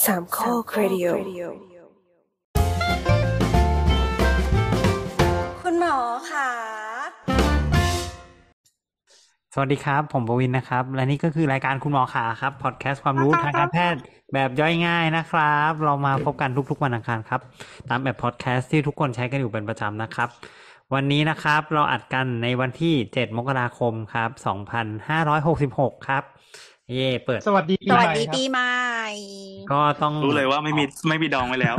สามข้อครดิโอคุณหมอค่ะสวัสดีครับผมปวินนะครับและนี่ก็คือรายการคุณหมอขาครับพอดแคสต์ความรู้ทางการแพทย์แบบย่อยง่ายนะครับเรามาพบกันทุกๆวันอังคารครับตามแบบพอดแคสต์ที่ทุกคนใช้กันอยู่เป็นประจำนะครับวันนี้นะครับเราอัดกันในวันที่7มกราคมครับ2566ครับเย่เปิดสวัสดีปีใหม่ครับปีใหม่ก็ต้องรู้เลยว่าไม่มีดองไว้แล้ว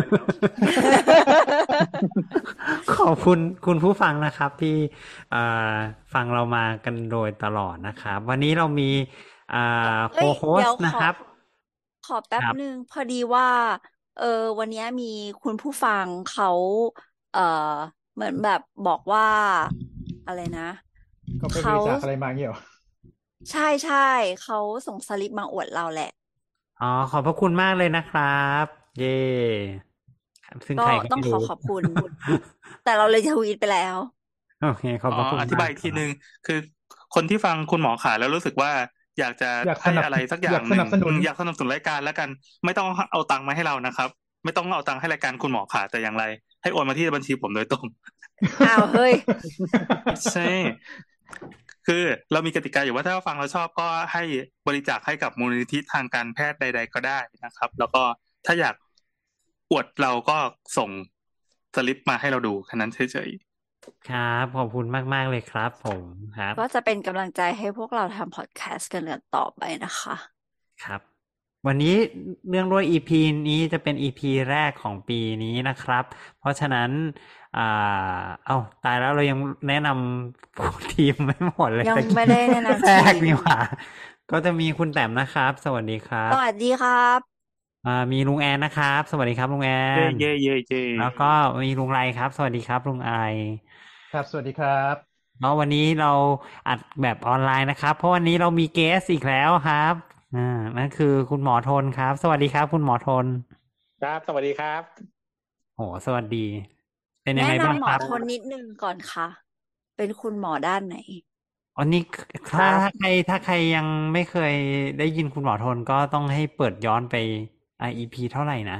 ขอบคุณคุณผู้ฟังนะครับที่ฟังเรามากันโดยตลอดนะครับวันนี้เรามีโคโฮสต์นะครับขอแป๊บนึงพอดีว่าวันนี้มีคุณผู้ฟังเขาเหมือนแบบบอกว่าอะไรนะก็ไปบริจาคอะไรมาเงี้ยหรอใช่เขาส่งสลิปมาอวดเราแหละอ๋อขอบพระคุณมากเลยนะครับเย่ซึ่งใครก็ต้องขอบคุณ แต่เราเลยทวีตไปแล้วโอเคขอบพระคุณอธิบายอีกทีนึงคือคนที่ฟังคุณหมอขาแล้วรู้สึกว่าอยากจะให้อะไรสักอย่างนึงอยากสนับสนุนรายการแล้วกันไม่ต้องเอาตังค์มาให้เรานะครับไม่ต้องเอาตังค์ให้รายการคุณหมอขาแต่อย่างไรให้โอนมาที่บัญชีผมโดยตรงอ้าวเฮ้ยใช่คือเรามีกติกาอยู่ว่าถ้าฟังเราชอบก็ให้บริจาคให้กับมูลนิธิทางการแพทย์ใดๆก็ได้นะครับแล้วก็ถ้าอยากอวดเราก็ส่งสลิปมาให้เราดูแค่นั้นเฉยๆครับขอบคุณมากๆเลยครับผมครับก็จะเป็นกำลังใจให้พวกเราทำพอดแคสต์กันต่อไปนะคะครับวันนี้เนื่องด้วย EP นี้จะเป็น EP แรกของปีนี้นะครับเพราะฉะนั้นตายแล้วเรายังแนะนำทีมไม่หมดเลยยังไม่ได้แนะนำแรกนี่หว่าก็จะมีคุณแต้มนะครับสวัสดีครับสวัสดีครับมีลุงแอนนะครับสวัสดีครับลุงแอนเย่แล้วก็มีลุงไรครับสวัสดีครับลุงไอครับสวัสดีครับวันนี้เราอัดแบบออนไลน์นะครับเพราะวันนี้เรามีเกสอีกแล้วครับนั่นคือคุณหมอทนครับสวัสดีครับคุณหมอทนครับสวัสดีครับโอ้สวัสดีเป็นยังไงบ้างครับแนะนำหมอทนนิดนึงก่อนค่ะเป็นคุณหมอด้านไหนอันนี้ถ้าใครยังไม่เคยได้ยินคุณหมอทนก็ต้องให้เปิดย้อนไปEP เท่าไหร่นะ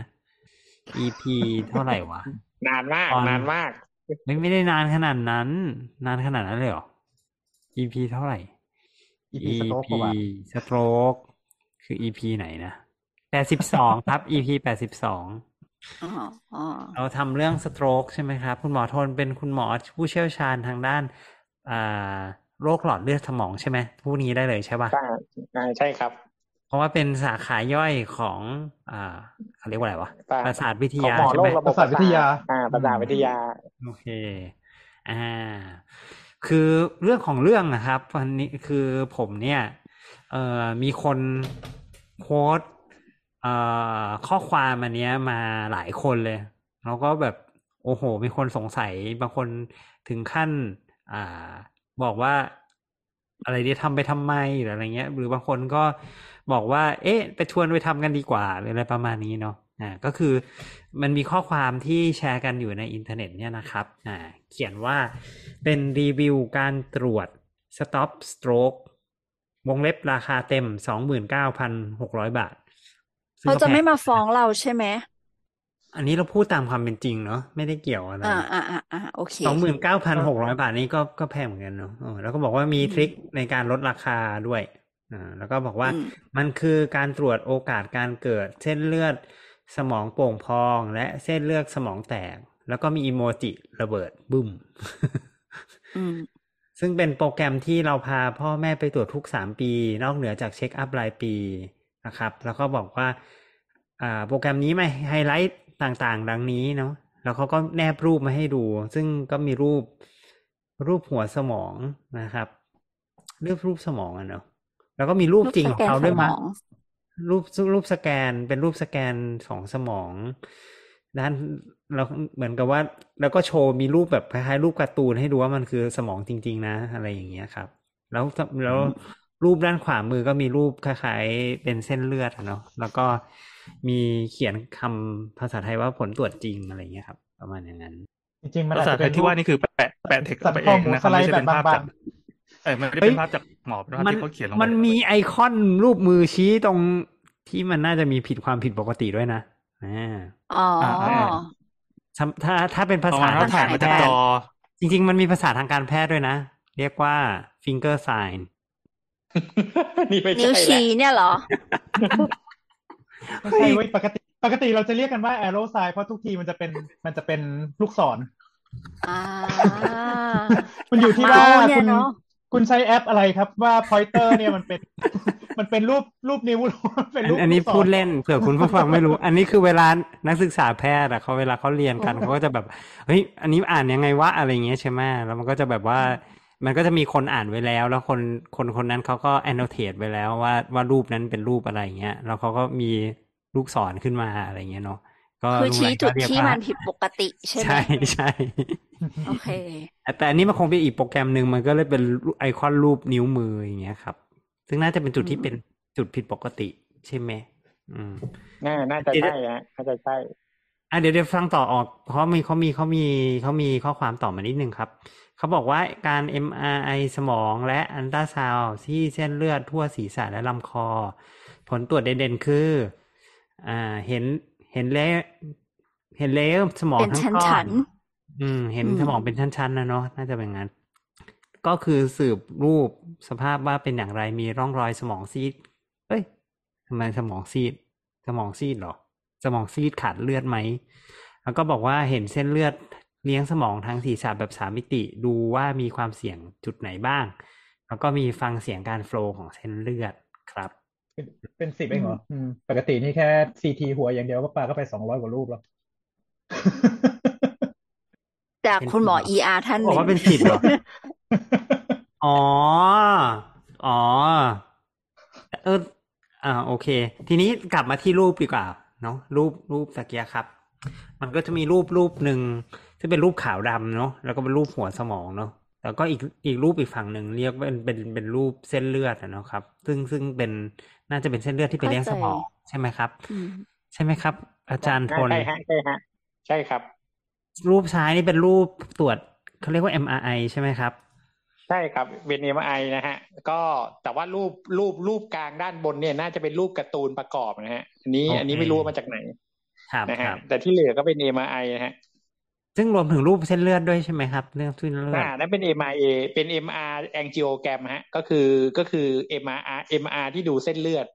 EP เท่าไหร่วะนานมากไม่ได้นานขนาดนั้นเลยเหรอ EP เท่าไหร่ EP สโตรกคือ EP ไหนนะ82ครับ EP 82เราทำเรื่องสโตรกใช่ไหมครับคุณหมอทนเป็นคุณหมอผู้เชี่ยวชาญทางด้านโรคหลอดเลือดสมองใช่ไหมพูดนี้ได้เลยใช่ป่ะใช่ครับเพราะว่าเป็นสาขาย่อยของเขาเรียกว่าอะไรวะประสาทวิทยาใช่ไหมประสาทวิทยาประสาทวิทยาโอเคคือเรื่องของเรื่องนะครับวันนี้คือผมเนี่ยมีคนโค้ดข้อความอันเนี้ยมาหลายคนเลยแล้วก็แบบโอ้โหมีคนสงสัยบางคนถึงขั้นบอกว่าอะไรที่ทำไปทำไมหรืออะไรเงี้ยหรือบางคนก็บอกว่าไปชวนไปทำกันดีกว่าหรืออะไรประมาณนี้เนาะก็คือมันมีข้อความที่แชร์กันอยู่ในอินเทอร์เน็ตเนี่ยนะครับเขียนว่าเป็นรีวิวการตรวจ Stop Stroke วงเล็บราคาเต็ม 29,600 บาทเขาจะไม่มาฟ้องเราใช่ไหมอันนี้เราพูดตามความเป็นจริงเนาะไม่ได้เกี่ยวอะไรโอเค 29,600 บาทนี่ก็แพงเหมือนกันเนาะแล้วก็บอกว่ามีทริคในการลดราคาด้วยแล้วก็บอกว่ามันคือการตรวจโอกาสการเกิดเส้นเลือดสมองโป่งพองและเส้นเลือดสมองแตกแล้วก็มีอีโมจิระเบิดบึ้มซึ่งเป็นโปรแกรมที่เราพาพ่อแม่ไปตรวจทุก3ปีนอกเหนือจากเช็คอัพรายปีนะครับแล้วก็บอกว่าโปรแกรมนี้มาไฮไลท์ต่างๆดังนี้เนาะแล้วเขาก็แนบรูปมาให้ดูซึ่งก็มีรูปหัวสมองนะครับรูปสมองเนาะแล้วก็มีรูปจริงของเขาด้วยมั้ยรูปสแกนเป็นรูปสแกนของสมองด้านเราเหมือนกับว่าแล้วก็โชว์มีรูปแบบคล้ายๆรูปการ์ตูนให้ดูว่ามันคือสมองจริงๆนะอะไรอย่างเงี้ยครับแล้วรูปด้านขวามือก็มีรูปคล้ายๆเป็นเส้นเลือดเนาะแล้วก็มีเขียนคำภาษาไทยว่าผลตรวจจริงอะไรอย่างเงี้ยครับประมาณอย่างนั้นจริงๆมันอาจจะเป็นที่ว่านี่คือแปะเทคไปเองนะครับไม่ใช่เป็นภาพจากมันไม่ได้เป็นภาพจากหมอเป็นภาพที่เขาเขียนลงมันมีไอคอนรูปมือชี้ตรงที่มันน่าจะมีความผิดปกติด้วยนะอ๋อถ้าเป็นภาษาเขาถ่ายมาจากจอจริงๆมันมีภาษาทางการแพทย์ด้วยนะเรียกว่า finger sign นี่ไม่นิ้วใช่แล้วชี้เนี่ยเหรอไม่ใช่เว้ยปกติเราจะเรียกกันว่า arrow sign เพราะทุกทีมันจะเป็นลูกศร มันอยู่ที่ว่าคุณใช้แอปอะไรครับว่า pointer เนี่ยมันเป็นรูปนิ้วเป็นรูปอันนี้พูดเล่นเผื่อคุณผู้ฟังไม่รู้ อันนี้คือเวลานักศึกษาแพทย์อะเขาเวลาเขาเรียนกันเขาก็จะแบบเฮ้ยอันนี้อ่านยังไงวะอะไรเงี้ยใช่ไหมแล้วมันก็จะแบบว่ามันก็จะมีคนอ่านไว้แล้วแล้วคนนั้นเขาก็ annotate ไว้แล้วว่ารูปนั้นเป็นรูปอะไรเงี้ยแล้วเขาก็มีลูกศรขึ้นมาอะไรเงี้ยเนาะคือชี้จุดที่มันผิดปกติใช่ไหมใช่โอเคแต่อันนี้มันคงเป็นอีกโปรแกรมหนึ่งมันก็เลยเป็นไอคอนรูปนิ้วมืออย่างเงี้ยครับซึ่งน่าจะเป็นจุดที่เป็นจุดผิดปกติใช่ไหมน่าจะใช่ฮะน่าจะใช่เดี๋ยวฟังต่อออกเพราะเขามีข้อความต่อมานิดนึงครับเขาบอกว่าการ MRI สมองและอัลตราซาวด์ที่เส้นเลือดทั่วศีรษะและลำคอผลตรวจเด่นๆคือเห็นแล้วสมองทั้งก้อนเห็นสมองเป็นชั้นๆนะเนาะน่าจะเป็นงั้นก็คือสืบรูปสภาพว่าเป็นอย่างไรมีร่องรอยสมองซีดทำไมสมองซีดหรอสมองซีดขาดเลือดไหมแล้วก็บอกว่าเห็นเส้นเลือดเลี้ยงสมองทางศีรษะแบบ3 มิติดูว่ามีความเสี่ยงจุดไหนบ้างแล้วก็มีฟังเสียงการโฟลว์ของเส้นเลือดครับเป็น10เองเหรอปกตินี่แค่ CT หัวอย่างเดียวก็ปาเข้าไป200กว่ารูปแล้วจากคุณหมอ ER ท่านหนึ่งบอกว่าเป็น10เหรออ๋อโอเคทีนี้กลับมาที่รูปดีกว่าเนาะรูปตะเกียครับมันก็จะมีรูปหนึ่งที่เป็นรูปขาวดำเนาะแล้วก็เป็นรูปหัวสมองเนาะแล้วก็อีกรูปอีกฝั่งหนึ่งเรียกเป็นรูปเส้นเลือดเนาะครับซึ่งเป็นน่าจะเป็นเส้นเลือดที่ไปเลี้ยงสมองใช่ไหมครับใช่ไหมครับอาจารย์พลใช่ครับรูปซ้ายนี่เป็นรูปตรวจเขาเรียกว่า MRI ใช่ไหมครับใช่ครับเป็น MRI นะฮะก็แต่ว่ารูปกลางด้านบนเนี่ยน่าจะเป็นรูปการ์ตูนประกอบนะฮะอันนี้ไม่รู้มาจากไหนนะฮะแต่ที่เหลือก็เป็น MRI นะฮะซึ่งรวมถึงรูปเส้นเลือดด้วยใช่ไหมครับเรื่องเส้นเลือดนั่นเป็น MRA เป็น MR angiogram ฮะก็คือ MR ที่ดูเส้นเลือด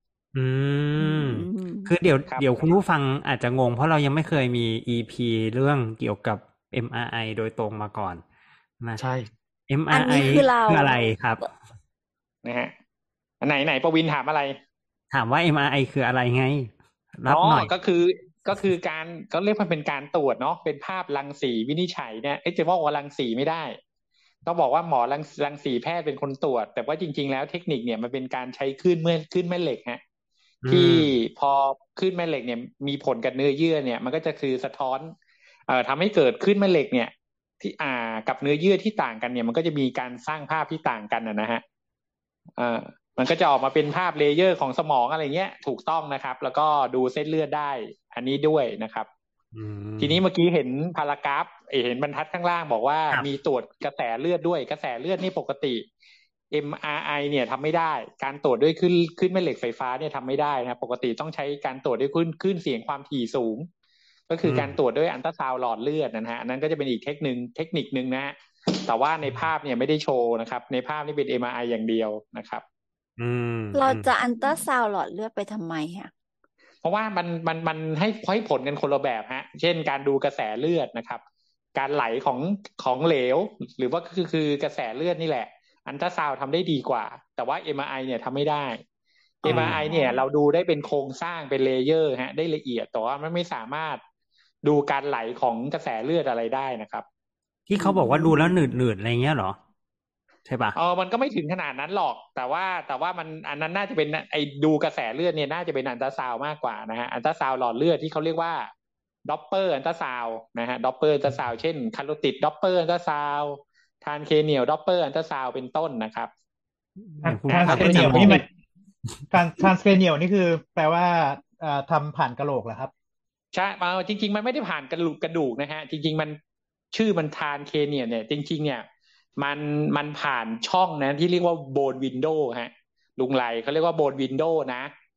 คือเดี๋ยวคุณผู้ฟังอาจจะงงเพราะเรายังไม่เคยมี EP เรื่องเกี่ยวกับ MRI โดยตรงมาก่อนนะใช่ MRI คืออะไรครับนะฮะไหนประวินถามอะไรถามว่า MRI คืออะไรไงรับหน่อยก็คือการก็เรียกมันเป็นการตรวจเนาะเป็นภาพรังสีวินิจฉัยเนี่ยจะบอกว่ารังสีไม่ได้ต้องบอกว่าหมอรังสีแพทย์เป็นคนตรวจแต่ว่าจริงๆแล้วเทคนิคเนี่ยมันเป็นการใช้คลื่นแม่เหล็กฮะที่พอคลื่นแม่เหล็กเนี่ยมีผลกับเนื้อเยื่อเนี่ยมันก็จะคือสะท้อนทำให้เกิดคลื่นแม่เหล็กเนี่ยที่กับเนื้อเยื่อที่ต่างกันเนี่ยมันก็จะมีการสร้างภาพที่ต่างกันนะฮะมันก็จะออกมาเป็นภาพเลเยอร์ของสมองอะไรเงี้ยถูกต้องนะครับแล้วก็ดูเส้นเลือดได้อันนี้ด้วยนะครับทีนี้เมื่อกี้เห็นพารากราฟเห็นบรรทัดข้างล่างบอกว่ามีตรวจกระแสเลือดด้วยกระแสเลือดนี่ปกติ MRI เนี่ยทำไม่ได้การตรวจด้วยคลื่นแม่เหล็กไฟฟ้าเนี่ยทำไม่ได้นะปกติต้องใช้การตรวจด้วยคลื่นเสียงความถี่สูงก็คือการตรวจด้วยอัลตราซาวด์หลอดเลือดนะฮะนั้นก็จะเป็นอีกเทคนิคนึงนะฮะแต่ว่าในภาพเนี่ยไม่ได้โชว์นะครับในภาพนี่เป็น MRI อย่างเดียวนะครับเราจะอัลตราซาวด์หลอดเลือดไปทำไมฮะเพราะว่ามันให้ผลกันคนละแบบฮะเช่นการดูกระแสเลือดนะครับการไหลของเหลวหรือว่าคือกระแสเลือดนี่แหละอัลตราซาวด์ทำได้ดีกว่าแต่ว่า MRI เนี่ยทำไม่ได้ MRI เนี่ยเราดูได้เป็นโครงสร้างเป็นเลเยอร์ฮะได้ละเอียดแต่ว่ามันไม่สามารถดูการไหลของกระแสเลือดอะไรได้นะครับที่เขาบอกว่าดูแล้วหนืดอะไรเงี้ยหรอใช่ปะมันก็ไม่ถึงขนาดนั้นหรอกแต่ว่ามันอันนั้นน่าจะเป็นไอ้ดูกระแสเลือดเนี่ยน่าจะเป็นอัลตราซาวด์มากกว่านะฮะอัลตราซาวด์หลอดเลือดที่เขาเรียกว่าด็อปเปอร์อัลตราซาวด์นะฮะด็อปเปอร์อัลตราซาวด์เช่นคาโรติดด็อปเปอร์อัลตราซาวด์ทานเคเนียลด็อปเปอร์อัลตราซาวด์เป็นต้นนะครับทานเคเนียลนี่มันทานเคเนียลนี่คือแปลว่าทำผ่านกะโหลกเหรอครับใช่จริงๆมันไม่ได้ผ่านกระดูกนะฮะจริงๆมันชื่อมันทานเคเนียลเนี่ยจริงๆเนี่ยมันผ่านช่องนะที่เรียกว่าโบนวินโดว์ฮะลุงไหลเขาเรียกว่าโบนวินโดว์นะ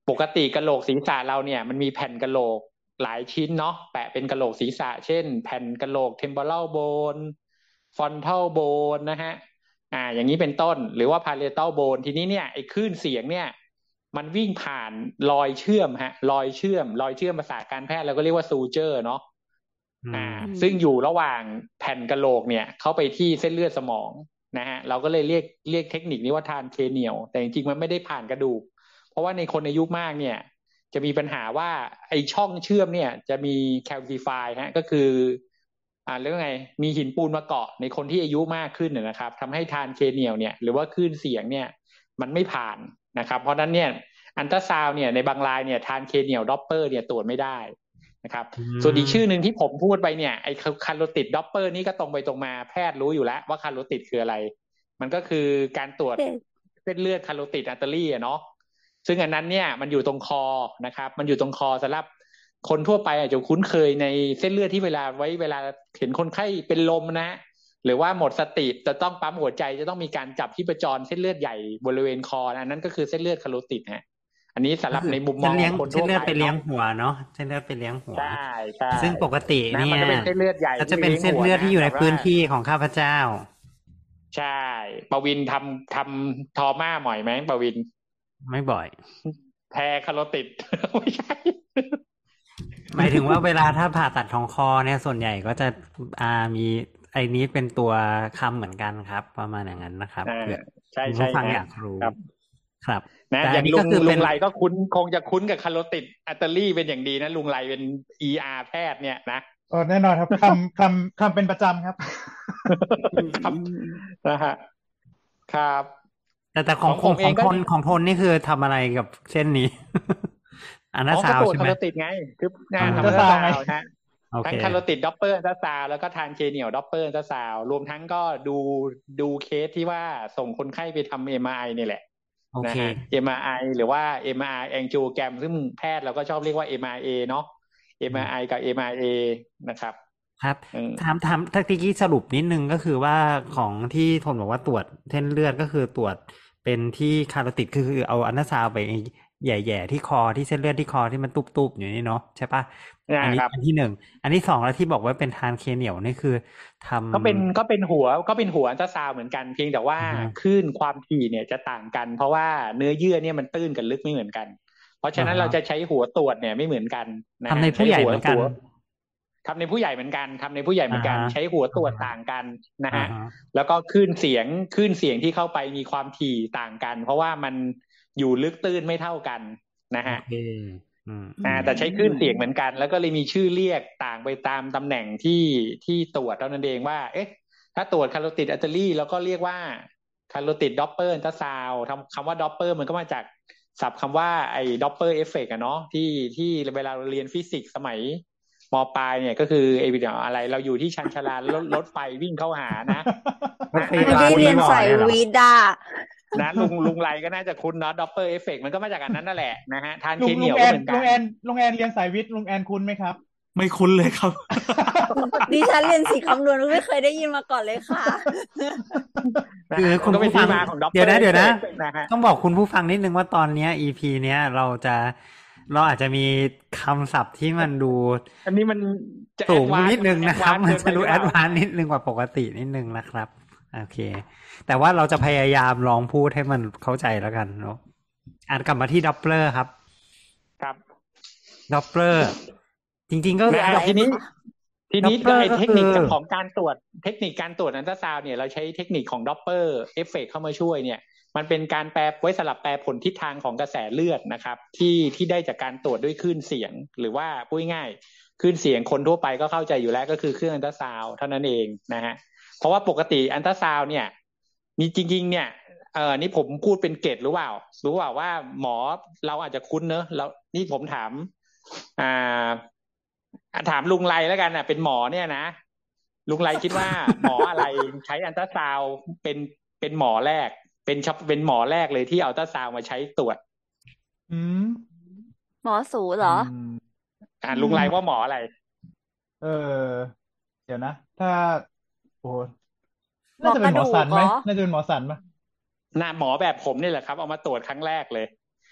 ปกติกะโหลกศีรษะเราเนี่ยมันมีแผ่นกะโหลกหลายชิ้นเนาะแปะเป็นกะโหลกศีรษะเช่นแผ่นกะโหลก temporal bone frontal bone นะฮะอย่างนี้เป็นต้นหรือว่า parietal bone ทีนี้เนี่ยไอ้คลื่นเสียงเนี่ยมันวิ่งผ่านรอยเชื่อมรอยเชื่อมภาษาการแพทย์เราก็เรียกว่า suture เนาะซึ่งอยู่ระหว่างแผ่นกะโหลกเนี่ยเข้าไปที่เส้นเลือดสมองนะฮะเราก็เลยเรียกเทคนิคนี้ว่าทานเคเนียลแต่จริงๆมันไม่ได้ผ่านกระดูกเพราะว่าในคนอายุมากเนี่ยจะมีปัญหาว่าไอช่องเชื่อมเนี่ยจะมีแคลซิฟายก็คือเรียกว่าไงมีหินปูนมาเกาะในคนที่อายุมากขึ้นนะครับทำให้ทานเคเนียลเนี่ยหรือว่าคลื่นเสียงเนี่ยมันไม่ผ่านนะครับเพราะนั้นเนี่ยอันตราซาวเนี่ยในบางรายเนี่ยทานเคเนียลดอปเปอร์เนี่ยตรวจไม่ได้นะครับส่วนอีกชื่อหนึ่งที่ผมพูดไปเนี่ยไอ้คาร์โรติดดอปเปอร์นี่ก็ตรงไปตรงมาแพทย์รู้อยู่แล้วว่าคาร์โรติดคืออะไรมันก็คือการตรวจเส้นเลือดคาร์โรติดอาร์เตอรี่เนาะซึ่งอันนั้นเนี่ยมันอยู่ตรงคอนะครับมันอยู่ตรงคอสำหรับคนทั่วไปอาจจะคุ้นเคยในเส้นเลือดที่เวลาเห็นคนไข้เป็นลมนะหรือว่าหมดสติจะต้องปั๊มหัวใจจะต้องมีการจับชีพจรเส้นเลือดใหญ่บริเวณคออันนั้นก็คือเส้นเลือดคาร์โรติดอันนี้สำหรับในมุมมองของคนทั่วไปเส้นเลือดไปเลี้ยงหัวเนาะเส้นเลือดไปเลี้ยงหัวใช่ซึ่งปกติเนี่ยมันจะเป็นเส้นเลือดใหญ่ก็จะเป็นเส้นเลือดที่อยู่ในพื้นที่ของข้าพเจ้าใช่ปวินทำทอม่าบ่อยไหมปวินไม่บ่อยแพ้คาร์โรติดไม่ใช่หมายถึงว่าเวลาถ้าผ่าตัดของคอเนี่ยส่วนใหญ่ก็จะมีไอ้นี้เป็นตัวคำเหมือนกันครับประมาณอย่างนั้นนะครับใช่ผู้ฟังอยากรู้ครับนะอย่างลุงไรก็คงจะคุ้นกับคาร์โรติดอาร์เตอรี่เป็นอย่างดีนะลุงไรเป็น ER แพทย์เนี่ยนะแน่นอนครับคำเป็นประจำครับครับนะฮะครับแต่ของทนนี่คือทำอะไรกับเส้นนี้อันนั้นซาวใช่ไหมคาร์โรติดไงคือทำอันนั้นซาวฮะทั้งคาร์โรติดดอปเปอร์อันตราซาวแล้วก็ทานเคเนียลดอปเปอร์อันตราซาวรวมทั้งก็ดูเคสที่ว่าส่งคนไข้ไปทำ MRI นี่แหละนะฮะ MRI หรือว่า MRI angiogram ซึ่งแพทย์เราก็ชอบเรียกว่า MRA เนาะ MRI กับ MRA นะครับครับถามถ้าทีกี้สรุปนิดนึงก็คือว่าของที่ทนบอกว่าตรวจเส้นเลือดก็คือตรวจเป็นที่คาร์โรติดคือเอาอัลตราซาวด์ไปแย่ๆที่คอที่เส้นเลือดที่คอที่มันตุบๆอยู่นี่เนาะใช่ปะอันนี้อันที่1อันที่2แล้วที่บอกว่าเป็นทานเคเนียลนี่คือทำก็เป็นหัวอัลตราซาวด์เหมือนกันเพียงแต่ว่าคลื่นความถี่เนี่ยจะต่างกันเพราะว่าเนื้อเยื่อเนี่ยมันตื้นกับลึกไม่เหมือนกันเพราะฉะนั้นเราจะใช้หัวตรวจเนี่ยไม่เหมือนกันทำในผู้ใหญ่เหมือนกันทำในผู้ใหญ่เหมือนกันใช้หัวตรวจต่างกันนะฮะแล้วก็คลื่นเสียงที่เข้าไปมีความถี่ต่างกันเพราะว่ามันอยู่ลึกตื้นไม่เท่ากันนะฮะแต่ใช้คลื่นเสียงเหมือนกันแล้วก็เลยมีชื่อเรียกต่างไปตามตำแหน่งที่ตรวจเท่านั้นเองว่าถ้าตรวจคาร์โรติดอาร์เตอรี่แล้วก็เรียกว่าคาร์โรติดดอปเปอร์อัลตราซาวด์คำว่าดอปเปอร์มันก็มาจากศัพท์คำว่าไอ้ดอปเปอร์เอฟเฟกต์เนาะที่เวลาเราเรียนฟิสิกส์สมัยม.ปลายเนี่ยก็คืออะไรเราอยู่ที่ชันชาลารถไฟวิ่งเข้าหานะไม่ได้เรียนสายวิทย์นะลุงไรก็น่าจะคุ้นเนาะดอปเปอร์เอฟเฟกต์มันก็มาจากอันนั้นนั่นแหละนะฮะทานเคเนียลเหมือนกันลุงแอนเรียนสายวิทย์ลุงแอนคุ้นไหมครับไม่คุ้นเลยครับดิฉันเรียนสีคำนวณไม่เคยได้ยินมาก่อนเลยค่ะคือคุณผู้ฟังเดี๋ยวนะต้องบอกคุณผู้ฟังนิดนึงว่าตอนนี้ EP เนี้ยเราอาจจะมีคำศัพท์ที่มันดูอันนี้มันสูงนิดนึงนะครับมันจะดูแอดวานซ์นิดนึงกว่าปกตินิดนึงนะครับโอเคแต่ว่าเราจะพยายามลองพูดให้มันเข้าใจแล้วกันเนาะกลับมาที่ด็อปเปอร์ครับด็อปเปอร์จริงๆก็ทีนี้เทคนิคของการตรวจเทคนิคการตรวจอัลตราซาวด์เนี่ยเราใช้เทคนิคของด็อปเปอร์เอฟเฟกต์เข้ามาช่วยเนี่ยมันเป็นการแปลไว้สลับแปลผลทิศทางของกระแสเลือดนะครับที่ได้จากการตรวจด้วยคลื่นเสียงหรือว่าพูดง่ายคลื่นเสียงคนทั่วไปก็เข้าใจอยู่แล้วก็คือเครื่องอัลตราซาวด์เท่านั้นเองนะฮะเพราะว่าปกติอัลตราซาวด์เนี่ยมีจริงๆเนี่ยนี่ผมพูดเป็นเกร็ดรู้เปล่าว่าหมอเราอาจจะคุ้นเนอะแล้วนี่ผมถามลุงไรแล้วกันเป็นหมอเนี่ยนะลุงไรคิดว่าหมออะไรใช้อัลตราซาวด์เป็นหมอแรกเป็นหมอแรกเลยที่เอาอัลตราซาวด์มาใช้ตรวจหมอสูเหรอลุงไรว่าหมออะไรเดี๋ยวนะถ้าโอ้น่าจะเป็นหมอสันไหมน่าจะเป็นหมอสันป่ะหมอแบบผมนี่แหละครับเอามาตรวจครั้งแรกเลย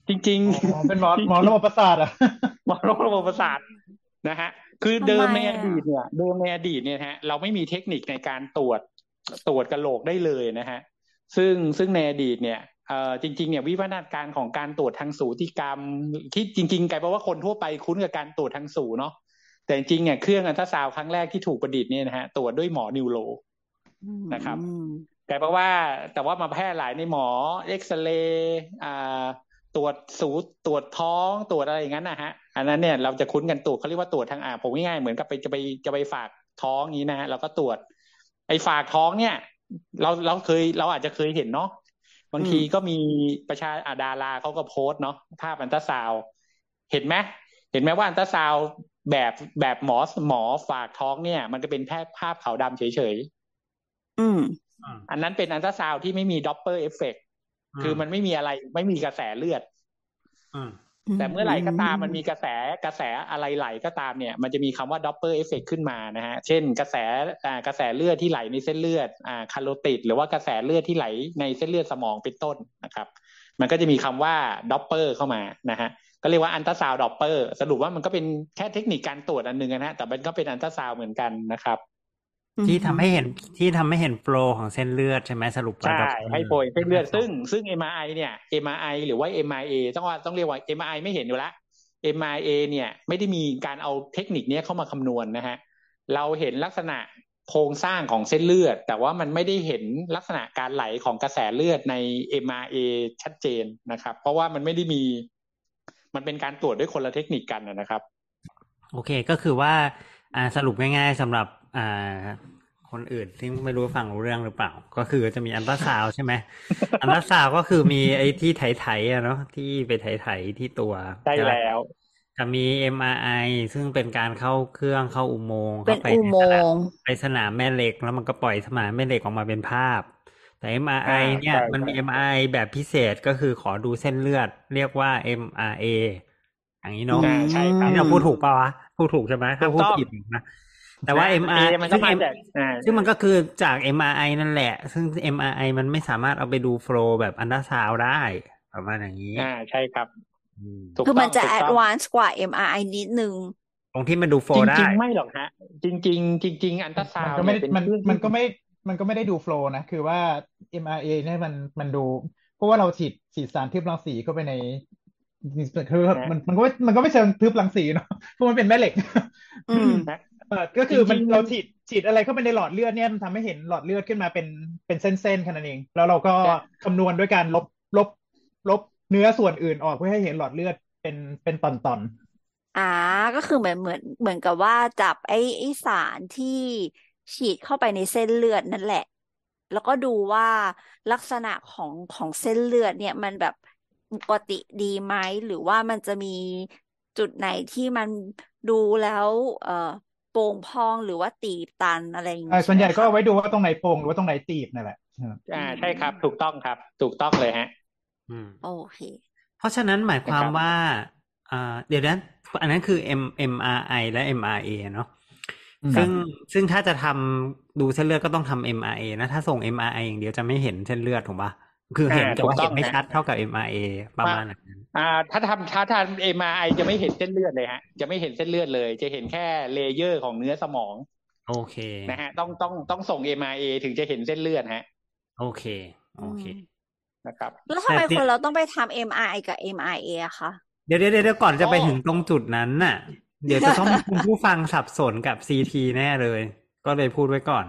จริงอ๋อเป็นหมอระบบประสาทอ่ะๆหมอระบบประสาทนะฮะคือทำเดิไมมในออ่ะดีตเนี่ยฮะเราไม่มีเทคนิคในการตรวจกะโหลกได้เลยนะฮะซึ่งในอดีตเนี่ยจริงๆเนี่ยวิวัฒนาการของการตรวจทางสูติกรรมที่จริงๆกลายเป็นว่าคนทั่วไปคุ้นกับการตรวจทางสูเนาะแต่จริงๆเนี่ยเครื่องอัลตราซาวด์ครั้งแรกที่ถูกประดิษฐ์เนี่ยนะฮะตรวจด้วยหมอนิวโรนะครับกลายเป็นว่าแต่ว่ามาแพร่หลายในหมอเอ็กซเรย์ตรวจตรวจท้องตรวจอะไรอย่างนั้นนะฮะอันนั้นเนี่ยเราจะคุ้นกันตรวจเขาเรียกว่าตรวจทางผมง่ายๆเหมือนกับจะไปฝากท้องนี้นะฮะเราก็ตรวจไอ้ฝากท้องเนี่ยเราอาจจะเคยเห็นเนาะบางทีก็มีดาราเขาก็โพสต์เนาะภาพอัลตราซาวด์เห็นไหมว่าอัลตราซาวด์แบบหมอฝากท้องเนี่ยมันจะเป็นแค่ภาพขาวดำเฉยๆอันนั้นเป็นอัลตราซาวด์ที่ไม่มีด็อปเปอร์เอฟเฟกต์คือมันไม่มีอะไรไม่มีกระแสเลือดแต่เมื่อไหร่ก็ตามมันมีกระแสอะไรไหลก็ตามเนี่ยมันจะมีคำว่า Doppler effect ขึ้นมานะฮะเช่นกระแสเลือดที่ไหลในเส้นเลือดคาโรติดหรือว่ากระแสเลือดที่ไหลในเส้นเลือดสมองเป็นต้นนะครับมันก็จะมีคำว่า Doppler เข้ามานะฮะก็เรียกว่าอัลตราซาวด์ Doppler สรุปว่ามันก็เป็นแค่เทคนิคการตรวจอันนึงนะฮะแต่มันก็เป็นอัลตราซาวด์เหมือนกันนะครับที่ทำให้เห็นโฟลว์ของเส้นเลือดใช่ไหมสรุปว่าใช่ให้โฟลว์เส้นเลือดซึ่ง MRI เนี่ย MRI หรือว่า MRA ต้องเรียกว่า MRI ไม่เห็นอยู่ละ MRA เนี่ยไม่ได้มีการเอาเทคนิคนี้เข้ามาคำนวณนะฮะเราเห็นลักษณะโครงสร้างของเส้นเลือดแต่ว่ามันไม่ได้เห็นลักษณะการไหลของกระแสเลือดใน MRA ชัดเจนนะครับเพราะว่ามันไม่ได้มีมันเป็นการตรวจด้วยคนละเทคนิคกันนะครับโอเคก็คือว่าสรุปง่ายๆสำหรับคนอื่นที่ไม่รู้ฟังรู้เรื่องหรือเปล่าก็คือจะมีอัลตราซาวด์ใช่ไหม อัลตราซาวด์ก็คือมีไอ้ที่ไถๆเนาะที่ไปไถๆที่ตัวใช่แล้วจะมี MRI ซึ่งเป็นการเข้าเครื่องเข้าอุโมงค์เป็นอุโมงค์ไปสนามแม่เหล็กแล้วมันก็ปล่อยสนามแม่เหล็กออกมาเป็นภาพแต่ MRI เนี่ยมันมี MRI แบบพิเศษก็คือขอดูเส้นเลือดเรียกว่า MRA อย่างนี้เนาะใช่ครับเราพูดถูกป่าววะพูดถูกใช่ไหมถ้าพูดผิดนะแต่ว่า MRI ซึ่งมันก็คือจาก MRI นั่นแหละซึ่ง MRI มันไม่สามารถเอาไปดูโฟลว์แบบอัลตราซาวด์ได้ประมาณอย่างนี้ใช่ครับคือมันจะแอดวานซ์กว่า MRI นิดนึงตรงที่มันดูโฟลว์ได้จริงๆไม่หรอกฮะจริงอัลตราซาวด์มันก็ไม่ได้ดูโฟลว์นะคือว่า MRA เนี่ยมันดูเพราะว่าเราฉีดสารทึบรังสีเข้าไปในคือมันก็ไม่เชิงทึบรังสีเนาะเพราะมันเป็นแม่เหล็กก็คือเราฉีดอะไรเข้าไปในหลอดเลือดเนี่ยมันทำให้เห็นหลอดเลือดขึ้นมาเป็นเส้นๆแค่นั้นเองแล้วเราก็คำนวณด้วยการลบเนื้อส่วนอื่นออกเพื่อให้เห็นหลอดเลือดเป็นตอนก็คือเหมือนกับว่าจับไอ้สารที่ฉีดเข้าไปในเส้นเลือดนั่นแหละแล้วก็ดูว่าลักษณะของเส้นเลือดเนี่ยมันแบบปกติดีไหมหรือว่ามันจะมีจุดไหนที่มันดูแล้วโป่งพองหรือว่าตีบตันอะไรอย่างนี้ส่วนใหญ่ก็เอาไว้ดูว่าตรงไหนโป่งหรือว่าตรงไหนตีบนั่นแหละใช่ครับถูกต้องครับถูกต้องเลยฮะโอเคเพราะฉะนั้นหมายความว่าเดี๋ยวนั้นอันนั้นคือ MRI และ MRA เนาะซึ่งถ้าจะทำดูเส้นเลือดก็ต้องทำ MRA นะถ้าส่ง MRI อย่างเดียวจะไม่เห็นเส้นเลือดถูกปะคือเห็นแต่ว่าเห็นไม่ชัดเท่ากับ MRA ประมาณนั้นถ้าทำ MRI จะไม่เห็นเส้นเลือดเลยฮะจะไม่เห็นเส้นเลือดเลยจะเห็นแค่เลเยอร์ของเนื้อสมองโอเคนะฮะต้องส่ง MRA ถึงจะเห็นเส้นเลือดฮะโอเคนะครับแล้วทำไมคนเราต้องไปทำ MRI กับ MRA อะคะเดี๋ยวก่อนจะไปถึงตรงจุดนั้นน่ะเดี๋ยวจะต้องมีคุณผู้ฟังสับสนกับ CT แน่เลยก็เลยพูดไว้ก่อน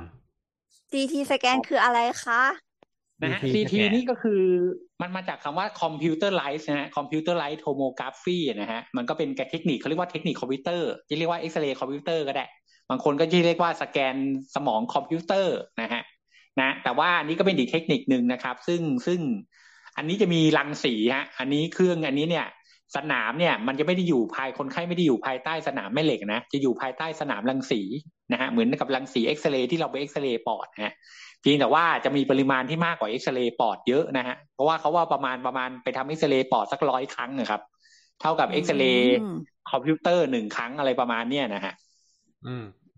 CT สแกนคืออะไรคะนะฮะ CT นี่ก็คือมันมาจากคำว่า computerized นะฮะ computerized tomography นะฮะมันก็เป็นเทคนิคเขาเรียกว่าเทคนิคคอมพิวเตอร์จะเรียกว่า X-ray คอมพิวเตอร์ก็ได้บางคนก็จะเรียกว่าสแกนสมองคอมพิวเตอร์นะฮะแต่ว่าอันนี้ก็เป็นอีกเทคนิคนึงนะครับซึ่งอันนี้จะมีรังสีฮะอันนี้เครื่องอันนี้เนี่ยสนามเนี่ยมันจะไม่ได้อยู่คนไข้ไม่ได้อยู่ภายใต้สนามแม่เหล็กนะจะอยู่ภายใต้สนามรังสีนะฮะเหมือนกับรังสีเอ็กซเรย์ที่เราไปเอ็กซเรย์ปอดฮะเพียงแต่ว่าจะมีปริมาณที่มากกว่าเอ็กซเรย์ปอดเยอะนะฮะเพราะว่าเขาว่าประมาณไปทำเอ็กซเรย์ปอดสัก100 ครั้งนะครับเท่ากับเอ็กซเรย์คอมพิวเตอร์1 ครั้งอะไรประมาณเนี้ยนะฮะ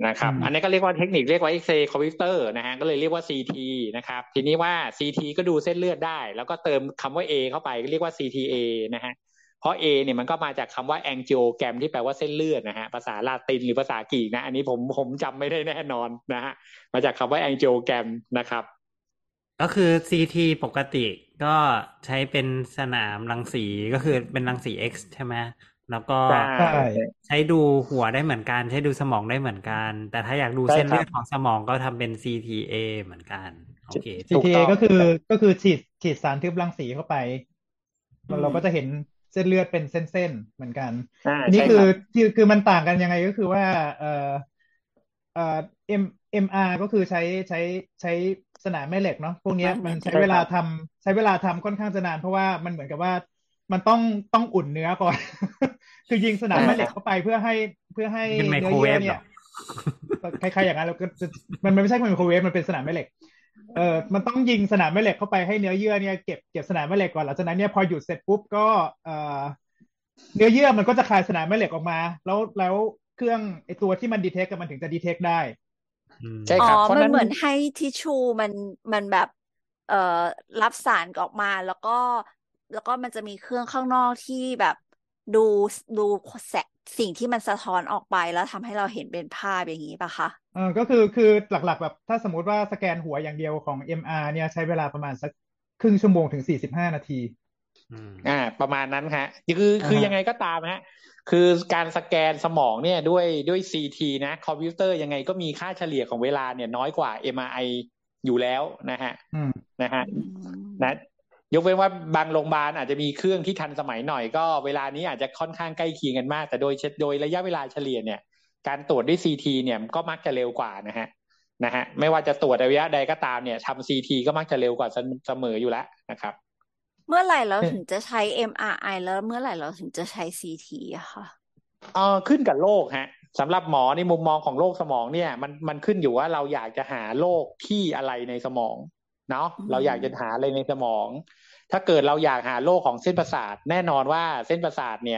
นะครับอันนี้ก็เรียกว่าเทคนิคเรียกว่า X-ray computer นะฮะก็เลยเรียกว่า CT นะครับทีนี้ว่า CT ก็ดูเส้นเลือดได้แล้วก็เติมคำว่า A เข้าไปก็เรียกว่า CTA นะฮะเพราะ A เนี่ยมันก็มาจากคำว่า angiogram ที่แปลว่าเส้นเลือดนะฮะภาษาลาตินหรือภาษากรีกนะอันนี้ผมจำไม่ได้แน่นอนนะฮะมาจากคำว่า angiogram นะครับก็คือ CT ปกติก็ใช้เป็นสนามรังสีก็คือเป็นรังสี X ใช่ไหมแล้วก็ใช่ใช้ดูหัวได้เหมือนกันใช้ดูสมองได้เหมือนกันแต่ถ้าอยากดูเส้นเลือดของสมองก็ทำเป็น CTA เหมือนกันโอเค CTA ก็คือฉีดสารทึบรังสีเข้าไปเราก็จะเห็นเส้นเลือดเป็นเส้นๆเหมือนกันทีนี้คือมันต่างกันยังไงก็คือว่าเอ่อ M MR ก็คือใช้สนามแม่เหล็กเนาะพวกนี้มันใช้เวลาทำค่อนข้างจะนานเพราะว่ามันเหมือนกับว่ามันต้องอุ่นเนื้อก่อน คือยิงสนามแม่เหล็กเข้าไปเพื่อให้เป็นไมเนื้โครอเวเยื่อฟเหรเนี่อยคล้ายๆอย่างนั้นแล้วก็มันไม่ใช่ไมโครเวฟมันเป็นสนามแม่เหล็กมันต้องยิงสนามแม่เหล็กเข้าไปให้เนื้อเยื่อเนี่ยเก็บสนามแม่เหล็กก่อนหลังจากนั้นเนี่ยพอหยุดเสร็จปุ๊บก็เนื้อเยื่อมันก็จะคายสนามแม่เหล็กออกมาแล้วเครื่องไอตัวที่มันดีเทคกับมันถึงจะดีเทคได้ใช่ครับเพราะมันนั้นเหมือนให้ทิชชูมันแบบเอ่อรับสารออกมาแล้วก็มันจะมีเครื่องข้างนอกที่แบบดูดูแสงสิ่งที่มันสะท้อนออกไปแล้วทำให้เราเห็นเป็นภาพอย่างนี้ป่ะคะก็คือหลักๆแบบถ้าสมมุติว่าสแกนหัวอย่างเดียวของ MR เนี่ยใช้เวลาประมาณสักครึ่งชั่วโมงถึง45 นาทีประมาณนั้นฮะคือยังไงก็ตามฮะคือการสแกนสมองเนี่ยด้วย CT นะคอมพิวเตอร์ยังไงก็มีค่าเฉลี่ยของเวลาเนี่ยน้อยกว่า MRI อยู่แล้วนะฮะนะยกเว้นว่าบางโรงพยาบาลอาจจะมีเครื่องที่ทันสมัยหน่อยก็เวลานี้อาจจะค่อนข้างใกล้เคียงกันมากแต่โดยระยะเวลาเฉลี่ยเนี่ยการตรวจด้วย CT เนี่ยก็มักจะเร็วกว่านะฮะไม่ว่าจะตรวจระยะใดก็ตามเนี่ยทำ CT ก็มักจะเร็วกว่าเสมออยู่แล้วนะครับเมื่อไหร่เราถึงจะใช้ MRI แล้วเมื่อไหร่เราถึงจะใช้ CT อะค่ะขึ้นกับโรคฮะสำหรับหมอในมุมมองของโรคสมองเนี่ยมันขึ้นอยู่ว่าเราอยากจะหาโรคที่อะไรในสมองเนาะเราอยากจะหาอะไรในสมองถ้าเกิดเราอยากหาโรคของเส้นประสาทแน่นอนว่าเส้นประสาทเนี่ย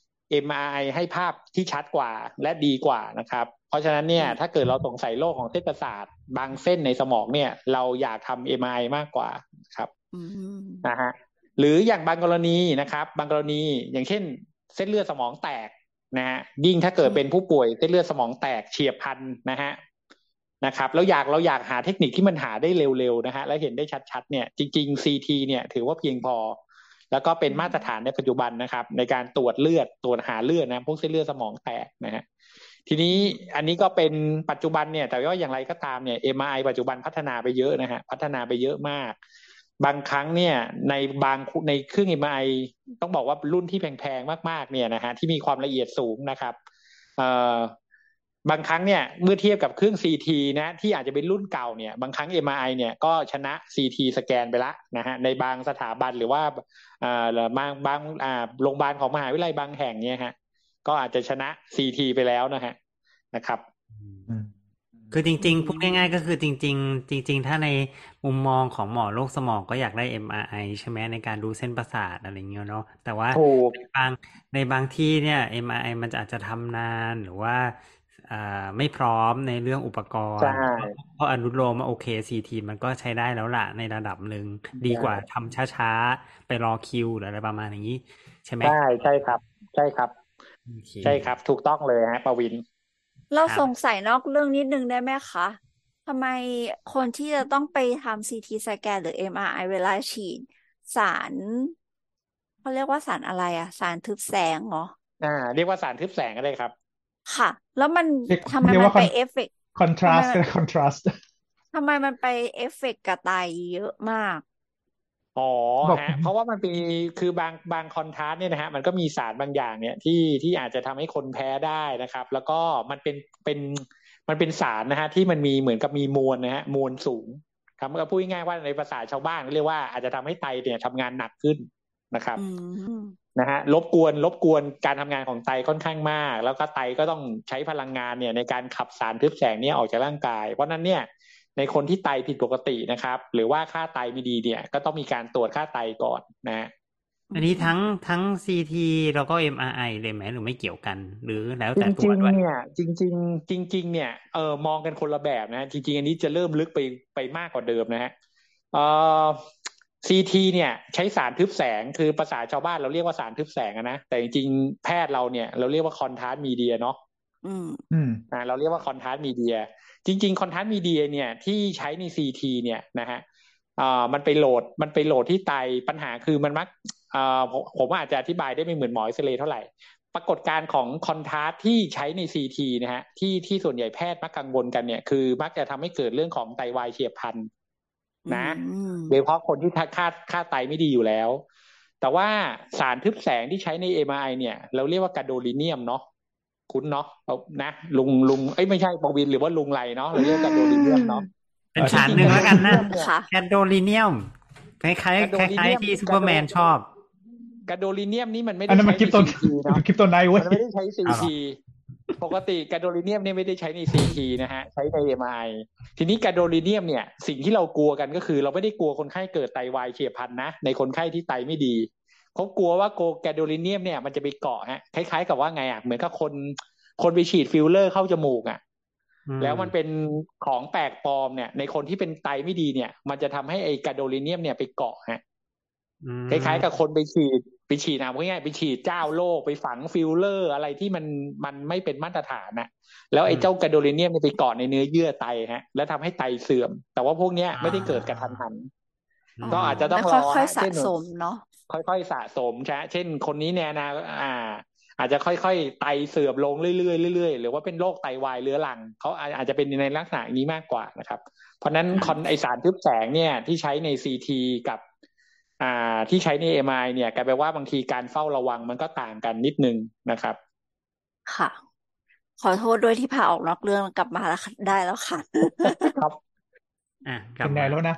MRI ให้ภาพที่ชัดกว่าและดีกว่านะครับเพราะฉะนั้นเนี่ยถ้าเกิดเราสงสัยโรคของเส้นประสาทบางเส้นในสมองเนี่ยเราอยากทำ MRI มากกว่าครับนะฮะหรืออย่างบางกรณีนะครับบางกรณีอย่างเช่นเส้นเลือดสมองแตกนะฮะยิ่งถ้าเกิดเป็นผู้ป่วยเส้นเลือดสมองแตกเฉียบพลันนะครับแล้วเราอยากหาเทคนิคที่มันหาได้เร็วๆนะฮะและเห็นได้ชัดๆเนี่ยจริงๆ CT เนี่ยถือว่าเพียงพอแล้วก็เป็นมาตรฐานในปัจจุบันนะครับในการตรวจเลือดตรวจหาเลือดนะพวกเส้นเลือดสมองแตกนะฮะทีนี้อันนี้ก็เป็นปัจจุบันเนี่ยแต่ว่าอย่างไรก็ตามเนี่ย MRI ปัจจุบันพัฒนาไปเยอะนะฮะพัฒนาไปเยอะมากบางครั้งเนี่ยในเครื่อง MRI ต้องบอกว่ารุ่นที่แพงๆมากๆเนี่ยนะฮะที่มีความละเอียดสูงนะครับบางครั้งเนี่ยเมื่อเทียบกับเครื่อง CT นะที่อาจจะเป็นรุ่นเก่าเนี่ยบางครั้ง MRI เนี่ยก็ชนะ CT สแกนไปละนะฮะในบางสถาบันหรือว่าบางโรงพยาบาลของมหาวิทยาลัยบางแห่งเนี่ยฮะก็อาจจะชนะ CT ไปแล้วนะครับคือจริงๆพูดง่ายๆก็คือจริงๆถ้าในมุมมองของหมอโรคสมองก็อยากได้ MRI ใช่ไหมในการดูเส้นประสาทอะไรเงี้ยเนาะแต่ว่าในบางที่เนี่ย MRI มันอาจจะทำนานหรือว่าไม่พร้อมในเรื่องอุปกรณ์เพราะอนุโลมว่าโอเค CT มันก็ใช้ได้แล้วล่ะในระดับหนึ่งดีกว่าทำช้าๆไปรอคิวหรืออะไรประมาณอย่างนี้ใช่ไหมใช่ครับใช่ครับถูกต้องเลยฮะปวินเราสงสัยนอกเรื่องนิดนึงได้ไหมคะทำไมคนที่จะต้องไปทำ CT สแกนหรือ MRI เวลาฉีดสารเขาเรียกว่าสารอะไรอะสารทึบแสงเหรอเรียกว่าสารทึบแสงก็ได้ครับค่ะแล้วมันทำไมมันไปเอฟเฟกต์คอนทราสต์ทำไมมันไปเอฟเฟกต์กับไตเยอะมากเพราะว่ามันเป็นคือบางคอนทราสต์เนี่ยนะฮะมันก็มีสารบางอย่างเนี่ยที่อาจจะทำให้คนแพ้ได้นะครับแล้วก็มันเป็นสารนะฮะที่มันมีเหมือนกับมีมวลนะฮะมวลสูงครับก็พูดง่ายๆว่าในภาษาชาวบ้านเรียกว่าอาจจะทำให้ไตเนี่ยทำงานหนักขึ้นนะครับนะฮะรบกวนการทำงานของไตค่อนข้างมากแล้วก็ไตก็ต้องใช้พลังงานเนี่ยในการขับสารทึบแสงนี้ออกจากร่างกายเพราะนั้นเนี่ยในคนที่ไตผิดปกตินะครับหรือว่าค่าไตไม่ดีเนี่ยก็ต้องมีการตรวจค่าไตก่อนนะอันนี้ทั้ง CT แล้วก็ MRI เลยไหมหรือไม่เกี่ยวกันหรือแล้วจแต่ตัวริงด้วยๆเนี่ยจริงๆจริงๆเนี่ยมองกันคนละแบบนะจริงๆอันนี้จะเริ่มลึกไปมากกว่าเดิมนะฮะเอ่อ CT เนี่ยใช้สารทึบแสงคือภาษาชาวบ้านเราเรียกว่าสารทึบแสงนะแต่จริงๆแพทย์เราเนี่ยเราเรียกว่าคอนทราสต์มีเดียเนาะเราเรียกว่าคอนทราสต์มีเดียจริงๆคอนทราสต์มีเดียเนี่ยที่ใช้ใน CT เนี่ยนะฮะมันไปโหลดที่ไตปัญหาคือมันมักผมอาจจะอธิบายได้ไม่เหมือนหมอเอ็กซเรย์เท่าไหร่ปรากฏการณ์ของคอนทราสต์ที่ใช้ใน CT นะฮะที่ส่วนใหญ่แพทย์มักกังวลกันเนี่ยคือมักจะทำให้เกิดเรื่องของไตวายเฉียบพลันนะโดยเฉพาะคนที่ค่าไตไม่ดีอยู่แล้วแต่ว่าสารทึบแสงที่ใช้ใน MRI เนี่ยเราเรียกว่า gadolinium เนาะคุ้นเนาะนะลุงไม่ใช่ปวินหรือว่าลุงไรเนาะเราเรียก gadolinium เนาะเป็นสารหนึ่งแล้วกันนะแกดโดลิเนียมคล้ายที่ซูเปอร์แมนชอบกาโดลิเนียมนี่มันไม่ได้ใช้ใน CT เนาะคริปโตไนท์เว้ยมันไม่ได้ใช้ CT ปกติกาโดลิเนียมเนี่ยไม่ได้ใช้ใน CT นะฮะใช้ใน MRI ทีนี้กาโดลิเนียมเนี่ยสิ่งที่เรากลัวกันก็คือเราไม่ได้กลัวคนไข้เกิดไตวายเฉียบพลันนะในคนไข้ที่ไตไม่ดีเขากลัวว่าแกโดลิเนียมเนี่ยมันจะไปเกาะฮะคล้ายๆกับว่าไงอ่ะเหมือนกับคนไปฉีดฟิลเลอร์เข้าจมูกอ่ะแล้วมันเป็นของแปลกปลอมเนี่ยในคนที่เป็นไตไม่ดีเนี่ยมันจะทำให้ไอ้กาโดลิเนียมเนี่ยไปเกาะฮะคล้ายๆกับคนไปฉีดนะง่ายๆไปฉีดเจ้าโรคไปฝังฟิลเลอร์อะไรที่มันไม่เป็นมาตรฐานนะแล้วไอ้เจ้ากาโดลิเนียมเนี่ยไปเกาะในเนื้อเยื่อไตฮะแล้วทำให้ไตเสื่อมแต่ว่าพวกเนี้ยไม่ได้เกิดกระทันหันก็อาจจะต้องรอค่อยๆสะสมเนาะค่อยๆสะสมใช่เช่นคนนี้เนี่ยนะอาจจะค่อยๆไตเสื่อมลงเรื่อยๆเรื่อยๆหรือว่าเป็นโรคไตวายเรื้อรังเขาอาจจะเป็นในลักษณะนี้มากกว่านะครับเพราะนั้นไอสารทึบแสงเนี่ยที่ใช้ใน CT กับที่ใช้ใน MRI เนี่ยกลายเป็นว่าบางทีการเฝ้าระวังมันก็ต่างกันนิดนึงนะครับค่ะขอโทษด้วยที่พาออกนอกเรื่องกลับมาแล้วได้แล้วค่ะครับกลับมาแล้วนะ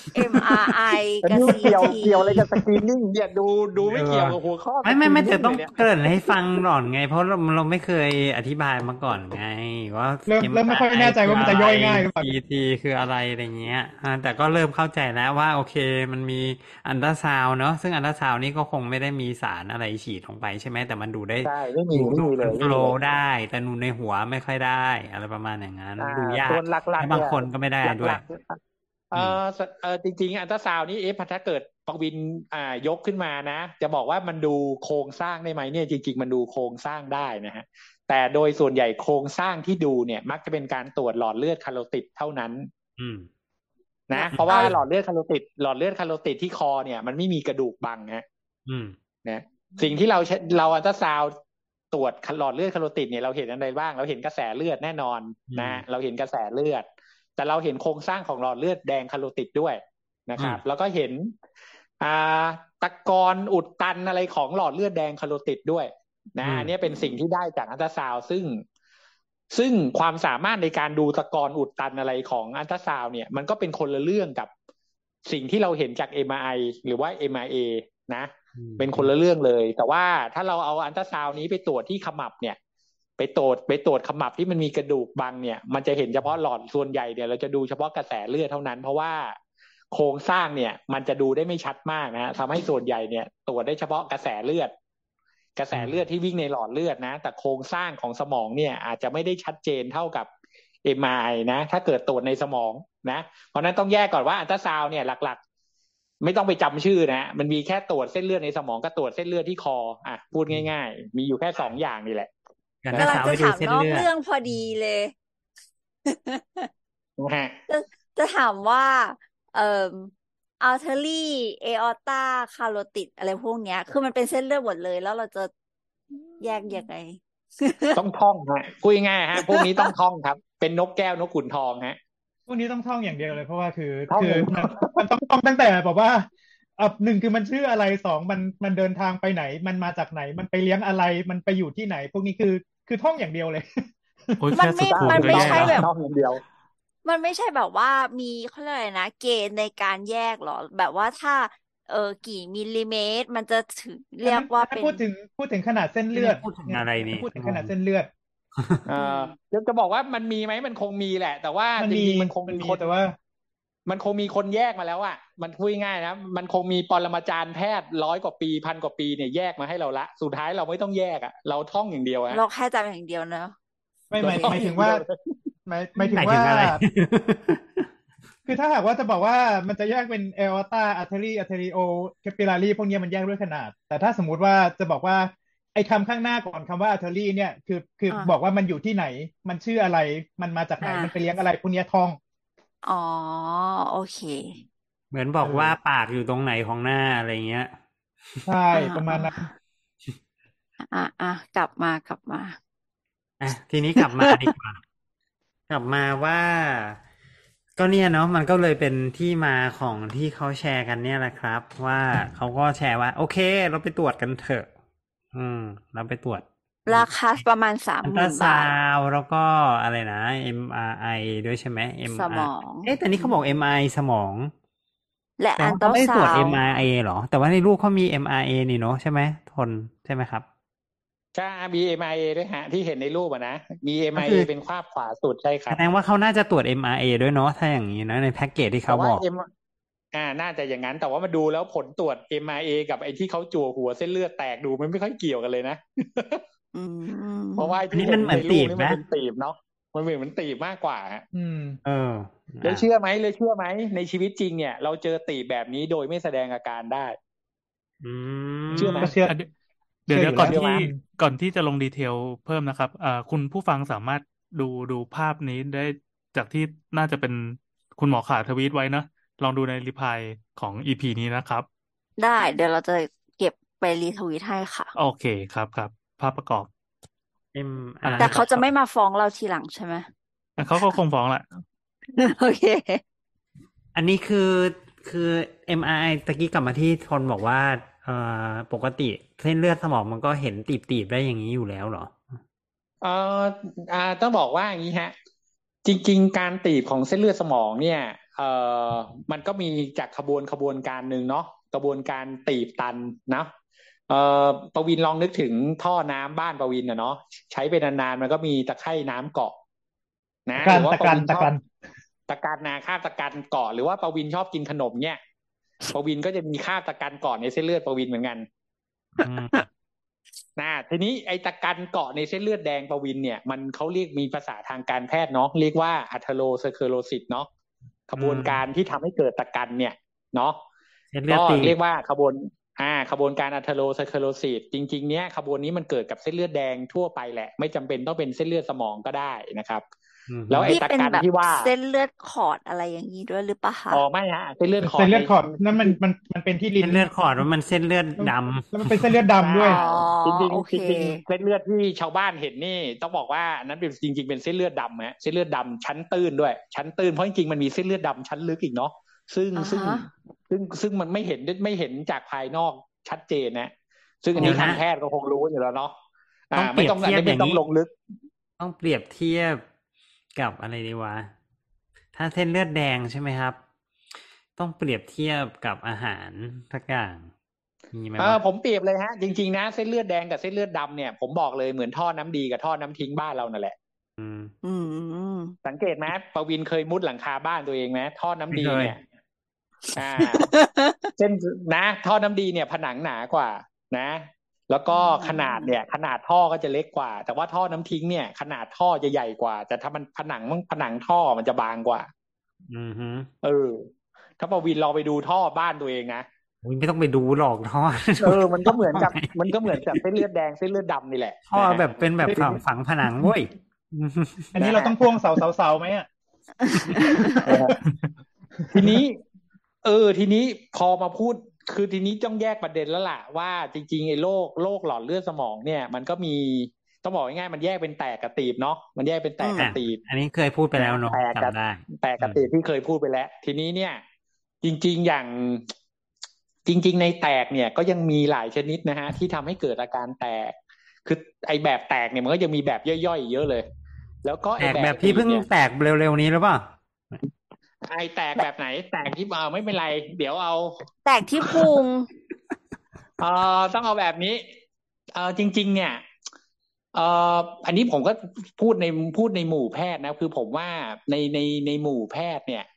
MRI กับ CT เกี่ยวอะไรกับสกรีนนิ่งเนี่ยดูไม่เกี่ยวกับหัวข้อไม่แต่ต้องเกริ่นให้ฟังก่อนไงเพราะเราไม่เคยอธิบายมาก่อนไงว่าเริ่มไม่ค่อยแน่ใจว่ามันจะย่อยง่ายหรือเปล่า CT คืออะไรอะไรเงี้ยแต่ก็เริ่มเข้าใจแล้วว่าโอเคมันมีอัลตราซาวน์เนาะซึ่งอัลตราซาวน์นี่ก็คงไม่ได้มีสารอะไรฉีดลงไปใช่ไหมแต่มันดูได้ใช่ไม่มีเลยโฟลว์ได้แต่ดูในหัวไม่ค่อยได้อะไรประมาณอย่างนั้นดูยากส่วนหลักบางคนก็ไม่ได้ด้วยจริงๆอัลตราซาวน์นี่ถ้าเกิดปวินยกขึ้นมานะจะบอกว่ามันดูโครงสร้างได้ไหมเนี่ยจริงๆมันดูโครงสร้างได้นะฮะแต่โดยส่วนใหญ่โครงสร้างที่ดูเนี่ยมักจะเป็นการตรวจหลอดเลือดคาโรติดเท่านั้นนะเพราะว่าหลอดเลือดคาโรติดที่คอเนี่ยมันไม่มีกระดูกบังฮะนะสิ่งที่เราอัลตราซาวน์ตรวจหลอดเลือดคาโรติดเนี่ยเราเห็นอะไรบ้างเราเห็นกระแสเลือดแน่นอนนะเราเห็นกระแสเลือดแต่เราเห็นโครงสร้างของหลอดเลือดแดงคาโรติดด้วยนะครับแล้วก็เห็นตะกอนอุดตันอะไรของหลอดเลือดแดงคาโรติดด้วยนะอันนี้เป็นสิ่งที่ได้จากอัลตราซาวด์ซึ่งความสามารถในการดูตะกอนอุดตันอะไรของอัลตราซาวด์เนี่ยมันก็เป็นคนละเรื่องกับสิ่งที่เราเห็นจาก MRI หรือว่า MRA นะเป็นคนละเรื่องเลยแต่ว่าถ้าเราเอาอัลตราซาวด์นี้ไปตรวจที่ขมับเนี่ยไปตรวจขมับที่มันมีกระดูกบังเนี่ยมันจะเห็นเฉพาะหลอดส่วนใหญ่เนี่ยเราจะดูเฉพาะกระแสเลือดเท่านั้นเพราะว่าโครงสร้างเนี่ยมันจะดูได้ไม่ชัดมากนะทำให้ส่วนใหญ่เนี่ยตรวจได้เฉพาะกระแสเลือดที่วิ่งในหลอดเลือดนะแต่โครงสร้างของสมองเนี่ยอาจจะไม่ได้ชัดเจนเท่ากับ MRI นะถ้าเกิดตรวจในสมองนะเพราะนั้นต้องแยกก่อนว่าอัลตราซาวด์เนี่ยหลักๆไม่ต้องไปจำชื่อนะมันมีแค่ตรวจเส้นเลือดในสมองกับตรวจเส้นเลือดที่คอพูดง่ายๆมีอยู่แค่2อย่างนี่แหละกำลังจะถามนอกเรื่องพอดีเลยจะถามว่าอัลเทอรี่เอออต้าคาโรติดอะไรพวกเนี้ยคือมันเป็นเส้นเลือดหมดเลยแล้วเราจะแยกยังไงต้องท่องฮะพูดง่ายฮะพวกนี้ต้องท่องครับเป็นนกแก้วนกขุนทองฮะพวกนี้ต้องท่องอย่างเดียวเลยเพราะว่าคือมันต้องท่องตั้งแต่บอกว่า1คือมันชื่ออะไร2มันเดินทางไปไหนมันมาจากไหนมันไปเลี้ยงอะไรมันไปอยู่ที่ไหนพวกนี้คือท่องอย่างเดียวเลยมันไม่ใช่แบบมันไม่ใช่แบบว่ามีเขาเรียกอะไรนะเกณฑ์ในการแยกหรอแบบว่าถ้ากี่มิลลิเมตรมันจะถึงเรียกว่าเป็นพูดถึงขนาดเส้นเลือดพูดถึงอะไรนี่พูดถึงขนาดเส้นเลือดจะบอกว่ามันมีไหมมันคงมีแหละแต่ว่าจริงๆมันคงมีคนแต่ว่ามันคงมีคนแยกมาแล้วอ่ะมันพูดง่ายๆนะมันคงมีปรมาจารย์แพทย์100 กว่าปี1,000 กว่าปีเนี่ยแยกมาให้เราละสุดท้ายเราไม่ต้องแยกอ่ะเราท่องอย่างเดียวฮะเราแค่จำอย่างเดียวเนอะไม่หเราท่องมายถึงว่าอย่างเดียวหมายถึงว่าหมายถึงอะไรคือถ้าหากว่าจะบอกว่ามันจะแยกเป็นเออร์ตาอาร์เทอรี่อาร์เทริโอแคปิลารีพวกนี้มันแยกด้วยขนาดแต่ถ้าสมมุติว่าจะบอกว่าไอ้คำข้างหน้าก่อนคำว่าอาร์เทอรี่เนี่ยคืออ่าบอกว่ามันอยู่ที่ไหนมันชื่ออะไรมันมาจากไหนอ่ามันไปเลี้ยงอะไรพวกเนี้ยท่องอ๋อโอเคเหมือนบเออกว่าอปากอยู่ตรงไหนของหน้าอะไรเงี้ยใช่อ่าประมาอ่าณนั้นกลับมาอ่ะทีนี้กลับมาดีกว่ากลับมาว่าก็เนี่ยเนาะมันก็เลยเป็นที่มาของที่เขาแชร์กันเนี่ยแหละครับว่าเขาก็แชร์ว่าโอเคเราไปตรวจกันเถอะเราไปตรวจราคาประมาณสามอันตราซาหมื่นบาทวด์แล้วก็อะไรนะ MRI ด้วยใช่ไหมสม MR องเอ๊ะแต่นี้เขาบอก MRI สมองและแต่ว่าอันตราเขาไม่ได้ตรวจซาวด์ MRA หรอแต่ว่าในรูปเขามี MRA นี่เนาะใช่ไหมทนใช่ไหมครับใช่มี MIA ด้วยฮะที่เห็นในรูปอ่ะนะมีก็ MIA คือเป็นภาพขวาสุดใช่คแสรับดงว่าเขาน่าจะตรวจ MRA ด้วยเนาะถ้าอย่างนี้นะในแพ็กเกจที่แต่ว่าเขาบอกน่าจะอย่างนั้นแต่ว่ามาดูแล้วผลตรวจ MIA กับไอ้ที่เขาจั่วหัวเส้นเลือดแตกดูมันไม่ค่อยเกี่ยวกันเลยนะอืเพราะว่ามอันที่เห็นนี้มันเหมือนในรูปตีบนะนี่มันเป็นตีบเนาะมันเหมือนตีบมากกว่าฮะเออเลยเชื่อไหมในชีวิตจริงเนี่ยเราเจอตีบแบบนี้โดยไม่แสดงอาการได้อืเชื่อไหมก็เชื่อเดี๋ยวอยู่ก่อแล้วเชื่อไหมก่อนที่จะลงดีเทลเพิ่มนะครับคุณผู้ฟังสามารถดูภาพนี้ได้จากที่น่าจะเป็นคุณหมอขาทวีตไว้นะลองดูในรีพลายของ EP นี้นะครับได้เดี๋ยวเราจะเก็บไปรีทวีตให้ค่ะโอเคครับภาพประกอบแต่เขาจะครับไม่มาฟ้องเราทีหลังใช่ไหมเขาก็คงฟ้องแหละโอเคอันนี้คือ MRI ตะกี้กลับมาที่ทนบอกว่าปกติเส้นเลือดสมองมันก็เห็นตีบได้อย่างนี้อยู่แล้วเหรอเอ่อต้องบอกว่าอย่างนี้ฮะจริงๆการตีบของเส้นเลือดสมองเนี่ยมันก็มีจากขบวนการหนึ่งเนาะกระบวนการตีบตันนะประวินลองนึกถึงท่อน้ำบ้านประวินเนาะใช้ไปนานๆมันก็มีตะไคร่น้ำเกาะนะหรือว่าประวินชอบตะกันนาคราบตะกันเกาะหรือว่าประวินชอบกินขนมเนี่ยประวินก็จะมีคราบตะกันเกาะในเส้นเลือดประวินเหมือนกันทีนี้ไอ้ตะกันเกาะในเส้นเลือดแดงประวินเนี่ยมันเขาเรียกมีภาษาทางการแพทย์เนาะเรียกว่าอะเทโรสเคโรซิสเนาะขบวนการที่ทำให้เกิดตะกันเนี่ยเนาะก็เรียกว่าขบวนการอะเทโรสเคโรซิสจริงๆเนี้ยขบวนนี้มันเกิดกับเส้นเลือดแดงทั่วไปแหละไม่จำเป็นต้องเป็นเส้นเลือดสมองก็ได้นะครับแล้วไอ้ตะกันที่ว่าเส้นเลือดขอดอะไรอย่างนี้ด้วยหรือเปล่าคะไม่ฮะเส้นเลือดขอดนั่นมันเป็นที่ลิ้นเส้นเลือดขอดมันเส้นเลือดดำแล้วมันเป็นเส้นเลือดดำด้วยจริงเส้นเลือดที่ชาวบ้านเห็นนี่ต้องบอกว่านั้นเป็นจริงๆเป็นเส้นเลือดดำฮะเส้นเลือดดำชั้นตื้นด้วยชั้นตื้นเพราะจริงๆมันมีเส้นเลือดดำชั้นลึกอีกเนาะซึ่งมันไม่เห็นจากภายนอกชัดเจนนะซึ่งอันนี้ทางแพทย์ก็คงรู้อยู่แล้วเนาะไม่ต้องลงลึกต้องเปรียบเทียบกับอะไรดีวะถ้าเส้นเลือดแดงใช่ไหมครับต้องเปรียบเทียบกับอาหารทุกอย่างมีไหมผมเปรียบเลยฮะจริงๆนะเส้นเลือดแดงกับเส้นเลือดดำเนี่ยผมบอกเลยเหมือนท่อน้ำดีกับท่อน้ำทิ้งบ้านเรานั่นแหละสังเกตไหมประวินเคยมุดหลังคาบ้านตัวเองไหมท่อน้ำดีเนี่ยเส้นนะท่อน้ำดีเนี่ยผนังหนากว่านะแล้วก็ขนาดท่อก็จะเล็กกว่าแต่ว่าท่อน้ำทิ้งเนี่ยขนาดท่อจะใหญ่กว่าแต่ถ้ามันผนังท่อมันจะบางกว่าถ้าประวินเราไปดูท่อบ้านตัวเองนะไม่ต้องไปดูหรอกท่อมันก็เหมือนกับเส้นเลือดแดงเส้นเลือดดำนี่แหละท่อแบบเป็นแบบฝังผนังเว้ยอันนี้เราต้องพ่วงเสาไหมอ่ะทีนี้พอมาพูดคือทีนี้ต้องแยกประเด็นแล้วล่ะว่าจริงๆไอ้โรคหลอดเลือดสมองเนี่ยมันก็มีต้องบอกง่ายๆมันแยกเป็นแตกกับตีบเนาะมันแยกเป็นแตกกับตีบอันนี้เคยพูดไปแล้วเนาะจำได้แตกกับตีบที่เคยพูดไปแล้วทีนี้เนี่ยจริงๆอย่างจริงๆในแตกเนี่ยก็ยังมีหลายชนิดนะฮะที่ทำให้เกิดอาการแตกคือไอ้แบบแตกเนี่ยมันก็ยังมีแบบย่อยๆเยอะเลยแล้วก็ไอ้แบบที่เพิ่งแตกเร็วๆนี้หรือเปล่าไอแตกแบบไหนแตกที่ไม่เป็นไรเดี๋ยวเอาแตกที่พุงต้องเอาแบบนี้จริงๆเนี่ยอันนี้ผมก็พูดในหมู่แพทย์นะคือผมว่าในหมู่แพทย์เนี่ย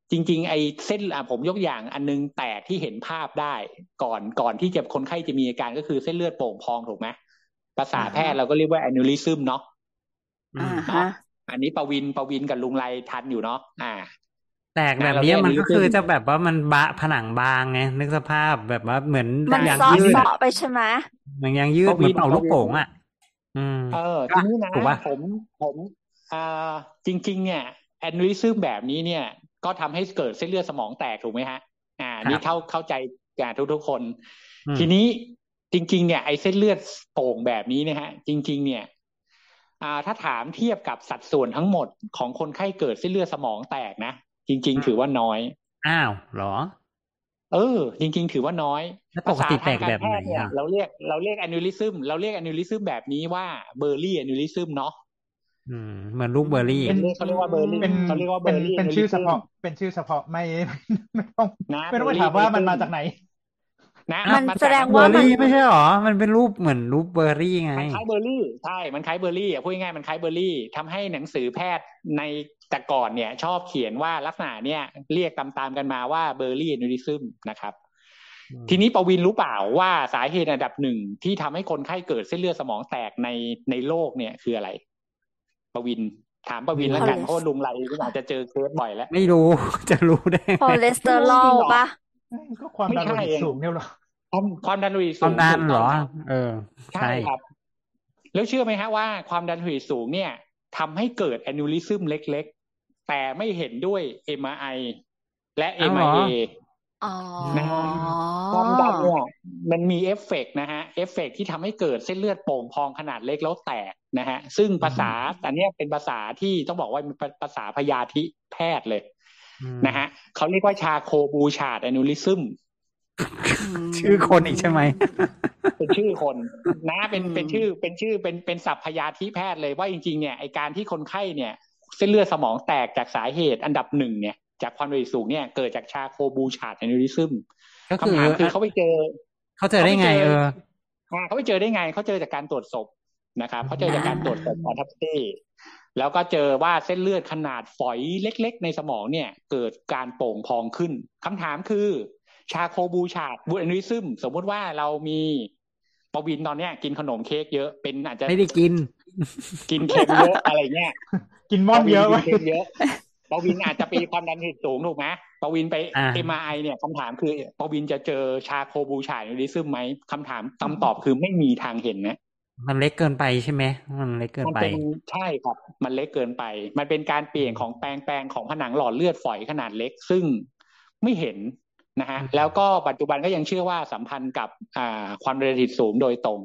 จริงๆไอ้เส้นผมยกอย่างอันนึงแตกที่เห็นภาพได้ก่อนที่จะคนไข้จะมีอาการก็คือเส้นเลือดโป่งพองถูกไหมภาษาแพทย์เราก็เรียกว่าแอน u ริซึมเนาะเนาะอันนี้ประวินกับลุงไรทันอยู่เนาะแตกแบบนี้มันก็คือจะแบบว่ามันผนังบางไงนึกสภาพแบบว่าเหมือนมันยางซอยืดไปใช่ไหมเหมือนยางยืดเหมือนเป่าลูกโป่งอ่ะทีนี้นะถูกป่ะผมจริงๆเนี่ยแอน u ริซึมแบบนี้เนี่ยก็ทำให้เกิดเส้นเลือดสมองแตกถูกไหมฮะนี่เข้าใจทุกคนทีนี้จริงๆเนี่ยไอ้เส้นเลือดโป่งแบบนี้นะฮะจริงๆเนี่ยถ้าถามเทียบกับสัดส่วนทั้งหมดของคนไข้เกิดเส้นเลือดสมองแตกนะจริงๆถือว่าน้อยอ้าวเหรอจริงๆถือว่าน้อยปกติแตกแบบไหนเนี่ยเราเรียกแอน u ริซึมเราเรียกแอน u ริซึมแบบนี้ว่าเบอร์รี่แอน u ริซึมเนาะเหมือนลูกเบอร์รี่เขาเรียกว่าเบอร์รี่เขาเรียกว่าเบอร์รี่เป็นชื่อเฉพาะไม่ต้องไปถามว่ามันมาจากไหนนะมันแสดงว่ามันไม่ใช่หรอมันเป็นรูปเหมือนรูปเบอร์รี่ไงมันคล้ายเบอร์รี่ใช่มันคล้ายเบอร์รี่พูดง่ายๆมันคล้ายเบอร์รี่ทำให้หนังสือแพทย์ในแต่ก่อนเนี่ยชอบเขียนว่าลักษณะเนี่ยเรียกตามกันมาว่าเบอร์รี่แอน u ริซึมนะครับทีนี้ประวินรู้เปล่าว่าสาเหตุอันดับหนึ่งที่ทำให้คนไข้เกิดเส้นเลือดสมองแตกในโลกเนี่ยคืออะไรประวินถามประวินแล้วกันเพราะลุงไรก็อาจจะเจอเคสบ่อยแล้วไม่รู้จะรู้ได้คอเลสเตอรอลป่ะก็ความดันโลหิตสูงเนี่ยหรอความดันโลหิตสูงความดันเหรอใช่ครับแล้วเชื่อไหมฮะว่าความดันโลหิตสูงเนี่ยทำให้เกิดแอน u ริซึมเล็กๆแต่ไม่เห็นด้วย MRI และ MRA นะความดันเนี่ยมันมีเอฟเฟกต์นะฮะเอฟเฟกต์ที่ทำให้เกิดเส้นเลือดโป่งพองขนาดเล็กแล้วแตกนะฮะซึ่งภาษาอันนี้เป็นภาษาที่ต้องบอกว่าเป็นภาษาพยาธิแพทย์เลยนะฮะเขาเรียกว่าชาโคบูชาร์ดแอน u ริซึมชื่อคนอีกใช่ไหมเป็นชื่อคนนะเป็นชื่อเป็นศัพท์พยาธิแพทย์เลยว่าจริงๆเนี่ยไอการที่คนไข้เนี่ยเส้นเลือดสมองแตกจากสาเหตุอันดับหนึ่งเนี่ยจากความดันสูงเนี่ยเกิดจากชาโคบูชาร์ดแอน u ริซึมคำถามคือเขาไปเจอได้ไงเขาไปเจอได้ไงเขาเจอจากการตรวจศพนะครับเขาเจอจากการตรวจศพออทัปซี่แล้วก็เจอว่าเส้นเลือดขนาดฝอยเล็กๆในสมองเนี่ยเกิดการโป่งพองขึ้นคำถามคือชาโคบูชาร์ดแอน u ริซึมสมมติว่าเรามีปวินตอนเนี้ยกินขนมเค้กเยอะเป็นอาจจะไม่ได้กินเค็มเยอะอะไรเงี้ยกินม่อนเยอะเยอะปวินอาจจะมีความดันโลหิตสูงถูกไหมปวินไป MRI เนี่ยคำถามคือปวินจะเจอชาโคบูชาร์ดแอน u ริซึมไหมคำถามคำตอบคือไม่มีทางเห็นนะมันเล็กเกินไปใช่ไหมมันเล็กเกินไปใช่ครับมันเล็กเกินไปมันเป็นการเปลี่ยนของแปลงของผนังหลอดเลือดฝอยขนาดเล็กซึ่งไม่เห็นนะฮะแล้วก็ปัจจุบันก็ยังเชื่อว่าสัมพันธ์กับความดันโลหิตสูงโดยตรง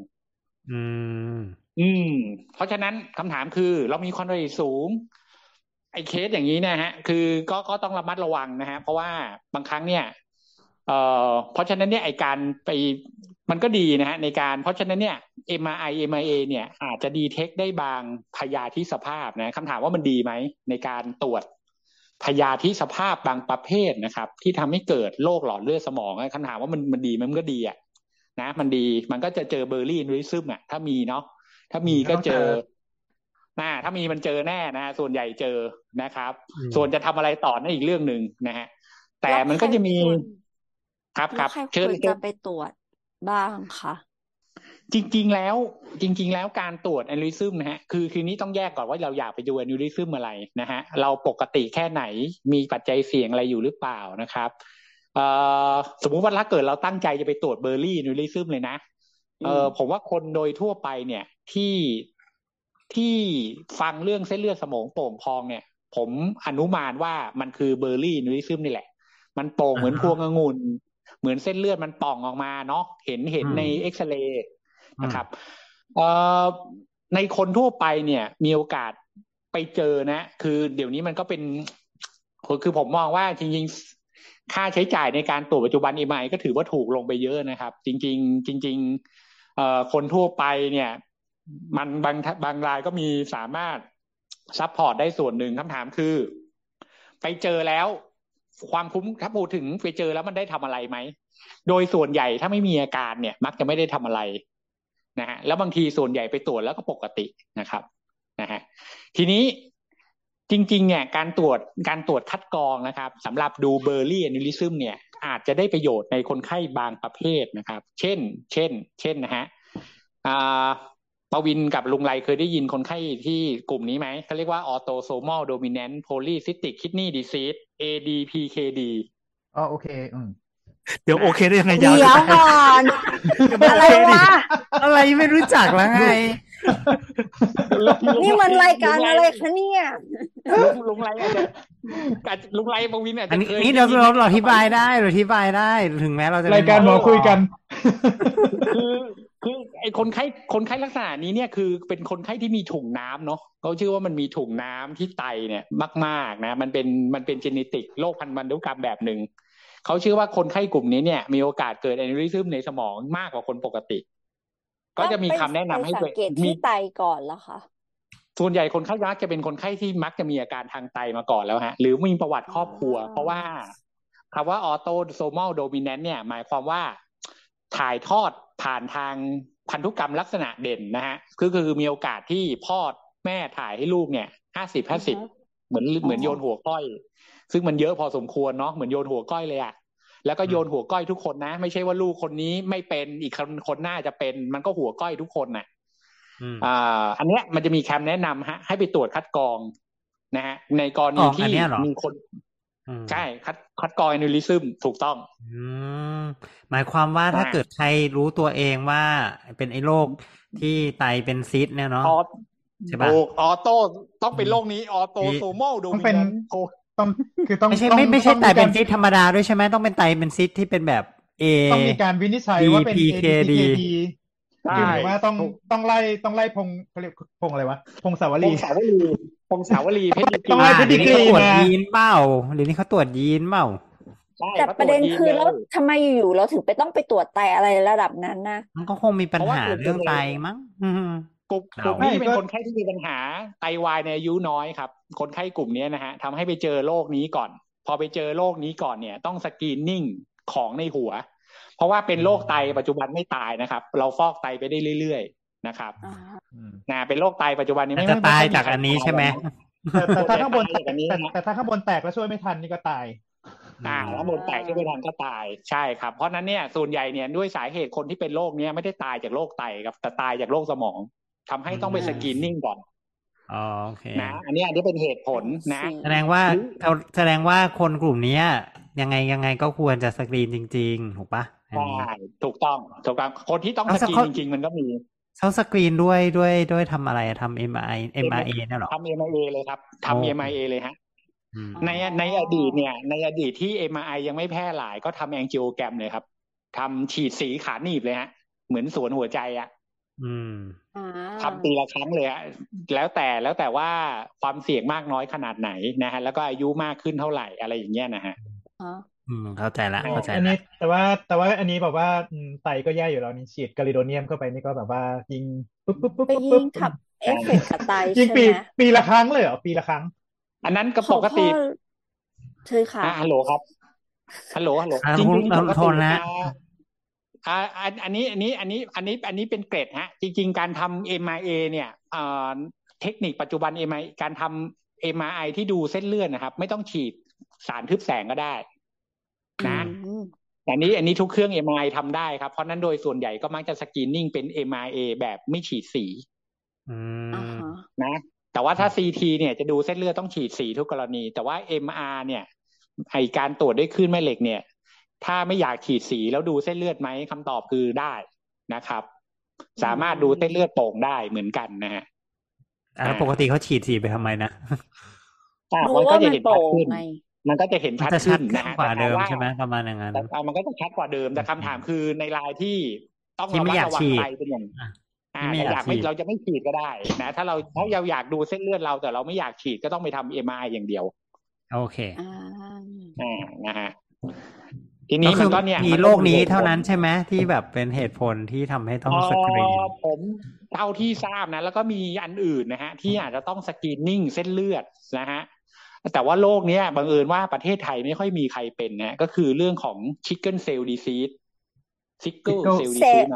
เพราะฉะนั้นคำถามคือเรามีความดันโลหิตสูงไอ้เคสอย่างนี้นะฮะคือก็ต้องระมัดระวังนะฮะเพราะว่าบางครั้งเนี่ยเพราะฉะนั้นเนี่ยไอการไปมันก็ดีนะฮะในการเพราะฉะนั้นเนี่ย MRI MRA เนี่ยอาจจะดีเทคได้บางพยาธิสภาพนะคำถามว่ามันดีไหมในการตรวจพยาธิสภาพบางประเภทนะครับที่ทำให้เกิดโรคหลอดเลือดสมองคำถามว่ามันดีมันก็ดีอ่ะนะมันดีมันก็จะเจอเบอร์รี่นูริซึมอ่ะถ้ามีเนาะถ้ามีก็เจอถ้ามีมันเจอแน่นะส่วนใหญ่เจอนะครับส่วนจะทำอะไรต่อนั่นอีกเรื่องหนึ่งนะฮะแต่มันก็จะมีครับเชิญจะไปตรวจบ้างค่ะจริงๆแล้วการตรวจแอนริซึมนะฮะคือนี้ต้องแยกก่อนว่าเราอยากไปดูแอนริซึมอะไรนะฮะเราปกติแค่ไหนมีปัจจัยเสี่ยงอะไรอยู่หรือเปล่านะครับสมมุติว่าถ้าเกิดเราตั้งใจจะไปตรวจเบอร์รี่แอนริซึมเลยนะผมว่าคนโดยทั่วไปเนี่ยที่ฟังเรื่องเส้นเลือดสมองโป่งพองเนี่ยผมอนุมานว่ามันคือเบอร์รี่แอนริซึมนี่แหละมันโป่งเหมือนพวงองุ่นเหมือนเส้นเลือดมันป่องออกมาเนาะเห็นในเอ็กซเรย์นะครับในคนทั่วไปเนี่ยมีโอกาสไปเจอนะคือเดี๋ยวนี้มันก็เป็นคือผมมองว่าจริงๆค่าใช้จ่ายในการตรวจปัจจุบัน MRI ก็ถือว่าถูกลงไปเยอะนะครับจริงคนทั่วไปเนี่ยมันบางรายก็มีสามารถซัพพอร์ตได้ส่วนหนึ่งคำถามคือไปเจอแล้วความคุ้มถ้าพูดถึงไปเจอแล้วมันได้ทำอะไรไหมโดยส่วนใหญ่ถ้าไม่มีอาการเนี่ยมักจะไม่ได้ทำอะไรนะฮะแล้วบางทีส่วนใหญ่ไปตรวจแล้วก็ปกตินะครับนะฮะทีนี้จริงๆเนี่ยการตรวจคัดกรองนะครับสำหรับดูเบอร์รี่แอนิลิซึมเนี่ยอาจจะได้ประโยชน์ในคนไข้บางประเภทนะครับเช่นนะฮะอ่าปวินกับลุงไรเคยได้ยินคนไข้ที่กลุ่มนี้ไหมเขาเรียกว่าออโตโซม a ลโดมิ n น n ์โพลีซิสติกคิดนีย์ดีซีส ADPKD อ๋อโอเคเดี๋ยวโอเคได้ยังไงเดี๋ยาวยวจะไปก่อนอะไรวะอะไรไม่รู้จักแล้วไงนี่มันรายการอะไรคะเนี่ยลุงไรอาจจะลุงไรปวินอาจอันจะนี้เคยนี่เราอธิบายได้ถึงแม้เราจะรายการหมอคุยกันคือไอ้คนไข้ลักษณะนี้เนี่ยคือเป็นคนไข้ที่มีถุงน้ำเนาะเขาชื่อว่ามันมีถุงน้ำที่ไตเนี่ยมากๆนะมันเป็นเจเนติกโรคพันธุกรรมแบบหนึ่งเขาเชื่อว่าคนไข้กลุ่มนี้เนี่ยมีโอกาสเกิดแอนิริซึมในสมองมากกว่าคนปกติ ก็จะมีคำแนะนำให้สังเกตที่ไตก่อนแล้วค่ะส่วนใหญ่คนไข้มักจะเป็นคนไข้ที่มักจะมีอาการทางไตมาก่อนแล้วฮะหรือมีประวัติครอบครัวเพราะว่าคำว่าออโตโซม a ลโดมิ n น n ์เนี่ยหมายความว่าถ่ายทอดผ่านทางพันธุกรรมลักษณะเด่นนะฮะคือมีโอกาสที่พ่อแม่ถ่ายให้ลูกเนี่ย50-50เหมือนโยนหัวก้อยซึ่งมันเยอะพอสมควรเนาะเหมือนโยนหัวก้อยเลยอะแล้วก็โยนหัวก้อยทุกคนนะไม่ใช่ว่าลูกคนนี้ไม่เป็นอีกคนหน้าจะเป็นมันก็หัวก้อยทุกคนน่ะอันเนี้ยมันจะมีคำแนะนำฮะให้ไปตรวจคัดกรองนะฮะในกรณีที่มีคนใช่คัดกรองแอนิลิซึมถูกต้องหมายความว่าถ้าเกิดใครรู้ตัวเองว่าเป็นไอ้โรคที่ไตเป็นซิสเนี่ยเนาะใช่ป่ะออโต้ต้องเป็นโรคนี้ออโตโซม a ลโดมิ n น n ์ต้องไม่ใช่ไตเป็นซิสธรรมดาด้วยใช่ไหมต้องเป็นไตเป็นซิสที่เป็นแบบ A ต้องมีการวินิจฉัยว่าเป็น ADPKD คือหมายว่าต้องไล่พงเขาเรียกพงอะไรวะพงศาวลีเพชรต้องไล่เพชรดีตรวจยีนเปล่าหรือนี่เขาตรวจยีนเปล่าแต่ประเด็นคือแล้วทำไมอยู่ๆเราถึงไปต้องไปตรวจไตอะไรระดับนั้นนะมันก็คงมีปัญหาเรื่องไตมั้งกลุ่มนี้เป็นคนไข้ที่มีปัญหาไตวายในอายุน้อยครับคนไข้กลุ่มนี้นะฮะทำให้ไปเจอโรคนี้ก่อนพอไปเจอโรคนี้ก่อนเนี่ยต้องสกรีนนิ่งของในหัวเพราะว่าเป็นโรคไตปัจจุบันไม่ตายนะครับเราฟอกไตไปได้เรื่อยๆนะครับเป็นโรคไตปัจจุบันนี้ไม่ตายจากอันนี้ใช่ไหมแต่ถ้าข้างบนแต่ถ้าข้างบนแตกแล้วช่วยไม่ทันนี่ก็ตายแล้วบนแตกช่วยไม่ทันก็ตายใช่ครับเพราะนั้นเนี่ยส่วนใหญ่เนี่ยด้วยสาเหตุคนที่เป็นโรคนี้ไม่ได้ตายจากโรคไตครับแต่ตายจากโรคสมองทำให้ต้องไปสกรีนนิ่งก่อนโอเคนะอันนี้เป็นเหตุผลนะแสดงว่าคนกลุ่มนี้ยังไงก็ควรจะสกรีนจริงๆถูกปะใช่ถูกต้องคนที่ต้องสกรีนจริงๆมันก็มีเขาสกรีนด้วยทำอะไรทำ MRI เนี่ยหรอทำ MRA เลยครับทำ MRA เลยฮะในอดีตเนี่ยในอดีตที่ MRI ยังไม่แพร่หลายก็ทำแองจิโอแกรมเลยครับทำฉีดสีขาหนีบเลยฮะเหมือนสวนหัวใจอ่ะทำปีละครั้งเลยฮะแล้วแต่ว่าความเสี่ยงมากน้อยขนาดไหนนะฮะแล้วก็อายุมากขึ้นเท่าไหร่อะไรอย่างเงี้ยนะฮะเข้าใจละอันนี้แต่ว่าอันนี้แบบว่าไตก็แย่อยู่แล้วนี่ฉีดกาลิโดเนียมเข้าไปนี่ก็แบบว่ายิงไปยิงขับเอฟเฟกต์กับไตใช่ไหมปีละครั้งเลยเหรอปีละครั้งอันนั้นก็ปกติใช่ค่ะฮัลโหลครับฮัลโหลจริงๆปกตินะอันนี้เป็นเกรดฮะจริงๆการทำ MRA เนี่ยเทคนิคปัจจุบัน MRI การทำ MRI ที่ดูเส้นเลือดนะครับไม่ต้องฉีดสารทึบแสงก็ได้นะอันนี้ทุกเครื่อง MRI ทำได้ครับเพราะนั้นโดยส่วนใหญ่ก็มักจะสกรีนนิ่งเป็น MRA แบบไม่ฉีดสีนะแต่ว่าถ้า CT เนี่ยจะดูเส้นเลือดต้องฉีดสีทุกกรณีแต่ว่า MR เนี่ยไอการตรวจด้วยคลื่นแม่เหล็กเนี่ยถ้าไม่อยากฉีดสีแล้วดูเส้นเลือดไหมคำตอบคือได้นะครับสามารถดูเส้นเลือดโป่งได้เหมือนกันนะฮะปกติเขาฉีดสีไปทำไมนะมันก็จะเห็นชัดขึ้นมันก็จะเห็นชัดขึ้นนะฮะกว่าเดิมใช่ไหมประมาณอย่างนั้นมันก็จะชัดกว่าเดิมแต่คำถามคือในรายที่ต้องระวังไตเป็นอย่างเราจะไม่ฉีดก็ได้นะถ้าเราอยากดูเส้นเลือดเราแต่เราไม่อยากฉีดก็ต้องไปทำ MRI อย่างเดียวโอเคนะฮะทีนี้มันก็เนี่ยมีโรคนี้เท่านั้นใช่ไหมที่แบบเป็นเหตุผลที่ทำให้ต้องสกรีนผมเท่าที่ทราบนะแล้วก็มีอันอื่นนะฮะที่อาจจะต้องสกรีนนิ่งเส้นเลือดนะฮะแต่ว่าโรคนี้บังเอิญว่าประเทศไทยไม่ค่อยมีใครเป็นนะก็คือเรื่องของ Sickle Cell Disease นะ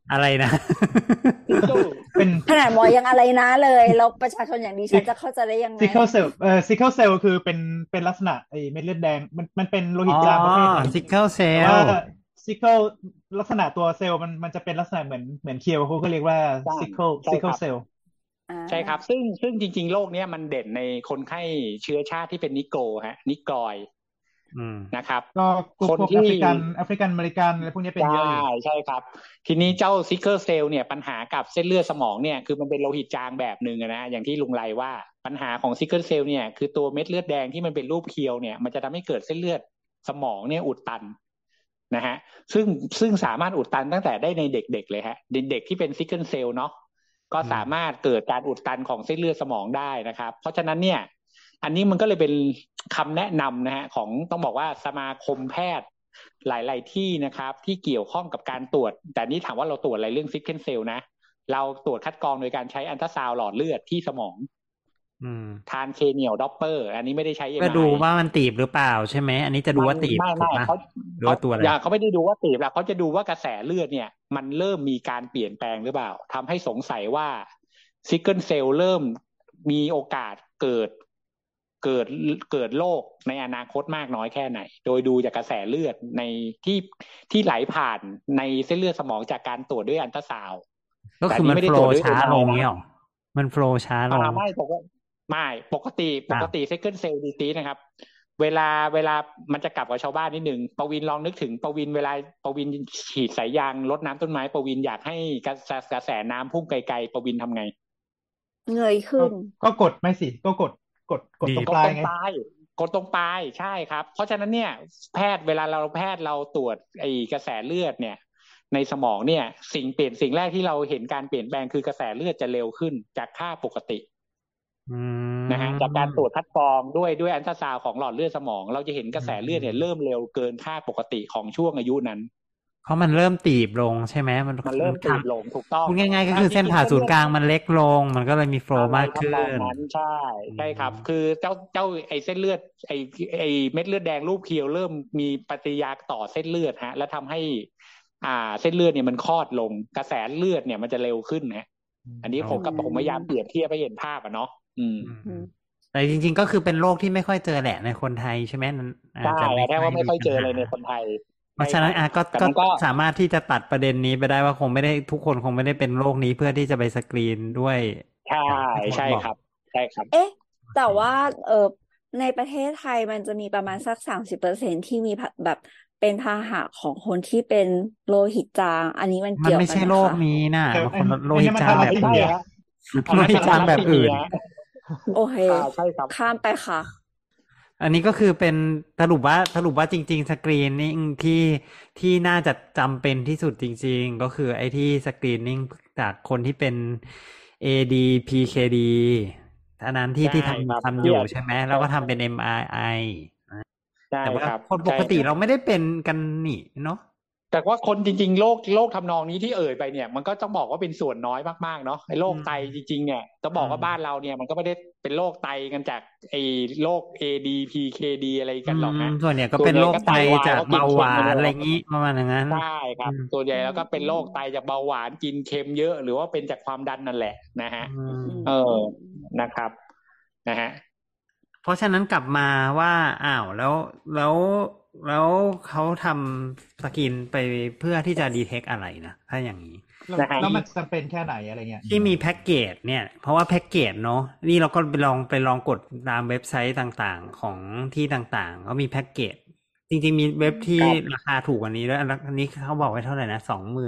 อะไรนะทิชชู่เป็นขนาดหมอยังอะไรนะเลยแล้วประชาชนอย่างดิฉันจะเข้าใจได้ยังไงซิกเคิลเซลซิกเคิลเซลคือเป็นลักษณะไอ้เม็ดเลือดแดงมันเป็นโลหิอ๋อตจางประเภทหนึ่ง sickle แต่ว่า cell ซิกเคิลลักษณะตัวเซลล์มันจะเป็นลักษณะเหมือนเคียวเขาก็เรียกว่าใช่ซิกเคิลใช่ครับเซลล์ใช่ครับซึ่งจริงๆโรคเนี้ยมันเด่นในคนไข้เชื้อชาติที่เป็นนิโกรนิกรอยนะครับก็พวกแอฟริกันอเมริกันอะไรพวกนี้เป็นเยอะอยู่ใช่ครับทีนี้เจ้าซิกเกิลเซลล์เนี่ยปัญหากับเส้นเลือดสมองเนี่ยคือมันเป็นโลหิตจางแบบหนึ่งนะอย่างที่ลุงไรว่าปัญหาของซิกเกิลเซลล์เนี่ยคือตัวเม็ดเลือดแดงที่มันเป็นรูปเคียวเนี่ยมันจะทำให้เกิดเส้นเลือดสมองเนี่ยอุดตันนะฮะซึ่งสามารถอุดตันตั้งแต่ได้ในเด็กๆเลยฮะเด็กๆที่เป็นซิกเกิลเซลล์เนาะก็สามารถเกิดการอุดตันของเส้นเลือดสมองได้นะครับเพราะฉะนั้นเนี่ยอันนี้มันก็เลยเป็นคำแนะนำนะฮะของต้องบอกว่าสมาคมแพทย์หลายๆที่นะครับที่เกี่ยวข้องกับการตรวจแต่นี้ถามว่าเราตรวจอะไรเรื่องซิกเกิลเซลล์นะเราตรวจคัดกรองโดยการใช้อัลตราซาวด์หลอดเลือดที่สมองทานเคเนียลด็อปเปอร์อันนี้ไม่ได้ใช้ MRI ก็ดูว่ามันตีบหรือเปล่าใช่ไหมอันนี้จะดูว่าตีบถูกปะหรือว่าตัวอะไรเขาไม่ได้ดูว่าตีบแล้วเขาจะดูว่ากระแสเลือดเนี่ยมันเริ่มมีการเปลี่ยนแปลงหรือเปล่าทำให้สงสัยว่าซิกเกิลเซลล์เริ่มมีโอกาสเกิดโรคในอนาคตมากน้อยแค่ไหนโดยดูจากกระแสเลือดในที่ไหลผ่านในเส้นเลือดสมองจากการตรวจด้วยอัลตราซาวด์ก็คือมันโฟลว์ช้าลงเนี่ยหรอมันโฟลว์ช้าลงไม่ปกติเซคันด์เซลล์ดีซีนะครับเวลามันจะกลับกับชาวบ้านนิดนึงปวินลองนึกถึงปวินเวลาปวินฉีดสายยางรดน้ำต้นไม้ปวินอยากให้กระแสน้ำพุ่งไกลๆปวินทำไงเงยขึ้นก็กดไม่สิก็กดตรงปลายไงกดตรงปลายใช่ครับเพราะฉะนั้นเนี่ยเวลาเราตรวจไอ้กระแสเลือดเนี่ยในสมองเนี่ยสิ่งแรกที่เราเห็นการเปลี่ยนแปลงคือกระแสเลือดจะเร็วขึ้นจากค่าปกตินะฮะจากการตรวจคัดกรองด้วยอัลตราซาวด์ของหลอดเลือดสมองเราจะเห็นกระแสเลือดเนี่ยเริ่มเร็วเกินค่าปกติของช่วงอายุนั้นเพราะมันเริ่มตีบลงใช่ไหมมันเริ่มตีบลงถูกต้องพูดง่ายๆก็คือเส้นผ่าศูนย์กลางมันเล็กลงมันก็เลยมีโฟลว์มากขึ้นใช่ครับคือเจ้าไอเส้นเลือดไอเม็ดเลือดแดงรูปเคียวเริ่มมีปฏิกิริยาต่อเส้นเลือดฮะแล้วทำให้เส้นเลือดเนี่ยมันคลอดลงกระแสเลือดเนี่ยมันจะเร็วขึ้นนะอันนี้ผมพยายามเปรียบเทียบให้เห็นภาพเนาะแต่จริงๆก็คือเป็นโรคที่ไม่ค่อยเจอแหละในคนไทยใช่ไหมใช่แค่ว่าไม่ค่อยเจอเลยในคนไทยเพราะฉะนั้นก็สามารถที่จะตัดประเด็นนี้ไปได้ว่าคงไม่ได้ทุกคนคงไม่ได้เป็นโรคนี้เพื่อที่จะไปสกรีนด้วยใช่ครับแต่ว่าในประเทศไทยมันจะมีประมาณสัก30%ที่มีแบบเป็นพาหะของคนที่เป็นโลหิตจางอันนี้มันเกี่ยวกันไหมคะมันไม่ใช่โรคนี้นะมันคนโลหิตจางแบบอื่นโลหิตจางแบบอื่นโอเคใช่ครับข้ามไปค่ะอันนี้ก็คือเป็นสรุปว่าจริงๆสกรีนนิ่งที่น่าจะจำเป็นที่สุดจริงๆก็คือไอ้ที่สกรีนนิ่งจากคนที่เป็น AD PKD อันนั้นที่ทำอยู่ใช่ไหมแล้วก็ทำเป็น MRI แต่ว่าคนปกติเราไม่ได้เป็นกันนี่เนาะแต่ว่าคนจริงๆโรคทำนองนี้ที่เอ่ยไปเนี่ยมันก็ต้องบอกว่าเป็นส่วนน้อยมากๆเนาะไอ้โรคไตจริงๆเนี่ยต้องบอกว่าบ้านเราเนี่ยมันก็ไม่ได้เป็นโรคไตกันจากไอ้โรค AD PKD อะไรกันหรอกนะส่วนใหญ่ก็เป็นโรคไตจากเบาหวานอะไรอย่างนี้ประมาณนั้นใช่ครับส่วนใหญ่แล้วก็เป็นโรคไตจากเบาหวานกินเค็มเยอะหรือว่าเป็นจากความดันนั่นแหละนะฮะนะครับนะฮะเพราะฉะนั้นกลับมาว่าอ้าวแล้วเขาทำสกรีนไปเพื่อที่จะดีเทคอะไรนะถ้าอย่างนี้แล้วมันจำเป็นแค่ไหนอะไรเงี้ยที่มีแพ็กเกจเนี่ยเพราะว่าแพ็กเกจเนาะนี่เราก็ไปลองกดตามเว็บไซต์ต่างๆของที่ต่างๆเขามีแพ็กเกจจริงๆมีเว็บที่ราคาถูกกว่านี้แล้วอันนี้เขาบอกไว้เท่าไหร่นะ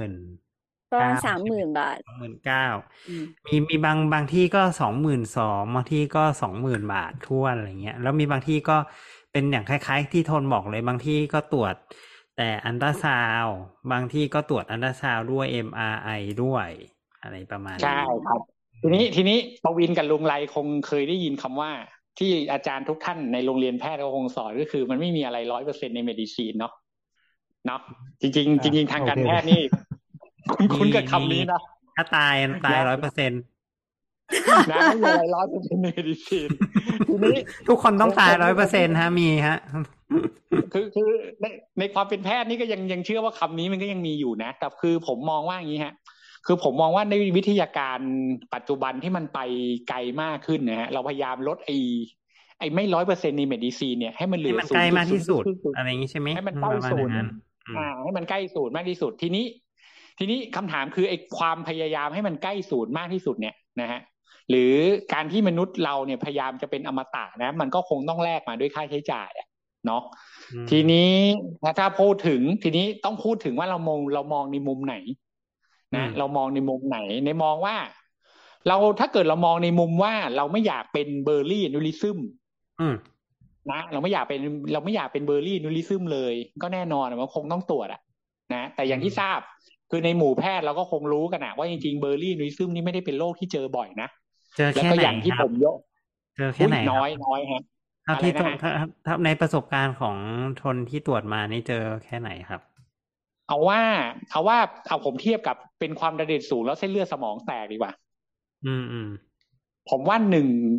20,000 ประมาณ30,000 บาทมีบางที่ก็22,000บางที่ก็20,000 บาททั่วอะไรเงี้ยแล้วมีบางที่ก็เป็นอย่างคล้ายๆที่โทนบอกเลยบางที่ก็ตรวจแต่อัลตราซาวด์บางที่ก็ตรวจอัลตราซาวด์ด้วย MRI ด้วยอะไรประมาณนี้ใช่ครับทีนี้ปวินกับลุงไรคงเคยได้ยินคำว่าที่อาจารย์ทุกท่านในโรงเรียนแพทย์ก็คงสอนก็คือมันไม่มีอะไร 100% ในเมดิซีนเนาะจริงทางการแพทย์นี่คุ้นกับคำนี้นะถ้าตาย 100% นะไม่มีอะไร100%ในเมดิซีนทีนี้ทุกคนต้องตาย100%ฮะมีฮะคือในความเป็นแพทย์นี่ก็ยังเชื่อว่าคำนี้มันก็ยังมีอยู่นะแต่คือผมมองว่าอย่างนี้ฮะคือผมมองว่าในวิทยาการปัจจุบันที่มันไปไกลมากขึ้นนะฮะเราพยายามลดไอ้ไม่100%ในเมดิซีนเนี่ยให้มันเหลือให้มันใกล้มากที่สุดอะไรอย่างนี้ใช่ไหมให้มันใกล้ศูนย์ให้มันใกล้ศูนย์มากที่สุดทีนี้คำถามคือไอ้ความพยายามให้มันใกล้ศูนย์มากที่สุดเนี่ยนะฮะหรือการที่มนุษย์เราเนี่ยพยายามจะเป็นอมตะนะมันก็คงต้องแลกมาด้วยค่าใช้จ่ายเนาะทีนี้ถ้าพูดถึงทีนี้ต้องพูดถึงว่าเรามองในมุมไหนนะเรามองในมุมไหนในมองว่าถ้าเกิดเรามองในมุมว่าเราไม่อยากเป็นเบอร์รี่นูริซึมนะเราไม่อยากเป็นเบอร์รี่นูริซึมเลยก็แน่นอนมันคงต้องตรวจนะแต่อย่างที่ทราบคือในหมู่แพทย์เราก็คงรู้กันนะว่าจริงๆเบอร์รี่นูริซึมนี่ไม่ได้เป็นโรคที่เจอบ่อยนะเจอแค่ไหนอย่างที่ผมยกเจอแค่ไหนน้อยฮะถ้าในประสบการณ์ของทนที่ตรวจมานี่เจอแค่ไหนครับเอาผมเทียบกับเป็นความดันโลหิตสูงแล้วเส้นเลือดสมองแตกดีกว่าผมว่า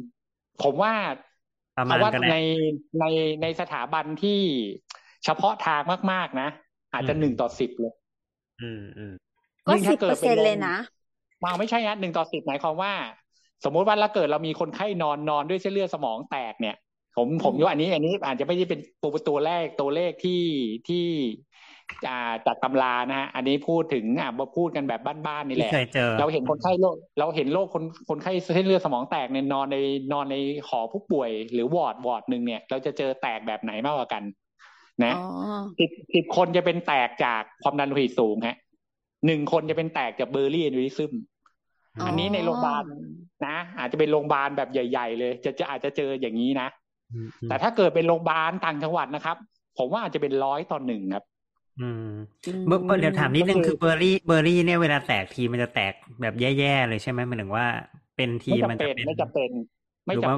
ในสถาบันที่เฉพาะทางมากๆนะอาจจะ1:10เลยก็10%เลยนะไม่ใช่ฮะ1:10หมายความว่าสมมุติว่าถ้าเกิดเรามีคนไข้นอนด้วยเส้นเลือดสมองแตกเนี่ยผมยกอันนี้อาจจะไม่ได้เป็นตัวเลขที่จากตำรานะฮะอันนี้พูดถึงมาพูดกันแบบบ้านๆนี่แหละเราเห็นคนไข้คนไข้เส้นเลือดสมองแตกเนี่ยนอนในหอผู้ป่วยหรือวอร์ดนึงเนี่ยเราจะเจอแตกแบบไหนมากกว่ากันนะ10 คนจะเป็นแตกจากความดันโลหิตสูงฮะ1 คนจะเป็นแตกจากเบอร์รี่แอนยูริซึมอันนี้ในโรงพยาบาลนะอาจจะเป็นโรงพยาบาลแบบใหญ่ๆเลยอาจจะเจออย่างนี้นะแต่ถ้าเกิดเป็นโรงพยาบาลต่างจังหวัดนะครับผมว่าอาจจะเป็น100:1ครับเดี๋ยวถามนิดนึงคือเบอร์รี่เนี่ยเวลาแตกทีมันจะแตกแบบแย่ๆเลยใช่ไหมหมายถึงว่าเป็นทีมันจะเป็นไม่จำเป็นไม่จำ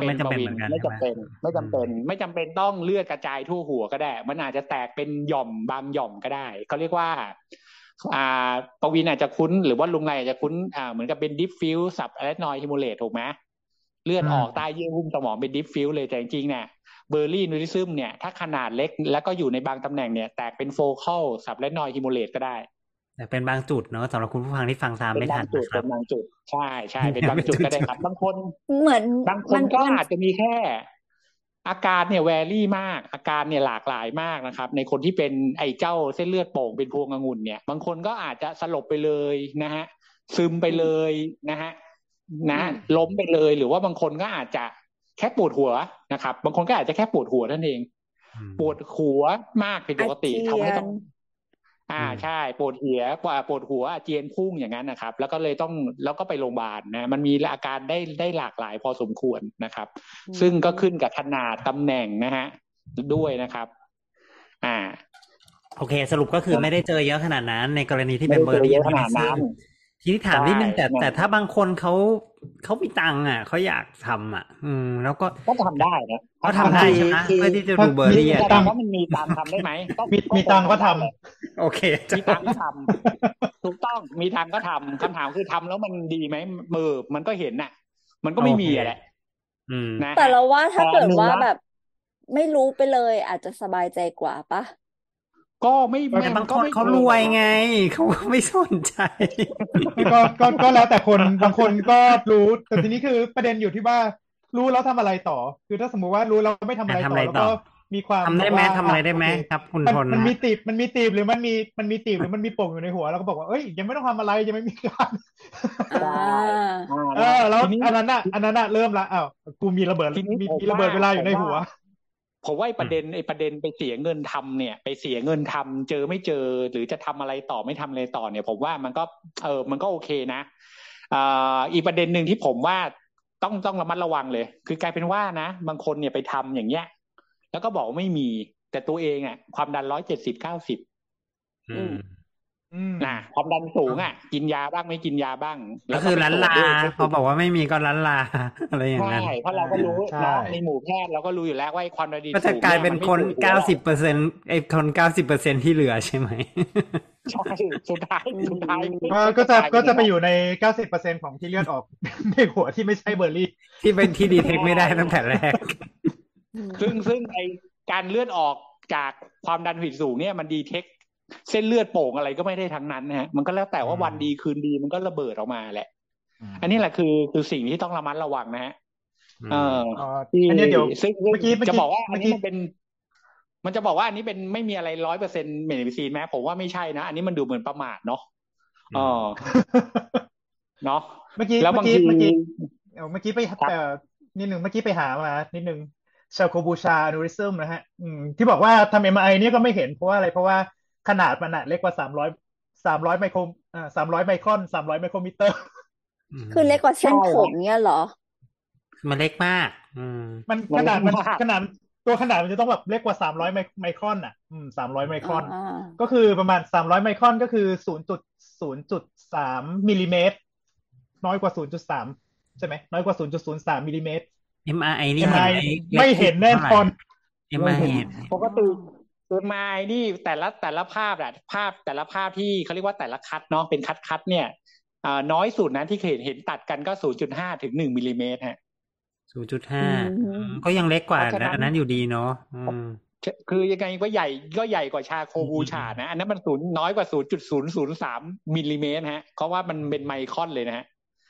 เป็นต้องเลือดกระจายทั่วหัวก็ได้มันอาจจะแตกเป็นหย่อมบางหย่อมก็ได้เขาเรียกว่าปวินอาจจะคุ้นหรือว่าลุงไรอาจจะคุ้นเหมือนกับเป็น diffuse subarachnoid hemorrhage ถูกไหมเลือดออกใต้เยื่อหุ้มสมองเป็น diffuse เลยแต่จริงๆเนี่ยเบอร์รี่นูริซึมเนี่ยถ้าขนาดเล็กแล้วก็อยู่ในบางตำแหน่งเนี่ยแตกเป็น focal subarachnoid hemorrhage ก็ได้แต่เป็นบางจุดเนาะสำหรับคุณผู้ฟังที่ฟังตามไม่ทันนะครับเป็นบางจุดใช่เป็นบางจุดก็ได้ครับบางคนบางคนก็อาจจะมีแค่อาการเนี่ยแวรี่มากอาการเนี่ยหลากหลายมากนะครับในคนที่เป็นไอ้เจ้าเส้นเลือดโป่งเป็นพวงองุ่นเนี่ยบางคนก็อาจจะสลบไปเลยนะฮะซึมไปเลยนะฮะล้มไปเลยหรือว่าบางคนก็อาจจะแค่ปวดหัวนะครับบางคนก็อาจจะแค่ปวดหัวนั่นเองปวดหัวมากผิดปกติทำให้ต้องใช่ปวดหัวอาเจียนพุ่งอย่างนั้นนะครับแล้วก็ไปโรงพยาบาลนะมันมีอาการได้หลากหลายพอสมควรนะครับซึ่งก็ขึ้นกับขนาดตำแหน่งนะฮะด้วยนะครับโอเคสรุปก็คือไม่ได้เจอเยอะขนาดนั้นในกรณีที่เป็นเบอร์รี่ขนาดนั้นทีนี้ถามนิดนึงแต่ถ้าบางคนเขามีตังค์เขาอยากทำแล้วก็ทำได้นะเขาทำได้ใช่ไหมเพื่อที่จะดูเบอร์รี่แต่ว่ามันมีตังค์ทำได้ไหมมีตังค์ก็ทำโอเคมีตังค์ก็ทำถูกต้องมีตังค์ก็ทำคำถามคือทำแล้วมันดีไหมมันก็เห็นน่ะมันก็ไม่มีแหละนะแต่เราว่าถ้าเกิดว่าแบบไม่รู้ไปเลยอาจจะสบายใจกว่าปะก็ไม่บางคนเขารวยไงเขาไม่สนใจก็แล้วแต่คนบางคนก็รู้แต่ทีนี้คือประเด็นอยู่ที่ว่ารู้แล้วทำอะไรต่อคือถ้าสมมติว่ารู้แล้วไม่ทำอะไรต่อแล้วก็มีความทำได้ไหมทำอะไรได้ไหมครับคุณทนมันมีตีบหรือมันมีตีบหรือมันมีป่งอยู่ในหัวแล้วก็บอกว่าเอ้ยยังไม่ต้องทำอะไรยังไม่มีการแล้วอันนั้นน่ะเริ่มละกูมีระเบิดมีระเบิดเวลาอยู่ในหัวผมว่าประเด็นไปเสียเงินทำเนี่ยไปเสียเงินทำเจอไม่เจอหรือจะทำอะไรต่อไม่ทำอะไรต่อเนี่ยผมว่ามันก็โอเคนะอีกประเด็นหนึ่งที่ผมว่าต้องระมัดระวังเลยคือกลายเป็นว่านะบางคนเนี่ยไปทำอย่างเงี้ยแล้วก็บอกว่าไม่มีแต่ตัวเองความดัน170/90ความดันสูงกินยาบ้างไม่กินยาบ้างก็คือลันลาพอบอกว่าไม่มีก็ลันลาอะไรอย่างนั้นใช่เพราะเราก็รู้นะในหมู่แพทย์เราก็รู้อยู่แล้วว่าความดันสูงก็จะกลายเป็นคน 90% ไอ้คน 90% ที่เหลือใช่ไหมใช่สุดท้ายอืสุดท้ายมก็จะกลายเป็นอย่างนั้นไปอยู่ใน 90%ของที่เลือดออก ในหัวที่ไม่ใช่เบอร์รี่ที่เป็นที่ดีเทคไม่ได้ตั้งแต่แรกซึ่งไอการเลือดออกจากความดันโลหิตสูงเนี่ยมันดีเทคเส้นเลือดโป่งอะไรก็ไม่ได้ทั้งนั้นนะฮะมันก็แล้วแต่ว่าวันดีคืนดีมันก็ระเบิดออกมาแหละ อันนี้แหละคือสิ่งที่ต้องระมัดระวังนะฮะที่อันนี้เดี๋ยวซึ่งเมื่อกี้จะบอกว่าอัเมื่นอนี้กี้มันจะบอกว่าอันนี้เป็นไม่มีอะไร100%เมทริซีนไหมผมว่าไม่ใช่นะอันนี้มันดูเหมือนประมาทเนาะเนาะเมื่อกี้แล้วเมื่บาอง กี้ทีเมื่อกี้เมื่อกี้ไปนิดนึงเมื่อกี้ไปหามานิดนึงชาโคบูชาอนูริซึมนะฮะที่บอกว่าทำ MRI เนี่ยก็ไม่เห็นเพราะว่าอะไรเพราะว่าขนาดมันเล็กกว่า300ไมโคร300 ไมครอน300 ไมโครมิเตอร์คือเล็กกว่าเส้นผมเนี่ยเหรอมันเล็กมากมันขนาดตัวขนาดมันจะต้องแบบเล็กกว่า300ไมครอน300 ไมครอนก็คือประมาณ300 ไมครอนก็คือ0.3 มิลลิเมตรน้อยกว่า0.3ใช่ไหมน้อยกว่า0.03 มิลลิเมตร MRI นี่ MRI ไม่เห็นแน่นอน MRI ปกติMRI นี่แต่ละภาพอะภาพแต่ละภาพที่เขาเรียกว่าแต่ละคัดเนาะเป็นคัดเนี่ยน้อยสุดนะที่เห็นตัดกันก็ 0.5 ถึง 1 มิลลิเมตรฮะ 0.5 ก็ยังเล็กกว่าอันนั้นอยู่ดีเนาะคือยังไงก็ใหญ่กว่าชาโคบูชานะอันนั้นมันน้อยกว่า 0.003 มิลลิเมตรฮะเพราะว่ามันเป็นไมครอนเลยนะฮะ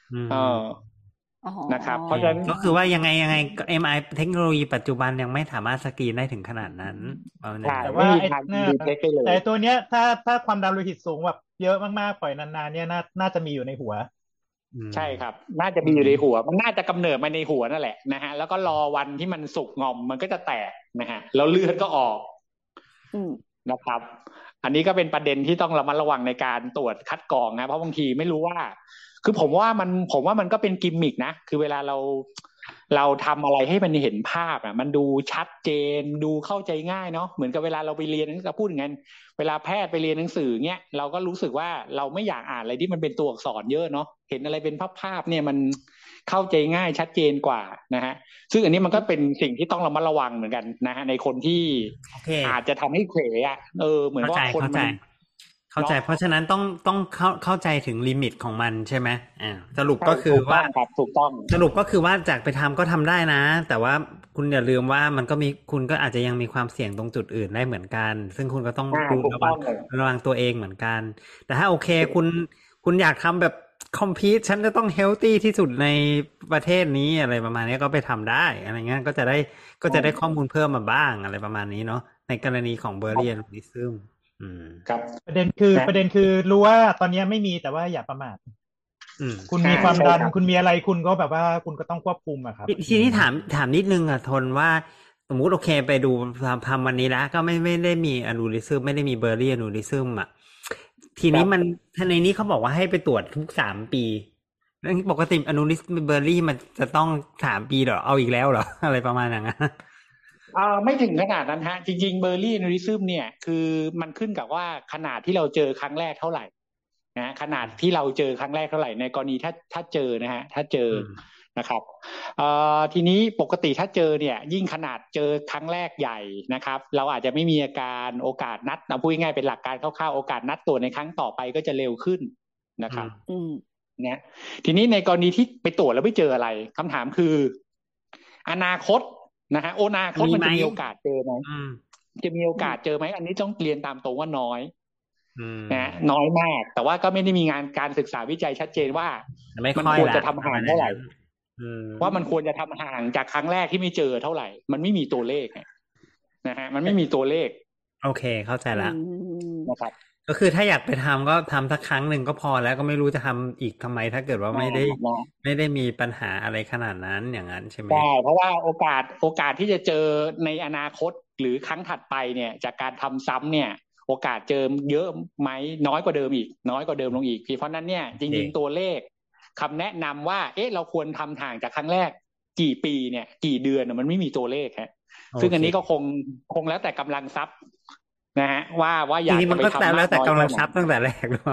นะครับเพราะฉะนั้นก็คือว่ายังไง MRI เทคโนโลยีปัจจุบันยังไม่สามารถสกรีนได้ถึงขนาดนั้นแต่ว่าแต่ตัวเนี้ยถ้าความดันโลหิตสูงแบบเยอะมากๆปล่อยนานๆเนี่ยน่าจะมีอยู่ในหัวใช่ครับน่าจะมีอยู่ในหัวมันน่าจะกำเนิดมาในหัวนั่นแหละนะฮะแล้วก็รอวันที่มันสุกงอมมันก็จะแตกนะฮะแล้วเลือดก็ออกนะครับอันนี้ก็เป็นประเด็นที่ต้องระมัดระวังในการตรวจคัดกรองนะเพราะบางทีไม่รู้ว่าคือผมว่ามันก็เป็นกิมมิกนะคือเวลาเราทำอะไรให้มันเห็นภาพมันดูชัดเจนดูเข้าใจง่ายเนาะเหมือนกับเวลาเราไปเรียนเราพูดอย่างนั้นเวลาแพทย์ไปเรียนหนังสือเงี้ยเราก็รู้สึกว่าเราไม่อยากอ่านอะไรที่มันเป็นตัวอักษรเยอะเนาะเห็นอะไรเป็นภาพเนี่ยมันเข้าใจง่ายชัดเจนกว่านะฮะซึ่งอันนี้มันก็เป็นสิ่งที่ต้องระมัดระวังเหมือนกันนะฮะในคนที่อาจจะทำให้เขวเหมือนว่าคนมันเข้าใจเพราะฉะนั้นต้องเข้าใจถึงลิมิตของมันใช่ไหมสรุปก็คือว่าถูกต้องสรุปก็คือว่าจากไปทำก็ทำได้นะแต่ว่าคุณอย่าลืมว่ามันก็มีคุณก็อาจจะยังมีความเสี่ยงตรงจุดอื่นได้เหมือนกันซึ่งคุณก็ต้องระวังตัวเองเหมือนกันแต่ถ้าโอเคคุณอยากทำแบบคอมพีทฉันจะต้องเฮลตี้ที่สุดในประเทศนี้อะไรประมาณนี้ก็ไปทำได้อะไรเงี้ยก็จะได้ข้อมูลเพิ่มมาบ้างอะไรประมาณนี้เนาะในกรณีของเบอร์เรียนนิซึมครับประเด็นคือรู้ว่าตอนนี้ไม่มีแต่ว่าอย่าประมาทคุณมีความดันคุณมีอะไรคุณก็แบบว่าคุณก็ต้องควบคุมอะครับทีนี้ถามนิดนึงทนว่าสมมุติโอเคไปดูทำวันนี้แล้วก็ไม่ได้มีอนูริซึมไม่ได้มีเบอร์รี่อนูริซึมทีนี้มันในนี้เขาบอกว่าให้ไปตรวจทุก3 ปีแล้วปกติอนูริซึมเบอร์รี่มันจะต้อง3 ปีเหรอเอาอีกแล้วเหรออะไรประมาณนั้นไม่ถึงขนาดนั้นฮะจริงๆเบอร์รี่อนูริซึมเนี่ยคือมันขึ้นกับว่าขนาดที่เราเจอครั้งแรกเท่าไหร่นะขนาดที่เราเจอครั้งแรกเท่าไหร่ในกรณีถ้าเจอนะฮะถ้าเจอนะครับทีนี้ปกติถ้าเจอเนี่ยยิ่งขนาดเจอครั้งแรกใหญ่นะครับเราอาจจะไม่มีอาการโอกาสนัดเอาพูดง่ายๆเป็นหลักการคร่าวๆโอกาสนัดตรวจในครั้งต่อไปก็จะเร็วขึ้นนะครับเนี่ยทีนี้ในกรณีที่ไปตรวจแล้วไม่เจออะไรคำถามคืออนาคตนะฮะอนาคตมันจะมีโอกาสเจอไหมจะมีโอกาสเจอไหมอันนี้ต้องเรียนตามตรงว่าน้อยนะน้อยมากแต่ว่าก็ไม่ได้มีงานการศึกษาวิจัยชัดเจนว่ามันควรจะทำห่างเท่าไหร่ว่ามันควรจะทำห่างจากครั้งแรกที่ไม่เจอเท่าไหร่มันไม่มีตัวเลขนะฮะมันไม่มีตัวเลขโอเคเข้าใจละนะครับก็คือถ้าอยากไปทำก็ทำสักครั้งหนึ่งก็พอแล้วก็ไม่รู้จะทำอีกทำไมถ้าเกิดว่าไม่ได้มีปัญหาอะไรขนาดนั้นอย่างนั้นใช่ไหมใช่เพราะว่าโอกาสที่จะเจอในอนาคตหรือครั้งถัดไปเนี่ยจากการทำซ้ำเนี่ยโอกาสเจอเยอะไหมน้อยกว่าเดิมอีกน้อยกว่าเดิมลงอีกเพราะนั้นเนี่ยจริงๆตัวเลขคำแนะนำว่าเราควรทำห่างจากครั้งแรกกี่ปีเนี่ยกี่เดือนมันไม่มีตัวเลขฮะซึ่งอันนี้ก็คงแล้วแต่กำลังทรัพย์นะฮะว่าอยากจะไปทำแล้วแต่กำลังทรัพย์ตั้งแต่แรกเลย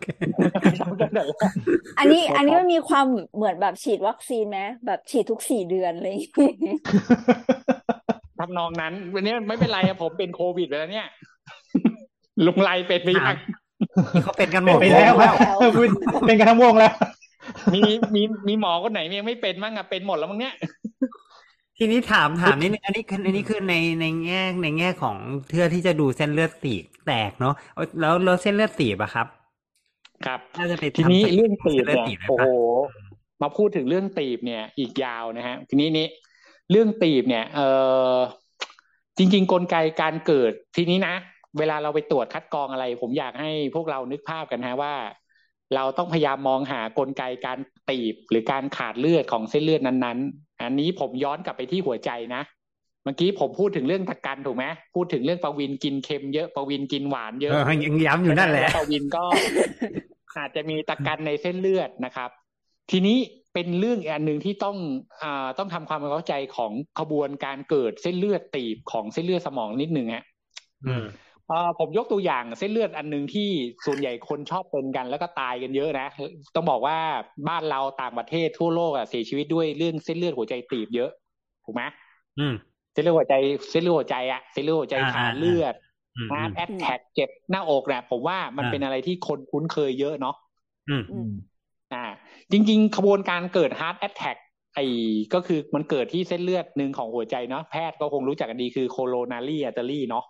อันนี้มันมีความเหมือนแบบฉีดวัคซีนไหมแบบฉีดทุก4 เดือนเลยทำนองนั้นวันนี้ไม่เป็นไรผมเป็นโควิดไปแล้วเนี่ยลุงไรเป็นไปยังนี่เขาเป็นกันหเป็มนดไปวแล้งวคแล้รับวเป็นกันทั้งวงแล้วมีหมอคนไหนยังไม่เป็นบ้างอะเป็นหมดแล้วมั้งเนี่ยทีนี้ถามนิดนึงอันนี้คือในแง่ของเพื่อที่จะดูเส้นเลือดตีบแตกเนาะแล้วเส้นเลือดตีบอะครับครับน่าจะไปทีนี้ทำสเรื่องตีเส้บนเลือดเนี่ยตีบได้โอ้โหปะมาพูดถึงเรื่องตีบเนี่ยอีกยาวนะฮะทีนี้เรื่องตีบเนี่ยจริงๆกลไกการเกิดทีนี้นะเวลาเราไปตรวจคัดกรองอะไร ผมอยากให้พวกเรานึกภาพกันฮะว่า เราต้องพยายามมองหากลไกการตีบหรือการขาดเลือดของเส้นเลือดนั้นๆอันนี้ผมย้อนกลับไปที่หัวใจนะเมื่อกี้ผมพูดถึงเรื่องตะกันถูกไหมพูดถึงเรื่องปวินกินเค็มเยอะปวินกินหวานเยอะยังย้ำอยู่นั่นแหละล้วปวินก็ อาจจะมีตะกันในเส้นเลือดนะครับ ทีนี้เป็นเรื่องอันหนึ่งที่ต้องทำความเข้าใจของขบวนการเกิดเส้นเลือดตีบของเส้นเลือดสมองนิดนึงฮะผมยกตัวอย่างเส้นเลือดอันหนึ่งที่ส่วนใหญ่คนชอบเป็นกันแล้วก็ตายกันเยอะนะต้องบอกว่าบ้านเราต่างประเทศทั่วโลกเสียชีวิตด้วยเรื่องเส้นเลือดหัวใจตีบเยอะถูกไหมเส้นเลือดหัวใจเส้นเลือดหัวใจขาดเลือดแอดแท็กเจ็บหน้าอกเนี่ยผมว่ามันเป็นอะไรที่คนคุ้นเคยเยอะเนาะจริงๆขบวนการเกิด heart attack ก็คือมันเกิดที่เส้นเลือดหนึ่งของหัวใจเนาะแพทย์ก็คงรู้จักกันดีคือ coronary artery เนาะ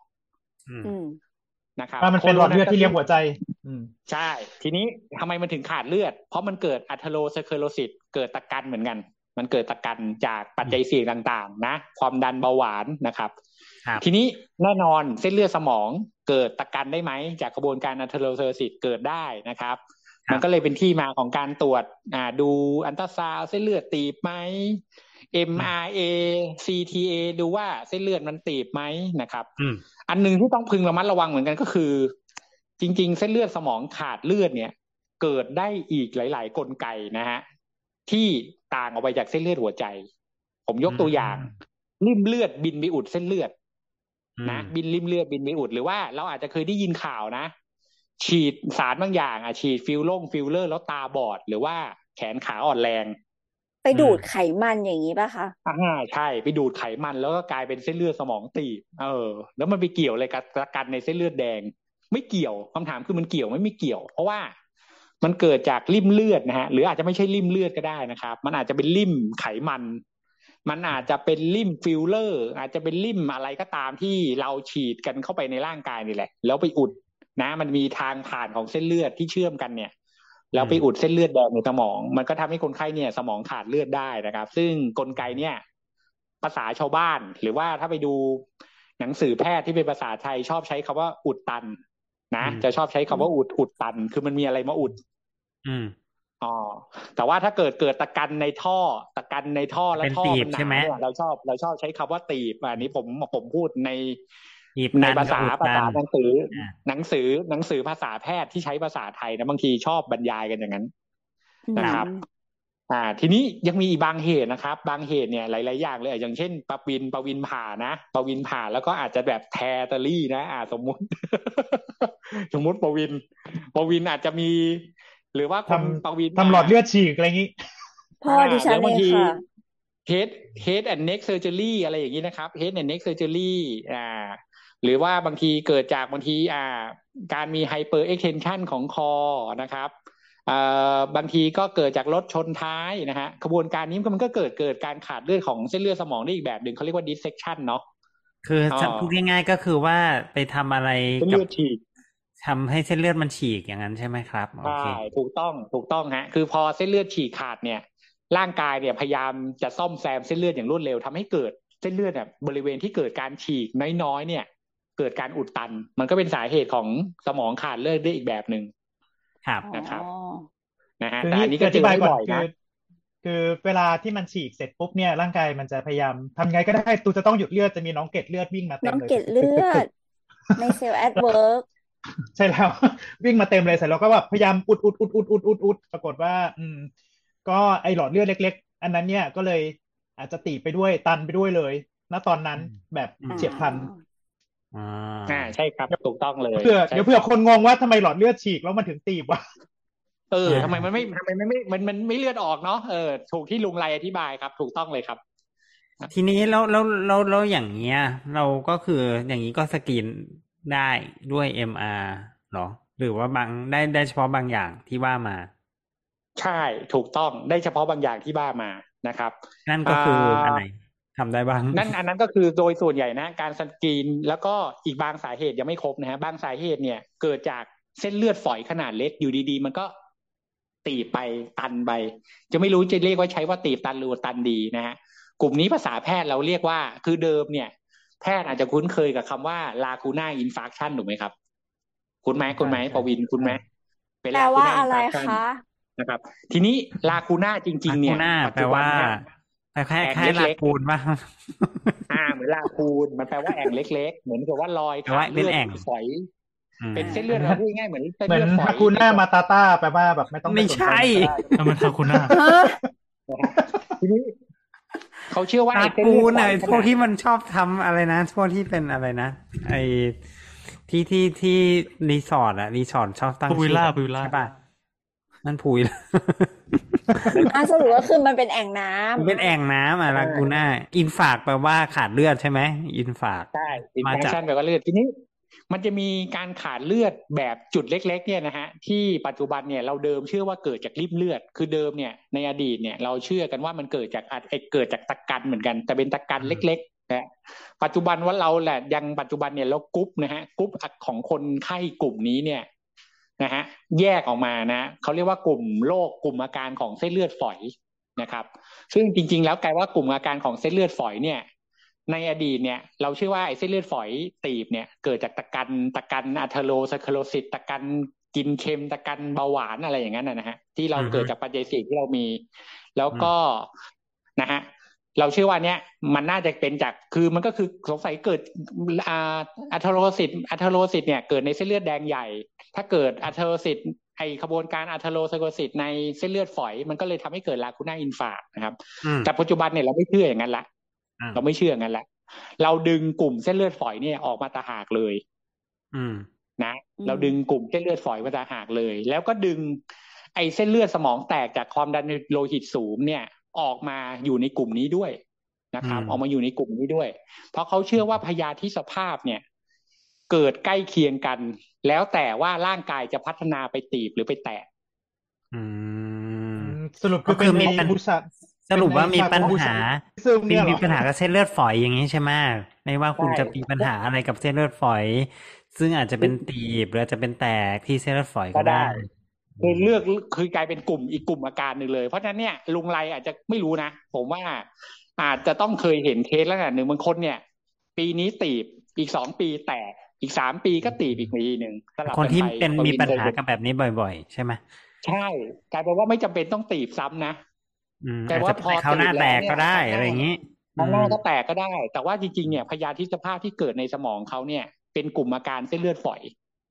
นะครับมันเป็นหลอดเลือดที่เลี้ยงหัวใจใช่ทีนี้ทำไมมันถึงขาดเลือดเพราะมันเกิด atherosclerosis เกิดตะกันเหมือนกันมันเกิดตะกันจากปัจจัยเสี่ยงต่างๆนะความดันเบาหวานนะครับทีนี้แน่นอนเส้นเลือดสมองเกิดตะกันได้ไหมจากกระบวนการ atherosclerosis เกิดได้นะครับมันก็เลยเป็นที่มาของการตรวจดูอัลตราซาวด์เส้นเลือดตีบไหม MRA CTA ดูว่าเส้นเลือดมันตีบไหมนะครับอันนึงที่ต้องพึงระมัดระวังเหมือนกันก็คือจริงๆเส้นเลือดสมองขาดเลือดเนี่ยเกิดได้อีกหลายๆกลไกนะฮะที่ต่างออกไปจากเส้นเลือดหัวใจผมยกตัวอย่างริ่มเลือดบินไปอุดเส้นเลือดนะริ่มเลือดบินไปอุดหรือว่าเราอาจจะเคยได้ยินข่าวนะฉีดสารบางอย่างฉีดฟิลเลอร์แล้วตาบอดหรือว่าแขนขาอ่อนแรงไปดูดไขมันอย่างนี้ป่ะคะใช่ไปดูดไขมันแล้วก็กลายเป็นเส้นเลือดสมองตีบแล้วมันไปเกี่ยวอะไรกับตะกันในเส้นเลือดแดงไม่เกี่ยวคำถามคือมันเกี่ยวไม่เกี่ยวเพราะว่ามันเกิดจากริ่มเลือดนะฮะหรืออาจจะไม่ใช่ริ่มเลือดก็ได้นะครับมันอาจจะเป็นริ่มไขมันมันอาจจะเป็นริ่มฟิลเลอร์อาจจะเป็นริ่มอะไรก็ตามที่เราฉีดกันเข้าไปในร่างกายนี่แหละแล้วไปอุดนะมันมีทางผ่านของเส้นเลือดที่เชื่อมกันเนี่ยแล้วไปอุดเส้นเลือดแดงในสมองมันก็ทำให้คนไข้เนี่ยสมองขาดเลือดได้นะครับซึ่งกลไกเนี่ยภาษาชาวบ้านหรือว่าถ้าไปดูหนังสือแพทย์ที่เป็นภาษาไทยชอบใช้คำว่าอุดตันนะจะชอบใช้คำว่าอุดตันคือมันมีอะไรมาอุดแต่ว่าถ้าเกิดตะกันในท่อแล้วท่อมันหนาเนี่ยเราชอบใช้คำว่าตีบอันนี้ผมพูดในภาษาหนังสือภาษาแพทย์ที่ใช้ภาษาไทยนะบางทีชอบบรรยายกันอย่างนั้นนะครับทีนี้ยังมีอีกบางเหตุนะครับบางเหตุเนี่ยหลายๆอย่างเลยอย่างเช่นปวินผ่านะปวินผ่าแล้วก็อาจจะแบบแทตอรี่นะสมมุติปวินอาจจะมีหรือว่าคนปวินทำหลอดเลือดฉีกอะไรอย่างนี้พ่อดิฉันเองค่ะ head and neck surgery อะไรอย่างนี้นะครับ head and neck surgery หรือว่าบางทีเกิดจากบางทีการมี hyper extension ของคอนะครับบางทีก็เกิดจากรถชนท้ายนะฮะกระบวนการนี้มันก็เกิดการขาดเลือดของเส้นเลือดสมองได้อีกแบบหนึ่งเขาเรียกว่า dissection เนาะคือพูดง่ายๆก็คือว่าไปทำอะไรกับทำให้เส้นเลือดมันฉีกอย่างนั้นใช่ไหมครับใช่ถูกต้องฮะคือพอเส้นเลือดฉีกขาดเนี่ยร่างกายเนี่ยพยายามจะซ่อมแซมเส้นเลือดอย่างรวดเร็วทำให้เกิดเส้นเลือดเนี่ยบริเวณที่เกิดการฉีกน้อยๆเนี่ยเกิดการอุดตันมันก็เป็นสาเหตุของสมองขาดเลือดได้อีกแบบนึงนะครับนะฮะแต่อันนี้ก็อธิบายก่อนคือเวลาที่มันฉีกเสร็จปุ๊บเนี่ยร่างกายมันจะพยายามทำไงก็ได้ตูจะต้องหยุดเลือดจะมีน้องเกล็ดเลือดวิ่งมาเต็มเลยน้องเกล็ดเลือดในเซลล์แอดเวิร์กใช่แล้ววิ่งมาเต็มเลยเสร็จแล้วก็แบบพยายามอุดปรากฏว่าก็ไอหลอดเลือดเล็กๆอันนั้นเนี่ยก็เลยอาจจะตีไปด้วยตันไปด้วยเลยณตอนนั้นแบบเฉียบพลันใช่ครับถูกต้องเลยเผื่อคนงงว่าทำไมหลอดเลือดฉีกแล้วมันถึงตีบวะทำไมมันไม่เลือดออกเนาะถูกที่ลุงไรอธิบายครับถูกต้องเลยครับทีนี้แล้วอย่างเงี้ยเราก็คืออย่างนี้ก็สกรีนได้ด้วย MR หรอหรือว่าได้เฉพาะบางอย่างที่ว่ามาใช่ถูกต้องได้เฉพาะบางอย่างที่ว่ามานะครับนั่นก็คืออันไหนทำได้บ้างอันนั้นก็คือโดยส่วนใหญ่นะการสกรีนแล้วก็อีกบางสาเหตุยังไม่ครบนะฮะบางสาเหตุเนี่ยเกิดจากเส้นเลือดฝอยขนาดเล็กอยู่ดีๆมันก็ตีบไปตันไปจะไม่รู้จะเรียกว่าใช้ว่าตีบตันหรือว่าตันดีนะฮะกลุ่มนี้ภาษาแพทย์เราเรียกว่าคือเดิมเนี่ยแพทย์อาจจะคุ้นเคยกับคำว่า lacuna infarction ถูกไหมครับคุ้นไหมปวินคุ้นไหมเป็นแปลว่า lacuna อะไร infarction คะนะครับทีนี้ลาคูน่าจริงๆเนี่ยลาคูน่าปัจแปลจุบันว่าเนี่ยคล้ายแอ่งคล้ายลาเล็กคูนบ้างๆเหมือนลาคูนมันแปลว่าแอ่งเล็กๆเหมือนกับว่ารอยแปลขาว่าดเป็นเลือดแอ่งฝอย เป็นอืมเส้นเลือดเราพูดง่ายๆเหมือนเส้นเหมือเลืนอดฝอฮาย กูน่ามาตาต้าแปลว่าแบบไม่ต้องไม่ไปสนใจใช่มันก็ได้ทำไมทาคุณหน้าเออนะครับทีนี้เขาเชื่อว่าลาไอ้เส้นคูเลือดนฝอยไอ้ขพวกนาดที่มันชอบทำอะไรนะพวกที่เป็นอะไรนะไอ้ที่รีสอร์ทอะรีสอร์ทชอบตั้งพูวิลชื่อล่าแบบพูวิลล่าใช่ป่ะนั่นพูวิลล่าสรุปก็คือมันเป็นแอ่งน้มันเป็นแอ่งน้ำอะลากูน่าอินฟากแปลว่าขาดเลือดใช่ไหมอินฟากใช่อินมาฟังจากชันแปลว่าเลือดทีนี้มันจะมีการขาดเลือดแบบจุดเล็กๆเนี่ยนะฮะที่ปัจจุบันเนี่ยเราเดิมเชื่อว่าเกิดจากริ่มเลือดคือเดิมเนี่ยในอดีตเนี่ยเราเชื่อกันว่ามันเกิดจากตะกันเหมือนกันแต่เป็นตะกันเล็กๆนะปัจจุบันว่าเราแหละยังปัจจุบันเนี่ยเรากรุ๊ปนะฮะกรุ๊ปของคนไข้กลุ่มนี้เนี่ยนะฮะแยกออกมานะเขาเรียกว่ากลุ่มโรคกลุ่มอาการของเส้นเลือดฝอยนะครับซึ่งจริงๆแล้วกลายว่ากลุ่มอาการของเส้นเลือดฝอยเนี่ยในอดีตเนี่ยเราเชื่อว่าไอ้เส้นเลือดฝอยตีบเนี่ยเกิดจากตะกันอะเทโรสเคโรซิสตะกันกินเค็มตะกันเบาหวานอะไรอย่างนั้นนะฮะที่เราเกิดจากปัจจัยเสี่ยงที่เรามี แล้วก็นะฮะเราเชื่อว่าเนี้ยมันน่าจะเป็นจากคือมันก็คือสงสัยเกิดอะเทโรซิสเนี่ยเกิดในเส้นเลือดแดงใหญ่ ถ้าเกิดอะเทโรซิสไอขบวนการอะเทโรไซโคซิสในเส้นเลือดฝอยมันก็เลยทำให้เกิดลาคูน่าอินฟาร์นะครับแต่ปัจจุบันเนี่ยเราไม่เชื่ออย่างนั้นละเราไม่เชื่ออย่างนั้นละเราดึงกลุ่มเส้นเลือดฝอยเนี่ยออกมาตางหากเลยนะเราดึงกลุ่มเส้นเลือดฝอยมาตางหากเลยแล้วก็ดึงไอเส้นเลือดสมองแตกจากความดันโลหิตสูงเนี่ยออกมาอยู่ในกลุ่มนี้ด้วยนะครับออกมาอยู่ในกลุ่มนี้ด้วยเพราะเขาเชื่อว่าพยาธิสภาพเนี่ยเกิดใกล้เคียงกันแล้วแต่ว่าร่างกายจะพัฒนาไปตีบหรือไปแตกสรุปคือเป็นสรุปว่ามีปัญหามีปัญหากับเส้นเลือดฝอยอย่างนี้ใช่ไหมไม่ว่าคุณจะมีปัญหาอะไรกับเส้นเลือดฝอยซึ่งอาจจะเป็นตีบหรืออาจจะเป็นแตกที่เส้นเลือดฝอยก็ได้คือกลายเป็นกลุ่มอีกกลุ่มอาการหนึ่งเลยเพราะฉะนั้นเนี่ยลุงไรอาจจะไม่รู้นะผมว่าอาจจะต้องเคยเห็นเคสแล้วนะหนึ่งบางคนเนี่ยปีนี้ตีบอีก2 ปีแตกอีก3 ปีก็ตีบอีกปีหนึ่งคนที่มีปัญหากับแบบนี้บ่อยๆใช่ไหมใช่กลายเป็นว่าไม่จำเป็นต้องตีบซ้ำนะแต่ว่าพอเขาหน้าแตกก็ได้อะไรอย่างนี้หน้าก็แตกก็ได้แต่ว่าจริงๆเนี่ยพยาธิสภาพที่เกิดในสมองเขาเนี่ยเป็นกลุ่มอาการเส้นเลือดฝอย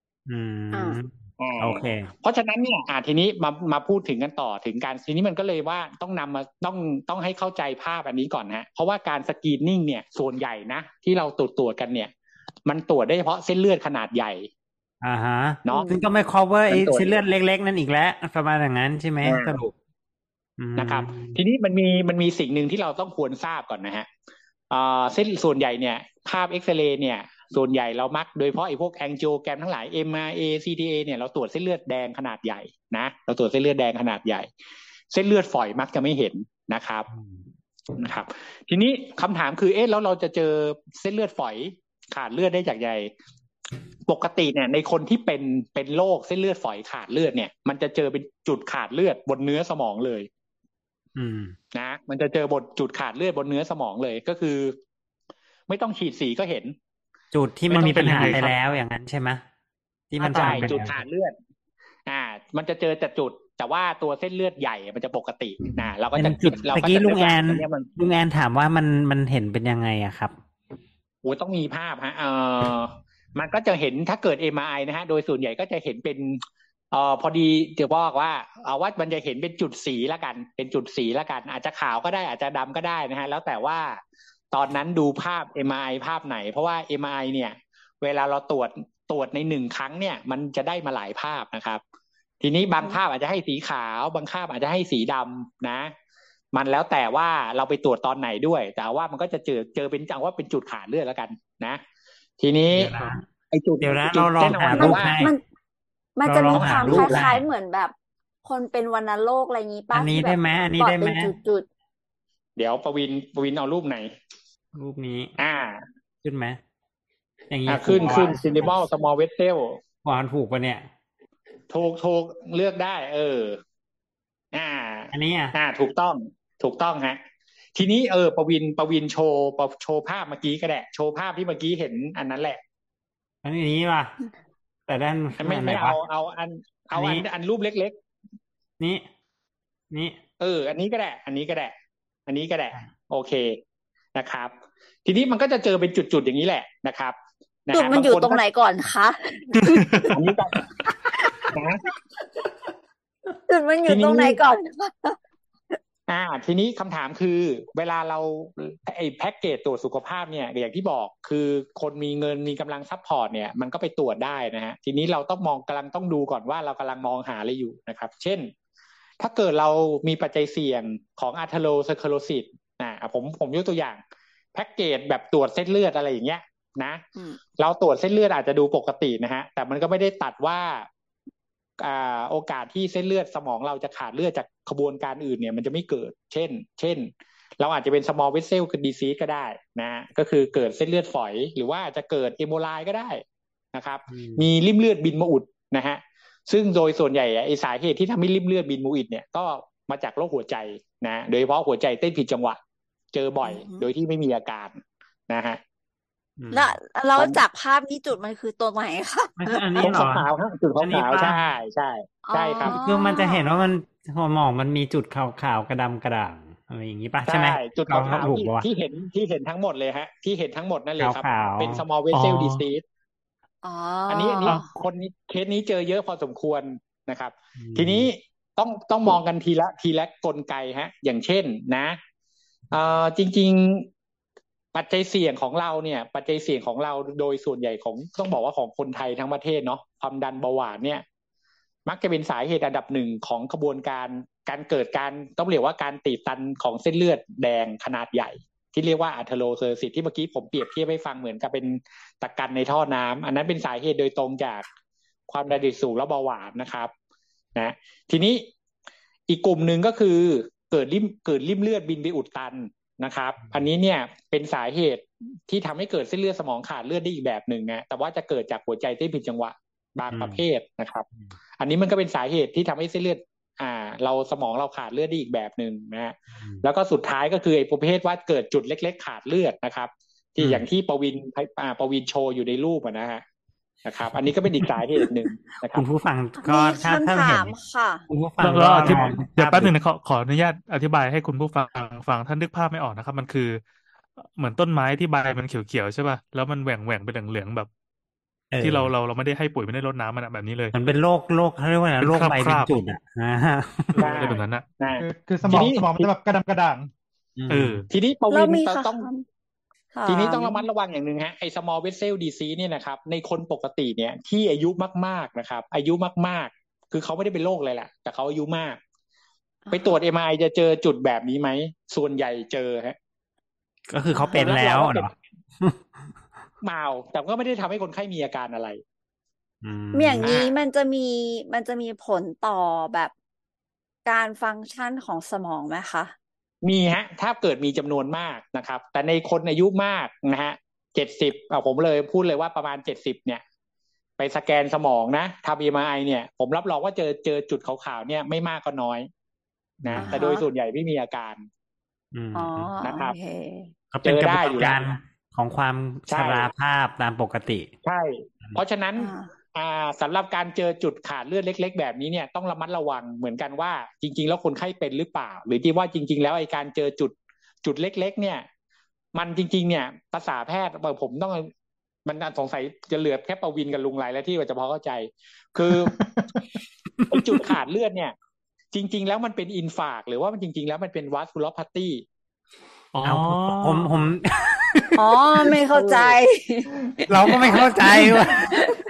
โอเคเพราะฉะนั้นเนี่ยทีนี้มาพูดถึงกันต่อถึงการทีนี้มันก็เลยว่าต้องให้เข้าใจภาพอันนี้ก่อนนะเพราะว่าการสกรีนนิ่งเนี่ยส่วนใหญ่นะที่เราตรวจกันเนี่ยมันตรวจได้เฉพาะเส้นเลือดขนาดใหญ่เนาะซึ่งก็ไม่ cover ไอ้เส้นเลือดเล็กๆนั่นอีกแล้วประมาณอย่างนั้นใช่ไหมสรุปนะครับทีนี้มันมีสิ่งหนึ่งที่เราต้องควรทราบก่อนนะฮะเส้นส่วนใหญ่เนี่ยภาพเอ็กซเรย์เนี่ยส่วนใหญ่เรามักโดยเฉพาะไอ้พวกแองจิโอแกรมทั้งหลาย MRA CTA เนี่ยเราตรวจเส้นเลือดแดงขนาดใหญ่นะเราตรวจเส้นเลือดแดงขนาดใหญ่เส้นเลือดฝอยมักจะไม่เห็นนะครับทีนี้คำถามคือแล้วเราจะเจอเส้นเลือดฝอยขาดเลือดได้จากใดปกติเนี่ยในคนที่เป็นโรคเส้นเลือดฝอยขาดเลือดเนี่ยมันจะเจอเป็นจุดขาดเลือดบนเนื้อสมองเลยนะมันจะเจอบทจุดขาดเลือดบนเนื้อสมองเลยก็คือไม่ต้องฉีดสีก็เห็นจุดที่มันมีปัญหาไปแล้วอย่างนั้นใช่ไหมที่มันใช่จุดขาดเลือดมันจะเจอแต่จุดแต่ว่าตัวเส้นเลือดใหญ่มันจะปกตินะเราก็จะจุดเมื่อกี้ลุงแอนถามว่ามันเห็นเป็นยังไงอะครับโอ้ต้องมีภาพฮะมันก็จะเห็นถ้าเกิด MRI นะฮะโดยส่วนใหญ่ก็จะเห็นเป็นพอดีเดี๋ยวบอกว่าว่ามันจะเห็นเป็นจุดสีละกันเป็นจุดสีละกันอาจจะขาวก็ได้อาจจะดำก็ได้นะฮะแล้วแต่ว่าตอนนั้นดูภาพ MRI ภาพไหนเพราะว่า MRI เนี่ยเวลาเราตรวจใน1 ครั้งเนี่ยมันจะได้มาหลายภาพนะครับทีนี้บางภาพอาจจะให้สีขาวบางภาพอาจจะให้สีดำนะมันแล้วแต่ว่าเราไปตรวจตอนไหนด้วยแต่ว่ามันก็จะเจอเป็นจังว่าเป็นจุดขาดเลือดแล้วกันนะทีนี้ไอ้จุดเดี๋ยวนะเราลองหารูปให้มันเราจะลองหามีความครูปได้ล้ายๆเหมือนแบบคนเป็นวัณโรคอะไรอย่างนี้อัป้านนี้ที่แบบได้ไหมอันนี้ปอดได้ไหมเป็นจุดเดี๋ยวประวินเอารูปไหนรูปนี้อ่าขึ้นไหมอย่างนี้ถูกขึ้นปะวะ Minimal Small Vessel วางถูกปะเนี่ยถูกเลือกได้ อ่าอันนี้ถูกต้องฮะทีนี้ประวินโชว์ภาพเมื่อกี้ก็ได้โชว์ภาพที่เมื่อกี้เห็นอันนั้นแหละอันนี้ป่ะแต่ด้านไม่อันไหนวะอันรูปเล็กนี่อันนี้ก็ได้โอเคนะครับทีนี้มันก็จะเจอเป็นจุดๆอย่างนี้แหละนะครับๆจุดมันอยู่ตรงไหนก่อนคะอันนี้กันนะจุดมันอยู่ตรงไหนก่อนทีนี้คำถามคือเวลาเราไอ้แพ็กเกจตรวจสุขภาพเนี่ยอย่างที่บอกคือคนมีเงินมีกำลังซัพพอร์ตเนี่ยมันก็ไปตรวจได้นะฮะทีนี้เราต้องกำลังต้องดูก่อนว่าเรากำลังมองหาอะไรอยู่นะครับเช่นถ้าเกิดเรามีปัจจัยเสี่ยงของอาร์เทโรสเคโรซิสผมยกตัวอย่างแพ็กเกจแบบตรวจเส้นเลือดอะไรอย่างเงี้ยนะเราตรวจเส้นเลือดอาจจะดูปกตินะฮะแต่มันก็ไม่ได้ตัดว่าโอกาสที่เส้นเลือดสมองเราจะขาดเลือดจากขบวนการอื่นเนี่ยมันจะไม่เกิดเช่นเราอาจจะเป็น small vessel disease ก็ได้นะก็คือเกิดเส้นเลือดฝอยหรือว่าอาจจะเกิดเอโมไลก็ได้นะครับมีริ่มเลือดบินมาอุดนะฮะซึ่งโดยส่วนใหญ่ไอ้สาเหตุที่ทำให้ริ่มเลือดบินมาอุดเนี่ยก็มาจากโรคหัวใจนะโดยเฉพาะหัวใจเต้นผิดจังหวะเจอบ่อยโดยที่ไม่มีอาการนะฮะแล้วจากภาพนี้จุดมันคือตัวไหนคะไม่ใช่อันนี้หรอขาวๆจุดขาวๆใช่ครับคือมันจะเห็นว่ามันหัวหมองมันมีจุดขาวๆกระดำกระด่างอะไรอย่างนี้ป่ะใช่ไหมจุดขาวๆที่เห็นทั้งหมดเลยฮะที่เห็นทั้งหมดนั่นเลยครับเป็น small vessel disease อันนี้คนนี้เคสนี้เจอเยอะพอสมควรนะครับทีนี้ต้องมองกันทีละกลไกฮะอย่างเช่นนะจริงๆปัจจัยเสี่ยงของเราเนี่ยปัจจัยเสี่ยงของเราโดยส่วนใหญ่ของต้องบอกว่าของคนไทยทั้งประเทศเนาะความดันเบาหวานเนี่ยมักจะเป็นสาเหตุอันดับหนึ่งของกระบวนการเกิดการต้องเรียกว่าการตีบตันของเส้นเลือดแดงขนาดใหญ่ที่เรียกว่าอาร์เทโรสเคโรซิสที่เมื่อกี้ผมเปรียบเทียบให้ฟังเหมือนกับเป็นตะกันในท่อน้ำอันนั้นเป็นสาเหตุโดยตรงจากความดันสูงและเบาหวานนะครับนะทีนี้อีกกลุ่มหนึ่งก็คือเกิดริ่มเลือดบินไปอุดตันนะครับอันนี้เนี่ยเป็นสาเหตุที่ทำให้เกิดเส้นเลือดสมองขาดเลือดได้อีกแบบหนึ่งนะแต่ว่าจะเกิดจากหัวใจเต้นผิดจังหวะบางประเภทนะครับอันนี้มันก็เป็นสาเหตุที่ทำให้เส้นเลือดเราสมองเราขาดเลือดได้อีกแบบหนึ่งนะฮะแล้วก็สุดท้ายก็คือไอ้ประเภทว่าเกิดจุดเล็กๆขาดเลือดนะครับที่อย่างที่ประวินโชว์อยู่ในรูปนะครับอันนี้ก็เป็นอีกสาเหตุหนึ่งนะครับคุณผู้ฟังก็ถ้าเห็นค่ะคุณผู้ฟังก็เดี๋ยวแป๊บนึงนะขออนุญาตอธิบายให้คุณผู้ฟังท่านนึกภาพไม่ออกนะครับมันคือเหมือนต้นไม้ที่ใบมันเขียวๆใช่ป่ะแล้วมันแหว่งเป็นเหลืองๆแบบที่เราไม่ได้ให้ปุ๋ยไม่ได้รดน้ำมันแบบนี้เลยมันเป็นโรคเขาเรียกว่าโรคใบเป็นจุดอะไรแบบนั้นคือสมองมันจะแบบกระดำกระด่างทีนี้ประวินทีนี้ต้องระมัดระวังอย่างหนึ่งฮะไอ้ small vessel disease เนี่ยนะครับในคนปกติเนี่ยที่อายุมากๆนะครับอายุมากๆคือเขาไม่ได้เป็นโรคอะไรแหละแต่เขาอายุมากไปตรวจ MRI จะเจอจุดแบบนี้ไหมส่วนใหญ่เจอฮะก็คือเขาเป็นแล้วเหรอเมาแต่ก็ไม่ได้ทำให้คนไข้มีอาการอะไรอย่างนี้มันจะมีผลต่อแบบการฟังก์ชันของสมองไหมคะมีฮะถ้าเกิดมีจำนวนมากนะครับแต่ในคนอายุมากนะฮะ70ผมเลยพูดเลยว่าประมาณ70เนี่ยไปสแกนสมองนะทำ MRI เนี่ยผมรับรองว่าเจอจุดขาวๆเนี่ยไม่มากก็น้อยนะแต่โดยส่วนใหญ่ไม่มีอาการนะครับก็เป็นกระบวนการของความชราภาพตามปกติใช่เพราะฉะนั้นสำหรับการเจอจุดขาดเลือดเล็กๆแบบนี้เนี่ยต้องระมัดระวังเหมือนกันว่าจริงๆแล้วคนไข้เป็นหรือเปล่าหรือที่ว่าจริงๆแล้วไอ้การเจอจุดเล็กๆเนี่ยมันจริงๆเนี่ยภาษาแพทย์ผมต้องมันสงสัยจะเหลือแค่ประวินกับลุงไรแล้วที่ว่าจะพอเข้าใจคือ ไอ้จุดขาดเลือดเนี่ยจริงๆแล้วมันเป็นอินฟาร์กหรือว่ามันจริงๆแล้วมันเป็นวัสคูลอพาธีผมไม่เข้าใจเราก็ไม่เข้าใจว่ะ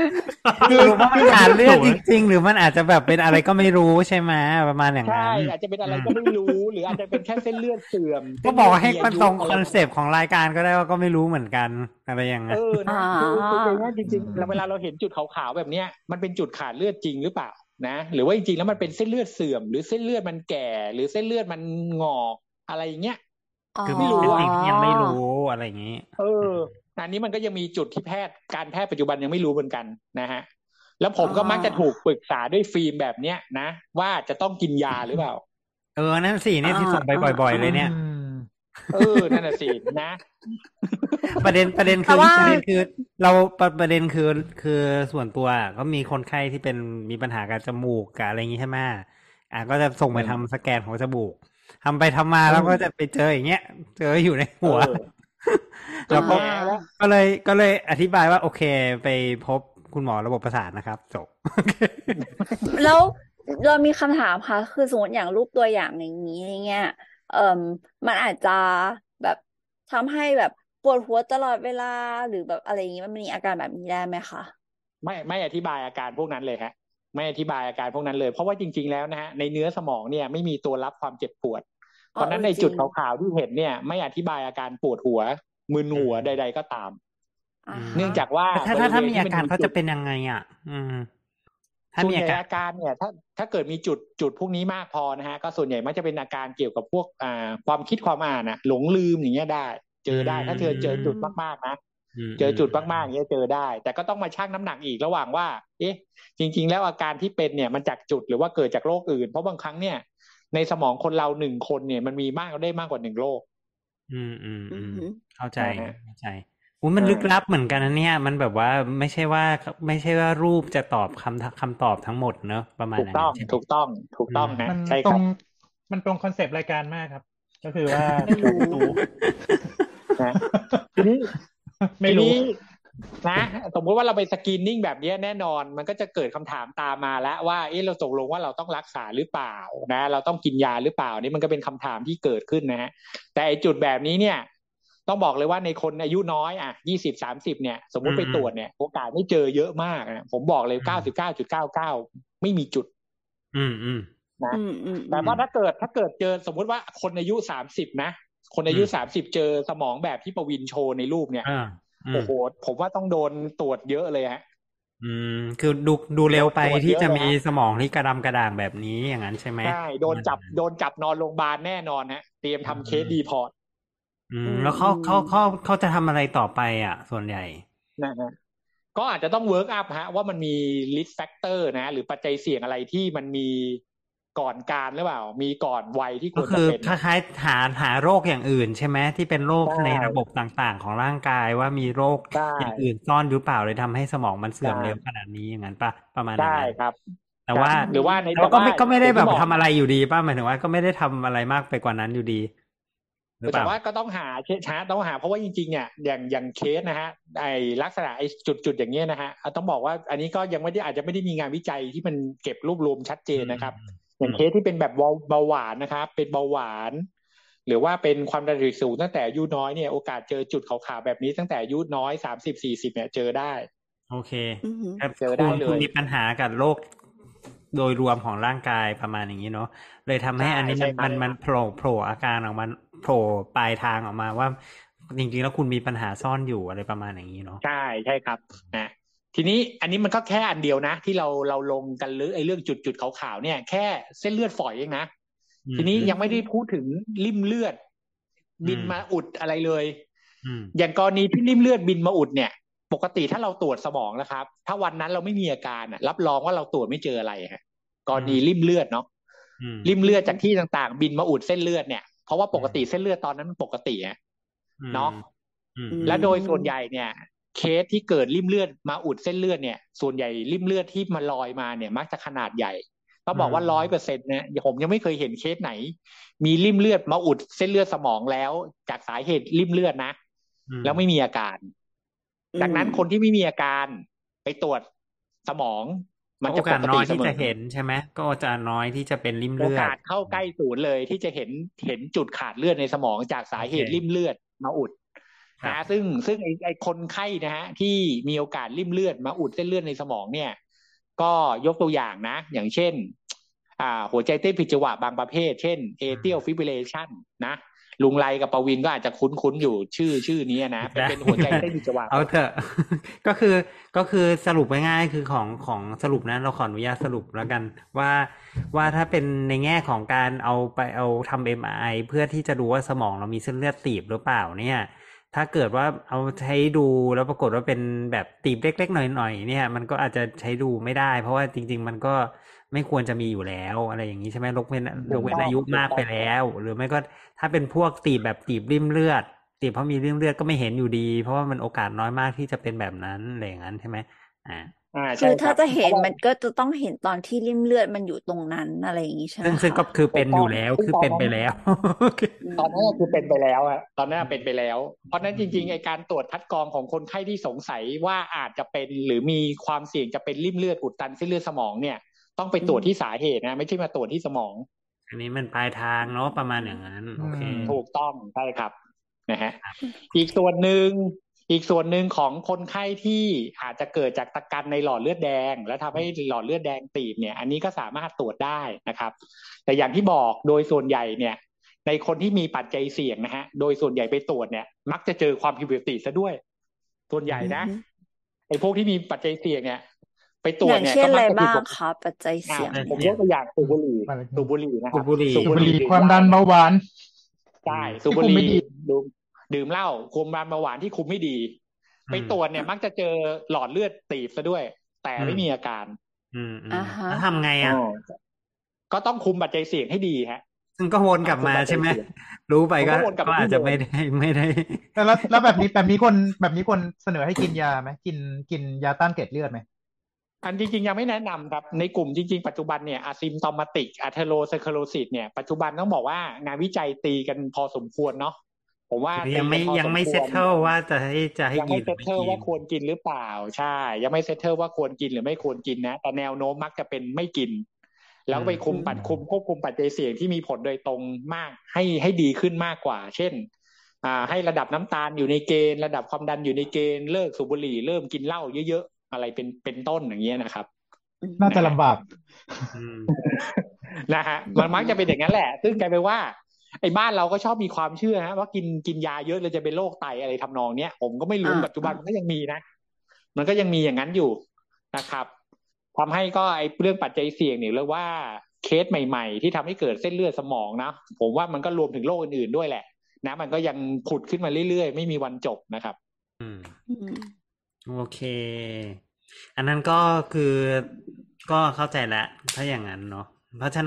คือสรุปว่ามันขาดเลือดจริงๆหรือมันอาจจะแบบเป็นอะไรก็ไม่รู้ใช่ไหมประมาณอย่างใช่นั้นอาจจะเป็นอะไรก็ไม่รู้ หรืออาจจะเป็นแค่เส้นเลือดเสื่อมก็บอกให้มันตรงคอนเซปต์ของรายการก็ได้ว่าก็ไม่รู้เหมือนกันอะไรอย่างนั้นนะคือในนี้จริงๆเวลาเราเห็นจุดขาวๆแบบเนี้ยมันเป็นจุดขาดเลือดจริงหรือเปล่านะหรือว่าจริงๆแล้วมันเป็นเส้นเลือดเสื่อมหรือเส้นเลือดมันแก่หรือเส้นเลือดมันงอกอะไรอย่างเงี้ยคือไม่รู้เป็นอะสิ่งที่ยังไม่รู้อะไรอย่างนี้อันนี้มันก็ยังมีจุดที่การแพทย์ปัจจุบันยังไม่รู้เหมือนกันนะฮะแล้วผมก็มักจะถูกปรึกษาด้วยฟิล์มแบบเนี้ยนะว่าจะต้องกินยาหรือเปล่านั่นสิเนี่ยที่ส่งไปบ่อยๆเลยเนี่ยนั่นน่ะสินะประเด็นคือเราประเด็นคือส่วนตัวก็มีคนไข้ที่มีปัญหากับจมูกกับอะไรอย่างนี้ใช่ไหมก็จะส่งไปทำสแกนของจมูกทำไปทำมาแล้วก็จะไปเจออย่างเงี้ยเจออยู่ในหัวแล้วก็เลยอธิบายว่าโอเคไปพบคุณหมอระบบประสาทนะครับจบแล้วเรามีคำถามค่ะคือสมมติอย่างรูปตัวอย่างอย่างนี้เงี้ยมันอาจจะแบบทำให้แบบปวดหัวตลอดเวลาหรือแบบอะไรอย่างนี้มันมีอาการแบบนี้ได้ไหมคะไม่อธิบายอาการพวกนั้นเลยฮะไม่อธิบายอาการพวกนั้นเลยเพราะว่าจริงๆแล้วนะฮะในเนื้อสมองเนี่ยไม่มีตัวรับความเจ็บปวดเพราะนั้นในจุดขาวๆที่เห็นเนี่ยไม่อธิบายอาการปวดหัวมึนหัวใดๆก็ตามเนื่องจากว่าถ้ามีอาการเขาจะเป็นยังไงอ่ะถ้ามีอาการเนี่ยถ้าเกิดมีจุดพวกนี้มากพอนะฮะก็ส่วนใหญ่มักจะเป็นอาการเกี่ยวกับพวกความคิดความอ่านน่ะหลงลืมอย่างเงี้ยได้เจอได้ถ้าเจอจุดมากๆนะเจอจุดมากๆอย่างเงี้ยเจอได้แต่ก็ต้องมาชั่งน้ำหนักอีกระหว่างว่าจริงๆแล้วอาการที่เป็นเนี่ยมันจากจุดหรือว่าเกิดจากโรคอื่นเพราะบางครั้งเนี่ยในสมองคนเรา1 คนเนี่ยมันมีมากกว่า1 โรคเข้าใจมันลึกลับเหมือนกันนะเนี่ยมันแบบว่าไม่ใช่ว่ารูปจะตอบคำตอบทั้งหมดเนอะประมาณนั้นถูกต้องนะมันใช่ครับมันตรงคอนเซปต์รายการมากครับก็คือว่าไม่รู้นะทีนี้นะสมมติว่าเราไปสกรีนนิ่งแบบนี้แน่นอนมันก็จะเกิดคำถามตามมาแล้วว่าเราตกลงว่าเราต้องรักษาหรือเปล่านะเราต้องกินยาหรือเปล่านี่มันก็เป็นคำถามที่เกิดขึ้นนะฮะแต่ไอ้จุดแบบนี้เนี่ยต้องบอกเลยว่าในคนอายุน้อย20-30เนี่ยสมมุติไปตรวจเนี่ยโอกาสไม่เจอเยอะมากนะผมบอกเลย 99.99 ไม่มีจุดนะแต่ว่าถ้าเกิดเจอสมมุติว่าคนอายุ30นะคนอายุ30เจอสมองแบบที่ประวินโชว์ในรูปเนี่ยโอ้โหผมว่าต้องโดนตรวจเยอะเลยฮะคือดูเร็วไปที่จะมีสมองที่กระดำกระด่างแบบนี้อย่างนั้นใช่ไหมใช่โดนจับนอนโรงพยาบาลแน่นอนฮะเตรียมทำเคสดีพอร์ตแล้วเขาจะทำอะไรต่อไปส่วนใหญ่นะฮะก็อาจจะต้องเวิร์กอัพฮะว่ามันมี risk factor นะหรือปัจจัยเสี่ยงอะไรที่มันมีก่อนการหรือเปล่ามีก่อนวัยที่ควรจะเป็นคล้ายๆหาโรคอย่างอื่นใช่ไหมที่เป็นโรคในระบบต่างๆของร่างกายว่ามีโรคอย่างอื่นซ่อนหรือเปล่าเลยทำให้สมองมันเสื่อมเร็วขนาดนี้อย่างนั้นป่ะประมาณนั้นใช่ครับแต่ว่าหรือว่าก็ไม่ได้แบบทำอะไรอยู่ดีป่ะหมายถึงว่าก็ไม่ได้ทำอะไรมากไปกว่านั้นอยู่ดีแต่ว่าก็ต้องหาเพราะว่าจริงๆเนี่ยอย่างเคสนะฮะไอ้ลักษณะไอ้จุดอย่างเงี้ยนะฮะต้องบอกว่าอันนี้ก็ยังไม่ได้อาจจะไม่ได้มีงานวิจัยที่มันเก็บรวบรวมชัดเจนนะครับอย่างเคสที่เป็นแบบเบาหวานนะครับเป็นเบาหวานหรือว่าเป็นความดันโลหิตสูงตั้งแต่อายุน้อยเนี่ยโอกาสเจอจุดขาวๆแบบนี้ตั้งแต่อายุน้อย30-40เนี่ยเจอได้โอเคเจอได้เลยคุณมีปัญหากับโรคโดยรวมของร่างกายประมาณอย่างนี้เนาะเลยทำให้อันนี้มันโผล่อาการออกมาโผล่ปลายทางออกมาว่าจริงๆแล้วคุณมีปัญหาซ่อนอยู่อะไรประมาณอย่างนี้เนาะใช่ครับนะทีนี้อันนี้มันก็แค่อันเดียวนะที่เราลงกันหรือไอ้เรื่องจุดขาวๆเนี่ยแค่เส้นเลือดฝอยเองนะทีนี้ยังไม่ได้พูดถึงริ่มเลือดบินมาอุดอะไรเลยอย่างกรณีที่ริ่มเลือดบินมาอุดเนี่ยปกติถ้าเราตรวจสมองนะครับถ้าวันนั้นเราไม่มีอาการรับรองว่าเราตรวจไม่เจออะไรฮะกรณีริ่มเลือดเนาะริ่มเลือดจากที่ต่างๆบินมาอุดเส้นเลือดเนี่ยเพราะว่าปกติเส้นเลือดตอนนั้นมันปกติเนาะและโดยส่วนใหญ่เนี่ยเคสที่เกิดริ่มเลือดมาอุดเส้นเลือดเนี่ยส่วนใหญ่ริ่มเลือดที่มาลอยมาเนี่ยมักจะขนาดใหญ่ต้องบอกว่า 100% เนี่ยผมยังไม่เคยเห็นเคสไหนมีริ่มเลือดมาอุดเส้นเลือดสมองแล้วจากสาเหตุริ่มเลือดนะแล้วไม่มีอาการดังนั้นคนที่ไม่มีอาการไปตรวจสมองมันจะปกติเสมอที่จะเห็นใช่ไหมก็จะน้อยที่จะเป็นริ่มเลือดโอกาสเข้าใกล้ศูนย์เลยที่จะเห็นจุดขาดเลือดในสมองจากสาเหตุริ่มเลือดมาอุดครับซึ่งไอ้คนไข้นะฮะที่มีโอกาสริ่มเลือดมาอุดเส้นเลือดในสมองเนี่ยก็ยกตัวอย่างนะอย่างเช่นหัวใจเต้นผิดจังหวะบางประเภทเช่น atrial fibrillation นะลุงไรกับประวินก็อาจจะคุ้นๆอยู่ชื่อนี้นะเป็นหัวใจเต้นผิดจังหวะเอาเถอะ ก็คือสรุปง่ายๆคือของสรุปนะเราขออนุญาตสรุปแล้วกันว่าถ้าเป็นในแง่ของการเอาทำ MRI เพื่อที่จะดูว่าสมองเรามีเส้นเลือดตีบหรือเปล่าเนี่ยถ้าเกิดว่าเอาใช้ดูแล้วปรากฏว่าเป็นแบบตีบเล็กๆหน่อยๆเนี่ยมันก็อาจจะใช้ดูไม่ได้เพราะว่าจริงๆมันก็ไม่ควรจะมีอยู่แล้วอะไรอย่างนี้ใช่ไหมยกเว้นอายุมากไปแล้วหรือไม่ก็ถ้าเป็นพวกตีบแบบตีบริ่มเลือดตีบเพราะมีริ่มเลือดก็ไม่เห็นอยู่ดีเพราะว่ามันโอกาสน้อยมากที่จะเป็นแบบนั้นอะไรอย่างนั้นใช่ไหมอ่าคือถ้าจะเห็นเพราะว่ามันก็จะต้องเห็นตอนที่ริ่มเลือดมันอยู่ตรงนั้นอะไรอย่างนี้ใช่ไหมซึ่งก็คะคือเป็นอยู่แล้วซึ่งคือตอนเป็นนั้นไปแล้วตอนนั้นคือเป็นไปแล้วอะตอนนั้นเป็นไปแล้ว เพราะนั้นจริงๆไอการตรวจคัดกรองของคนไข้ที่สงสัยว่าอาจจะเป็นหรือมีความเสี่ยงจะเป็นริ่มเลือดอุดตันเส้นเลือดสมองเนี่ยต้องไปตรวจที่สาเหตุนะไม่ใช่มาตรวจที่สมองอันนี้มันปลายทางเนาะประมาณอย่างนั้นโอเคถูกต้องใช่ครับนะฮะอีกส่วนหนึ่งของคนไข้ที่อาจจะเกิดจากตะกันในหลอดเลือดแดงแล้วทำให้หลอดเลือดแดงตีบเนี่ยอันนี้ก็สามารถตรวจได้นะครับแต่อย่างที่บอกโดยส่วนใหญ่เนี่ยในคนที่มีปัจจัยเสี่ยงนะฮะโดยส่วนใหญ่ไปตรวจเนี่ยมักจะเจอความผิดปกติซะด้วยส่วนใหญ่นะไอ้พวกที่มีปัจจัยเสี่ยงเนี่ยไปตรวจเนี่ยอย่างเช่นก็มักจะอะไรผิดบ้างปกติคะปัจจัยเสี่ยงผมยกตัวอย่างสูบบุหรี่นะคสูรับบ บุหรี่สูบบุหรี่ความดันเบาหวานใช่สูบบุหรี่ดื่มเหล้าคุมเบาหวานที่คุมไม่ดี ไปตรวจเนี่ยมักจะเจอหลอดเลือดตีบซะด้วย แต่ไม่มีอาการอ่าฮะแล้วทำไงอ่ะก็ต้องคุมปัจจัยเสี่ยงให้ดีฮะซึ่งก็วนกลับมาใช่ไหมรู้ไปก็วนกลับก็มาที่อาจจะเดิมไม่ได้แล้วแบบนี้คนเสนอให้กินยาไหมกินยาต้านเกล็ดเลือดไหมอันจริงๆยังไม่แนะนำครับในกลุ่มจริงๆปัจจุบันเนี่ยอะซิมตอมาติกอะเทโรไซโคโลซิสเนี่ยปัจจุบันต้องบอกว่างานวิจัยตีกันพอสมควรเนาะผมว่ายังไม่เซตเทิลว่าจะให้ยังกิไม่นหเซรือตไม่เทิลกินว่าควรกินหรือเปล่าใช่ยังไม่เซตเทิลว่าควรกินหรือไม่ควรกินนะแต่แนวโน้มมักจะเป็นไม่กิน แล้วไปควบคุมปัจจัยเสี่ยงที่มีผลโดยตรงมากให้ดีขึ้นมากกว่า เช่นให้ระดับน้ำตาลอยู่ในเกณฑ์ระดับความดันอยู่ในเกณฑ์เลิกสูบบุหรี่เริ่มกินเหล้าเยอะๆอะไรเป็นต้นอย่างเงี้ยนะครับน่าจะลำบากนะฮะมันมักจะเป็นอย่างนั้นแหละซึ่งกลายเป็นว่าไอ้บ้านเราก็ชอบมีความเชื่อฮะว่ากินยาเยอะเลยจะเป็นโรคไตอะไรทำนองเนี้ยผมก็ไม่รู้ปัจจุบันมันก็ยังมีนะมันก็ยังมีอย่างนั้นอยู่นะครับทำให้ก็ไอ้เรื่องปัจจัยเสี่ยงเนี่ยเรียกว่าเคสใหม่ๆที่ทำให้เกิดเส้นเลือดสมองนะผมว่ามันก็รวมถึงโรคอื่นๆด้วยแหละนะมันก็ยังผุดขึ้นมาเรื่อยๆไม่มีวันจบนะครับโอเคอันนั้นก็คือก็เข้าใจแล้วถ้าอย่างนั้นเนาะเพราะฉะ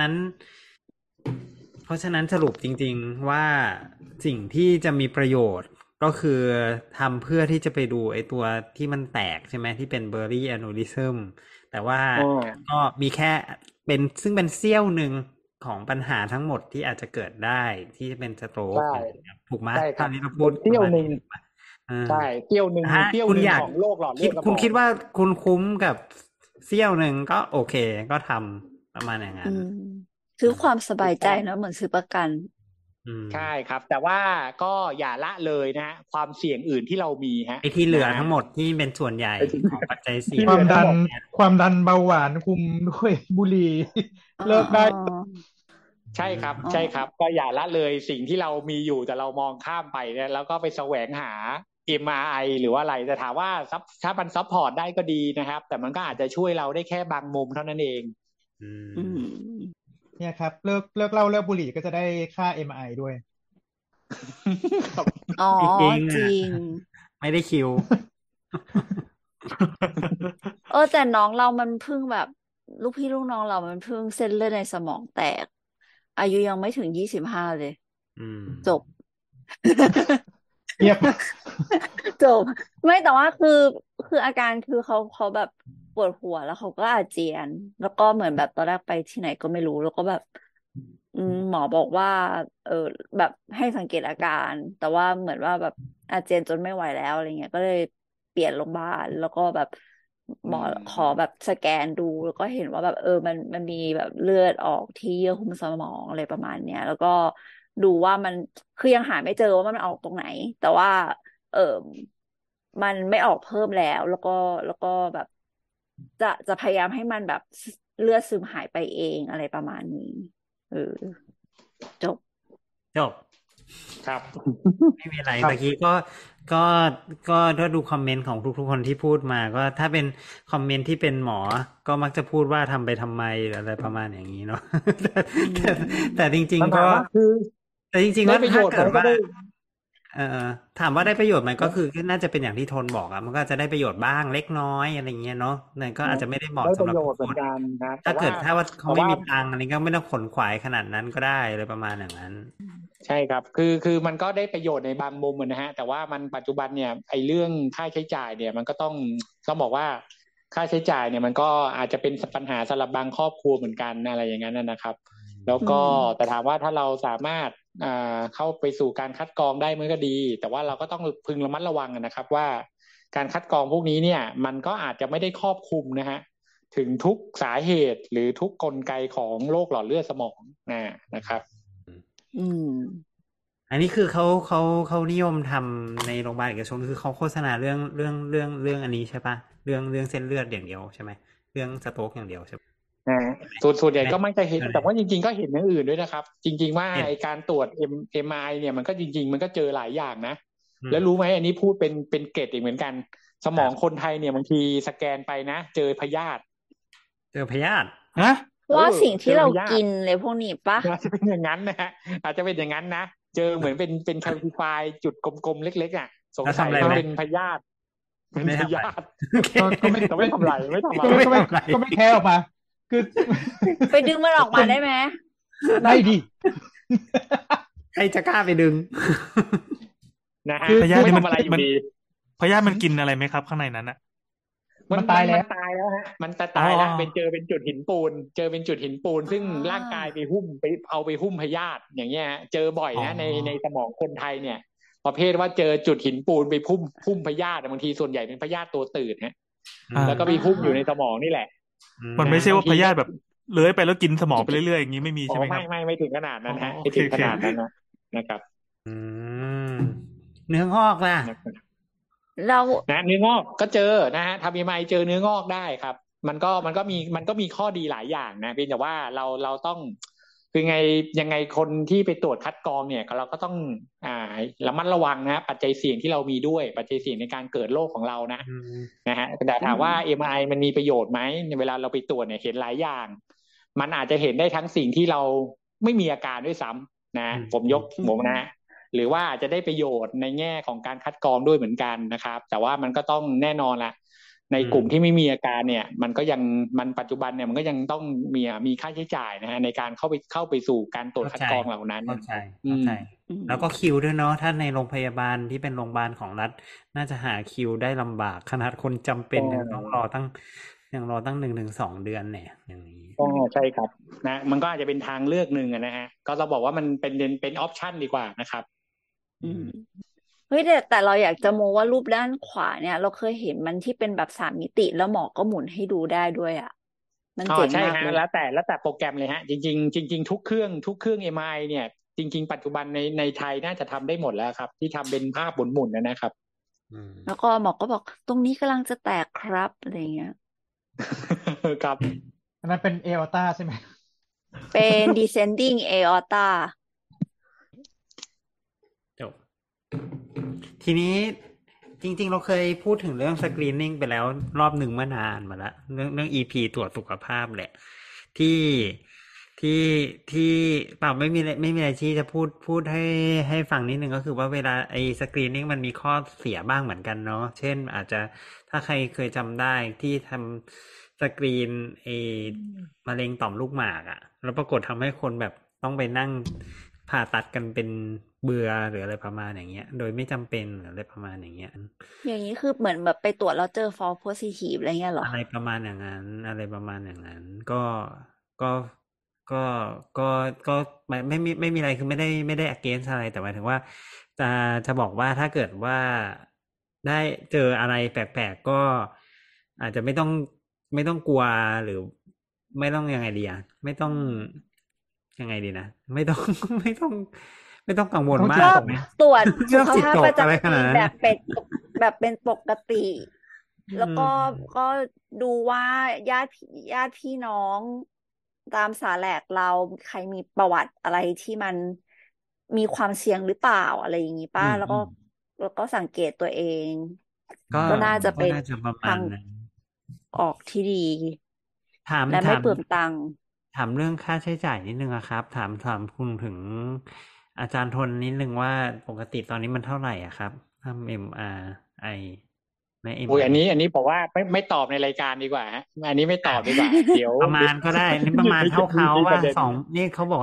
นั้นสรุปจริงๆว่าสิ่งที่จะมีประโยชน์ก็คือทำเพื่อที่จะไปดูไอ้ตัวที่มันแตกใช่ไหมที่เป็นเบอร์รี่แอนอริซึมแต่ว่าก็มีแค่ซึ่งเป็นเสี้ยวหนึ่งของปัญหาทั้งหมดที่อาจจะเกิดได้ที่จะเป็นสโตรกถูกไหมตอนนี้เราพูดเสี้ยวหนึ่งใช่เสี้ยวหนึ่งของโรคหลอดเลือดคุณคิดว่าคุณคุ้มกับเสี้ยวหนึ่งก็โอเคก็ทำประมาณอย่างนั้นซื้อความสบายใจเนาะเหมือนซื้อประกันใช่ครับแต่ว่าก็อย่าละเลยนะความเสี่ยงอื่นที่เรามีฮะไอ้ที่เหลือทั้งหมดที่เป็นส่วนใหญ่ของปัจจัยเสี่ยงความดันเบาหวานคุมด้วยบุหรี่เลิกได้ใช่ครับก็อย่าละเลยสิ่งที่เรามีอยู่แต่เรามองข้ามไปเนี่ยแล้วก็ไปแสวงหา MRI หรือว่าอะไรแต่ถามว่าถ้ามันซัพพอร์ตได้ก็ดีนะครับแต่มันก็อาจจะช่วยเราได้แค่บางมุมเท่านั้นเองเนี่ยครับเลิกเหล้าเลิกบุหรี่ก็จะได้ค่า MRI ด้วยอ๋อจริงไม่ได้คิวแต่น้องเรามันเพิ่งแบบลูกพี่ลูกน้องเรามันเพิ่งเส้นเลือดในสมองแตกอายุยังไม่ถึง25เลยจบเงียบจบไม่แต่ว่าคืออาการคือเขาแบบปวดหัวแล้วเขาก็อาเจียนแล้วก็เหมือนแบบตอนแรกไปที่ไหนก็ไม่รู้แล้วก็แบบหมอบอกว่าแบบให้สังเกตอาการแต่ว่าเหมือนว่าแบบอาเจียนจนไม่ไหวแล้วอะไรเงี้ยก็เลยเปลี่ยนโรงพยาบาลแล้วก็แบบหมอขอแบบสแกนดูแล้วก็เห็นว่าแบบมันมีแบบเลือดออกที่เยื่อหุ้มสมองอะไรประมาณเนี้ยแล้วก็ดูว่ามันคือยังหาไม่เจอว่ามันออกตรงไหนแต่ว่าเออมันไม่ออกเพิ่มแล้วก็แบบจะพยายามให้มันแบบเลือดซึมหายไปเองอะไรประมาณนี้เออจบจบครับไม่มีอะไรครับตะกี้ก็ก็ถ้าดูคอมเมนต์ของทุกๆคนที่พูดมาก็ถ้าเป็นคอมเมนต์ที่เป็นหมอก็มักจะพูดว่าทำไปทำไมหรืออะไรประมาณอย่างนี้เนาะอืแต่แต่มจริงๆก็คำถามว่าคือแต่จริงๆได้ว่าประโยชน์ไหมถ้าเกิดว่าก็ได้เออถามว่าได้ประโยชน์ไหมก็คือน่าจะเป็นอย่างที่โทนบอกอะมันก็จะได้ประโยชน์บ้างเล็กน้อยอะไรเงี้ยเนาะแต่ก็อาจจะไม่ได้เหมาะได้สำหประโยชน์เหมือนรับทุกคนกันนะแต่ถ้าเกิว่าดถ้าว่าเขาแต่ว่าไม่มีตังค์อะไรก็ไม่ต้องขนขวายขนาดนั้นก็ได้อะไรประมาณอย่างนั้นใช่ครับคือมันก็ได้ประโยชน์ในบางมุมนะฮะแต่ว่ามันปัจจุบันเนี่ยไอ้เรื่องค่าใช้จ่ายเนี่ยมันก็ต้องบอกว่าค่าใช้จ่ายเนี่ยมันก็อาจจะเป็นปัญหาสำหรับบางครอบครัวเหมือนกันอะไรอย่างนั้นนะครับแล้วอืก็มแต่ถามว่าถ้าเราสามารถเข้าไปสู่การคัดกรองได้มันก็ดีแต่ว่าเราก็ต้องพึงระมัดระวังนะครับว่าการคัดกรองพวกนี้เนี่ยมันก็อาจจะไม่ได้ครอบคลุมนะฮะถึงทุกสาเหตุหรือทุกกลไกของโรคหลอดเลือดสมองนะครับอืมอันนี้คือเขานิยมทำในโรงพยาบาลเอกชนคือเขาโฆษณาเรื่องอันนี้ใช่ปะเรื่องเส้นเลือดอย่างเดียวใช่ไหมเรื่องสโตรกอย่างเดียวใช่ไหมอ่าส่วนใหญ่ไหมก็มักจะเห็นเออแต่ว่าจริงๆก็เห็นอย่างอื่นด้วยนะครับจริงๆว่าเห็นไอการตรวจ MRI เนี่ยมันก็จริงๆมันก็เจอหลายอย่างนะอืมแล้วรู้ไหมอันนี้พูดเป็นเกร็ดอีกเหมือนกันสมองครับคนไทยเนี่ยบางทีสแกนไปนะเจอพยาธิเจอพยาธิฮะว่าสิ่งเจที่เราอพยาธิกินเลยพวกนี้ปะอาจจะเป็นอย่างนั้นนะฮะอาจจะเป็นอย่างนั้นนะเจอเหมือนเป็นแคลซิฟายจุดกลมๆเล็กๆอ่ะสงแล้วทำอะไรไหมสัยว่าเป็นพยาธิเป็นไม่ทำอะไรพยาธิโอเคก็ไม่แต่ไม่ทำไรไม่ทำไรไม่ก็ไม่ก็ไม่ทำอะไรก็ไม่แค่ออกมาคือไปดึงมันออกมาได้ไหมได้ดิใครจะกล้าไปดึงนะฮะคือพยาธิไม่นี่มันทำอะไรอยู่มันดีพยาธิมันกินอะไรไหมครับข้างในนั้นอ่ะมันตายแล้วมันตายแล้วฮะมันตายแล้วเป็นจุดหินปูนเจอเป็นจุดหินปูนซึ่งร่างกายไปหุ้มไปเอาไปหุ้มพยาธิอย่างเงี้ยฮะเจอบ่อยนะในสมองคนไทยเนี่ยประเภทว่าเจอจุดหินปูนไปหุ้มพยาธิบางทีส่วนใหญ่เป็นพยาธิตัวตืดฮะอ่าแล้วก็ไปหุ้มอยู่ในสมองนี่แหละมันไม่ใช่ว่าบางทีพยาธิแบบเลื้อยไปแล้วกินสมองไปเรื่อยๆอย่างนี้ไม่มีอ๋ใช่อไหมครับไม่ถึงขนาดนั้นฮะอ๋อไม่ถึงโอเคขนาดนั้นนะครับอืมเนื้องอกล่ะเรานะเนื้องอกก็เจอนะฮะทำยังไงเจอเนื้องอกได้ครับมันก็มีข้อดีหลายอย่างนะเพียงแต่ว่าเราต้องคือยังไงคนที่ไปตรวจคัดกรองเนี่ยเราก็ต้องระมัดระวังนะปัจจัยเสี่ยงที่เรามีด้วยปัจจัยเสี่ยงในการเกิดโรคของเรานะฮะแต่ถามว่า MRI มันมีประโยชน์ไหมเวลาเราไปตรวจเนี่ยเห็นหลายอย่างมันอาจจะเห็นได้ทั้งสิ่งที่เราไม่มีอาการด้วยซ้ำนะผมนะหรือว่าจะได้ประโยชน์ในแง่ของการคัดกรองด้วยเหมือนกันนะครับแต่ว่ามันก็ต้องแน่นอนละในกลุ่มที่ไม่มีอาการเนี่ยมันปัจจุบันเนี่ยมันก็ยังต้องมีค่าใช้จ่ายนะฮะในการเข้าไปสู่การตรวจคัดกรองเหล่านั้นเข้าใจแล้วก็คิวด้วยเนาะถ้าในโรงพยาบาลที่เป็นโรงพยาบาลของรัฐน่าจะหาคิวได้ลำบากขนาดคนจำเป็นต้องรอตั้ง1 ถึง 2 เดือนเนี่ยอย่างนี้ก็ใช่ครับนะมันก็อาจจะเป็นทางเลือกหนึ่งนะฮะก็เราบอกว่ามันเป็นออปชันดีกว่านะครับเฮ้ยแต่เราอยากจะโม้ว่ารูปด้านขวาเนี่ย เราเคยเห็นมันที่เป็นแบบ3 มิติแล้วหมอก็หมุนให้ดูได้ด้วยอ่ะมันเจ๋งใช่มากฮะเลยแล้วแต่โปรแกรมเลยฮะจริงทุกเครื่อง MRI เนี่ยจริงๆปัจจุบันในไทยน่าจะทำได้หมดแล้วครับที่ทำเป็นภาพหมุนนะครับแล้วก็หมอก็บอกตรงนี้กำลังจะแตกครับอะไรเงี้ยครับอันนั้นเป็นเออต้าใช่ไหมเป็น descending aorta จบทีนี้จริงๆเราเคยพูดถึงเรื่องสกรีนนิ่งไปแล้วรอบหนึ่งเมื่อนานมาแล้วเรื่อง EP ตรวจสุขภาพแหละที่เปล่าไม่มีอะไรที่จะพูดให้ฟังนิดนึงก็คือว่าเวลาไอ้สกรีนนิ่งมันมีข้อเสียบ้างเหมือนกันเนาะเช่นอาจจะถ้าใครเคยจำได้ที่ทำสกรีนมะเร็งต่อมลูกหมากอ่ะแล้วปรากฏทำให้คนแบบต้องไปนั่งผ่าตัดกันเป็นเบื่อหรืออะไรประมาณอย่างเงี้ยโดยไม่จำเป็นหรืออะไรประมาณอย่างเงี้ยอย่างนี้คือเหมือนแบบไปตรวจแล้วเจอ false positive อะไรเงี้ยเหรออะไรประมาณอย่างนั้นก็ก็ก็ไม่มีอะไรคือไม่ได้ against อะไรแต่หมายถึงว่าจะบอกว่าถ้าเกิดว่าได้เจออะไรแปลกๆก็อาจจะไม่ต้องกลัวหรือไม่ต้องยังไงดีอ่ะไม่ต้องยังไงดีนะไม่ต้องไม่ต้องกังวลต้องมาจิตกก็ตกนะตรวจเรื่สุองขจิตภาพตปกระอะไรขจำปีนาดนั้นแบบเป็นปกติอืแล้วมก็ดูว่าญาติพี่น้องตามสาแหลกเราใครมีประวัติอะไรที่มันมีความเสี่ยงหรือเปล่าอะไรอย่างนี้อืป้ามอืมแล้วก็สังเกตตัวเองก็ก็น่าจะก็เป็นน่าจะประทามาณงนั้นออกที่ดีถามและไม่ถามเปลืองตังค์ถามเรื่องค่าใช้จ่ายนิดนึงอะครับ ถามคุณถึงอาจารย์ทนนิดนึงว่าปกติตอนนี้มันเท่าไหร่อะครับทำ MRI ไม่โอ้ย MRI อันนี้ผมว่าไม่ตอบในรายการดีกว่าฮะอันนี้ไม่ตอบดีกว่า เดี๋ยวประมาณก็ได้ นี่ประมาณมีเท่าเขามีปว่าระเด็นนี่เขาบอกว่า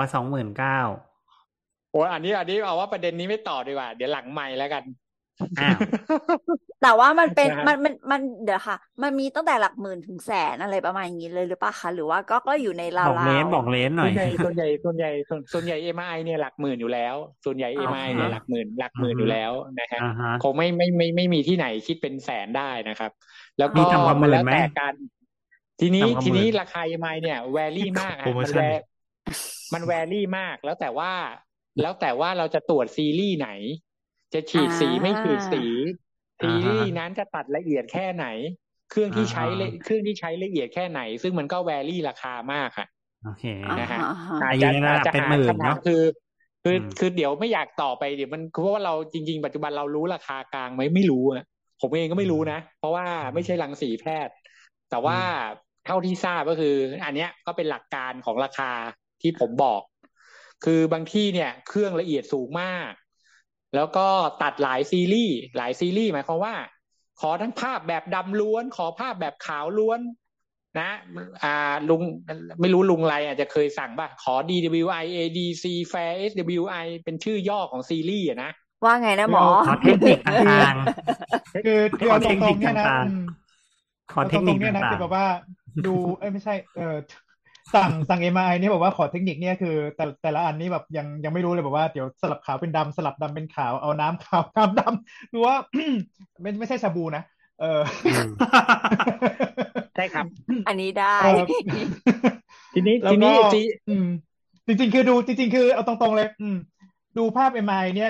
29,000 โอ้ยอันนี้เอาว่าประเด็นนี้ไม่ตอบดีกว่า เดี๋ยวหลังไมค์แล้วกันอ้าวแต่ว่ามันเป็นนะฮะมันเดี๋ยวค่ะ มันมีตั้งแต่หลักหมื่นถึงแสนอะไรประมาณอย่างนี้เลยหรือเปล่าคะหรือว่าก็อยู่ในราบอกเลวนบอกเลนหน่อยส่วนใหญ่MRI เนี่ยหลักหมื่นอยู่แล้ว ส่วนใหญ่อ่า MRI ฮะเนี่ยหลักหมื่นอืออฮึยู่แล้วนะฮะอ่าฮะคงไม่มีที่ไหนคิดเป็นแสนได้นะครับ แล้วมีก็ต่ำกว่าหมันมื่นแล้วไหมแต่การ ทีนี้ต่ำกว่าหมื่นราคา MRI เนี่ยแวรี่มากโปรฮะโมมันชั่นมันแวรี่มากแล้วแต่ว่าเราจะตรวจซีรีส์ไหน จะฉีดสีไม่ฉีดสี ซีอ่าฮะรีส์นั้นจะตัดละเอียดแค่ไหน เครื่องที่ใช้ละเอียดแค่ไหน ซึ่งมันก็แวรี่ราคามากค่ะโอเคอ่านะฮะฮะอ่าฮะอาจอยู่จะในระดับเป็นหาหมื่นคำถาเนาะมคืออืมเดี๋ยวไม่อยากต่อไปเดี๋ยวมันเพราะว่าเราจริง ๆ ปัจจุบันเรารู้ราคากลางไหมไม่รู้อะผมเองก็ไม่รู้นะ เพราะว่าไม่ใช่รังสีแพทย์ แต่ว่าเท่าที่ทราบก็คือ อันเนี้ยก็เป็นหลักการของราคาที่ผมบอก คือบางที่เนี่ยเครื่องละเอียดสูงมาก แล้วก็ตัดหลายซีรีส์หมายความว่า ขอทั้งภาพแบบดำล้วน ขอภาพแบบขาวล้วน นะลุงไม่รู้ลุงอะไรอาจจะเคยสั่งป่ะขอ DWI ADC Fair SWI เป็นชื่อย่อของซีรีส์อะนะว่าไงนะหมอขอเทคนิคต่างคือขอเอาเทตคนิรคงๆเนี่ยนะต่าง ๆ ขอเอาเทตครนิคงๆเนี่ยนะต่าคืงอแบบว่าดูไม่ใช่สั่ง MRI เนี่ยบอกว่าขอเทคนิคเนี่ยคือแต่ละอันนี้แบบยังไม่รู้เลยแบบว่าเดี๋ยวสลับขาวเป็นดำสลับดำเป็นขาวเอาน้ำขาวน้ำดำหรือว่า ไม่ใช่ชาบูนะๆอืมใช่ครับอันนี้ได้เออทีนี้แล้วก็ซีจริงๆคือเอาตรงๆเลย ดูภาพ MRI เนี่ย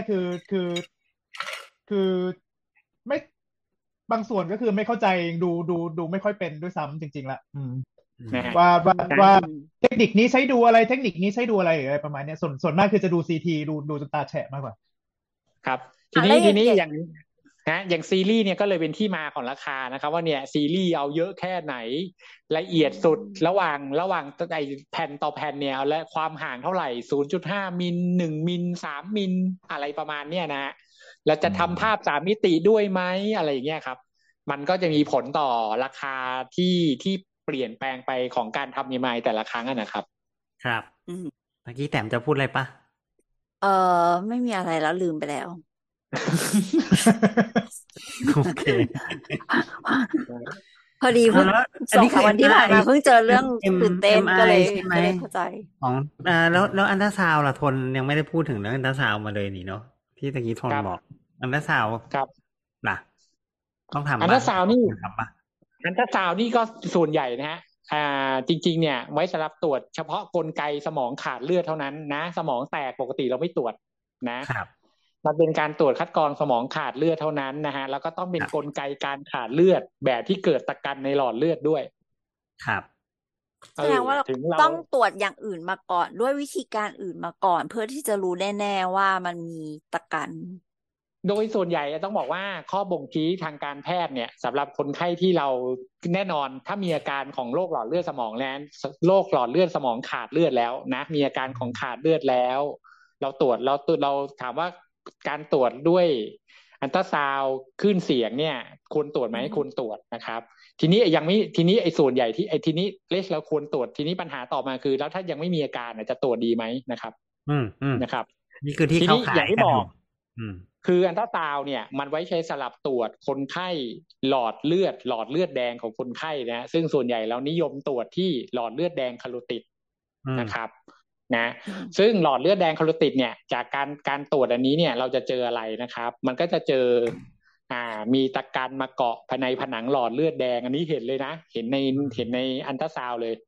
คือไม่บางส่วนก็คือไม่เข้าใจดูไม่ค่อยเป็นด้วยซ้ำจริงๆละนะฮะว่าเทคนิคนี้ใช้ดูอะไรเทคนิคนี้ใช้ดูอะไรหรืออะไรประมาณเนี้ยส่วนมากคือจะดูซีทีดูจนตาแฉะมากกว่าครับทีอ่ะแล้นี้วอย่างซีรีส์เนี่ยก็เลยเป็นที่มาของราคานะครับ ว่าเนี่ยซีรีส์เอาเยอะแค่ไหน ละเอียดสุดระหว่างไอ้แผ่นต่อแผ่นเนี่ยและความห่างเท่าไหร่ 0.5 มิล 1 มิล 3 มิลอะไรประมาณเนี้ยนะฮะแล้วจะทำภาพ3 มิติด้วยไหมอะไรอย่างเงี้ยครับ มันก็จะมีผลต่อราคาที่เปลี่ยนแปลงไปของการทำ MRI แต่ละครั้งนะครับครับอืมเมื่อกี้แต้มจะพูดอะไรปะไม่มีอะไรแล้วลืมไปแล้วโอเคพอดีเพิ่งแล้วอันสองนี้คืสามอวันที่ผ่านมา MRI เพิ่งเจอเรื่องตื่นเต้นก็เลยใช่ไหมเข้าใจของแล้วอันตราซาวด์ล่ะทนยังไม่ได้พูดถึงเรื่องอันตราซาวด์มาเลยนี่เนาะที่ตะกี้ทนครับบอกอันตราซาวด์ครับล่ะต้องทำอันตราซาวด์นี่ทำปะอันตราซาวด์นี่ก็ส่วนใหญ่นะฮะจริงๆเนี่ยไว้สำหรับตรวจเฉพาะกลไกสมองขาดเลือดเท่านั้นนะสมองแตกปกติเราไม่ตรวจนะครับ มันเป็นการตรวจคัดกรองสมองขาดเลือดเท่านั้นนะฮะแล้วก็ต้องเป็นครับกลไกการขาดเลือดแบบที่เกิดตะกันในหลอดเลือดด้วยครับแสดงว่าเราถึงเราต้องตรวจอย่างอื่นมาก่อนด้วยวิธีการอื่นมาก่อน เพื่อที่จะรู้แน่ๆว่ามันมีตะกันโดยส่วนใหญ่ต้องบอกว่าข้อบ่งชี้ทางการแพทย์เนี่ยสำหรับคนไข้ที่เราแน่นอนถ้ามีอาการของโรคหลอดเลือดสมองแล้วโรคหลอดเลือดสมองขาดเลือดแล้วนะมีอาการของขาดเลือดแล้ว เราตรวจเราถามว่าการตรวจด้วยอัลตราซาวด์คลื่นเสียงเนี่ยควรตรวจไหมควรตรวจนะครับ ทีนี้ไอ้ส่วนใหญ่ที่ทีนี้เราควรตรวจทีนี้ปัญหาต่อมาคือแล้วถ้ายังไม่มีอาการจะตรวจดีไหมนะครับ นะครับนี่คือที่ทีเขานี้ขาอย่าย งที่กันบออกยู่คืออัลตราซาวด์เนี่ยมันไว้ใช้สลับตรวจคนไข้หลอดเลือดแดงของคนไข้นะซึ่งส่วนใหญ่เรานิยมตรวจที่หลอดเลือดแดงคาโรติดนะครับนะซึ่งหลอดเลือดแดงคาโรติดเนี่ยจากการตรวจอันนี้เนี่ยเราจะเจออะไรนะครับมันก็จะเจอมีตะกันมาเกาะภายในผนังหลอดเลือดแดงอันนี้เห็นเลยนะเห็นในอัลตราซาวด์เลย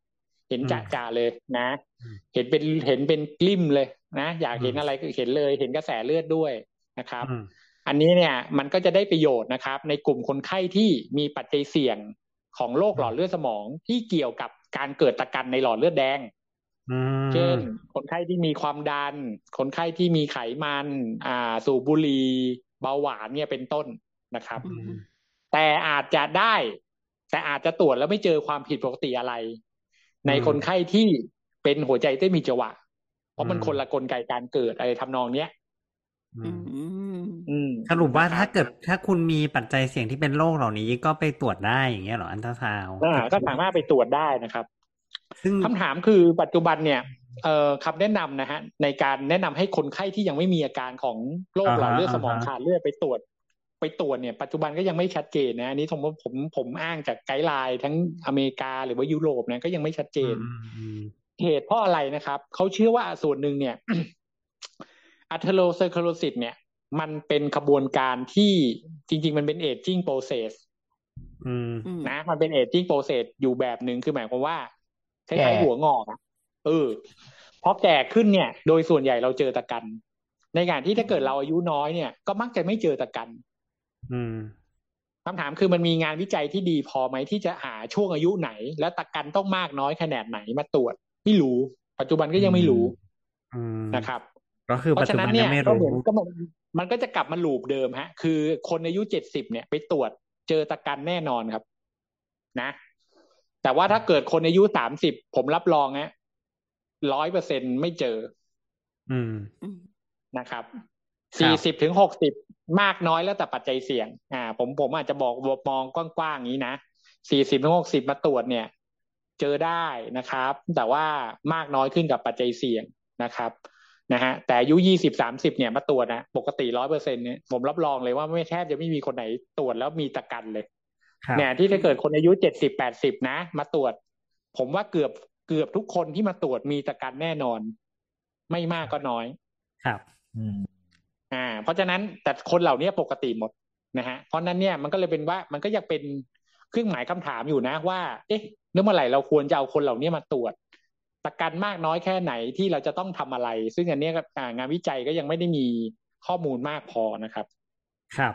เห็นอืมจะเลยนะ เห็นเป็นกลิ้มเลยนะอยากอืเห็นมอะไรก็เห็นเลยเห็นกระแสเลือดด้วยนะครับอืมอันนี้เนี่ยมันก็จะได้ประโยชน์นะครับ ในกลุ่มคนไข้ที่มีปัจจัยเสี่ยงของโรคหลอดเลือดสมองที่เกี่ยวกับการเกิดตะกันในหลอดเลือดแดงอืเช่นมคนไข้ที่มีความดัน คนไข้ที่มีไขมันสูบบุหรี่เบาหวานเนี่ยเป็นต้นนะครับอืมแต่อาจจะตรวจแล้วไม่เจอความผิดปกติอะไร ในคนไข้ที่เป็นหัวใจเต้นผิดจังหวะเพราะมันคนละกลไกการเกิดอะไรทำนองเนี้ยอืมมสรุปว่านะครับถ้าคุณมีปัจจัยเสี่ยงที่เป็นโรคเหล่านี้ก็ไปตรวจได้อย่างเงี้ยเหรออัลตราซาวด์ก็สามารถไปตรวจได้นะครับซึ่งคำถามคือปัจจุบันเนี่ยคำแนะนำนะฮะในการแนะนำให้คนไข้ที่ยังไม่มีอาการของโรคหลอดเลือดสมองขาดเลือดไปตรวจเนี่ยปัจจุบันก็ยังไม่ชัดเจนนะอันนี้ผมอ้างจากไกด์ไลน์ทั้งอเมริกาหรือว่ายุโรปนะก็ยังไม่ชัดเจน เหตุเพราะอะไรนะครับเขาเชื่อว่าส่วนหนึ่งเนี่ย atherosclerosis เนี่ยมันเป็นขบวนการที่จริงๆมันเป็น aging process นะมันเป็น aging process อยู่แบบหนึ่งคือหมายความว่าคล้ายๆหัวงอกพอแก่ขึ้นเนี่ยโดยส่วนใหญ่เราเจอตะกันในขณะที่ถ้าเกิดเราอายุน้อยเนี่ยก็มักจะไม่เจอตะกันคำถามคือมันมีงานวิจัยที่ดีพอไหมที่จะหาช่วงอายุไหนและตะกันต้องมากน้อยขนาดไหนมาตรวจไม่รู้ปัจจุบันก็ยังไม่รู้นะครับก็คือเพปัจราะจุฉะนั้บันนเนี่ยัยงไม่ก็รู้เหมือนก็มันก็จะกลับมาลูปเดิมฮะคือคนอายุ70เนี่ยไปตรวจเจอตะกันแน่นอนครับนะแต่ว่าถ้าเกิดคนอายุ30ผมรับรองฮะ100%ไม่เจอนะครับ40-60มากน้อยแล้วแต่ปัจจัยเสี่ยงผมอาจจะบอกมองกว้างๆอย่างนี้นะ40-60มาตรวจเนี่ยเจอได้นะครับแต่ว่ามากน้อยขึ้นกับปัจจัยเสี่ยงนะครับนะฮะแต่อายุ20-30เนี่ยมาตรวจนะปกติ 100% เนี่ยผมรับรองเลยว่าไม่แทบจะไม่มีคนไหนตรวจแล้วมีตะกันเลยเนี่ยที่ถ้าเกิดคนอายุ70-80นะมาตรวจผมว่าเกือบทุกคนที่มาตรวจมีตะกันแน่นอนไม่มากก็น้อยครับเพราะฉะนั้นแต่คนเหล่านี้ปกติหมดนะฮะเพราะนั้นเนี่ยมันก็เลยเป็นว่ามันก็ยังเป็นเครื่องหมายคำถามอยู่นะว่าเอ๊ะเมื่อไหร่เราควรจะเอาคนเหล่านี้มาตรวจตะกันมากน้อยแค่ไหนที่เราจะต้องทำอะไรซึ่งอันนี้งานวิจัยก็ยังไม่ได้มีข้อมูลมากพอนะครับครับ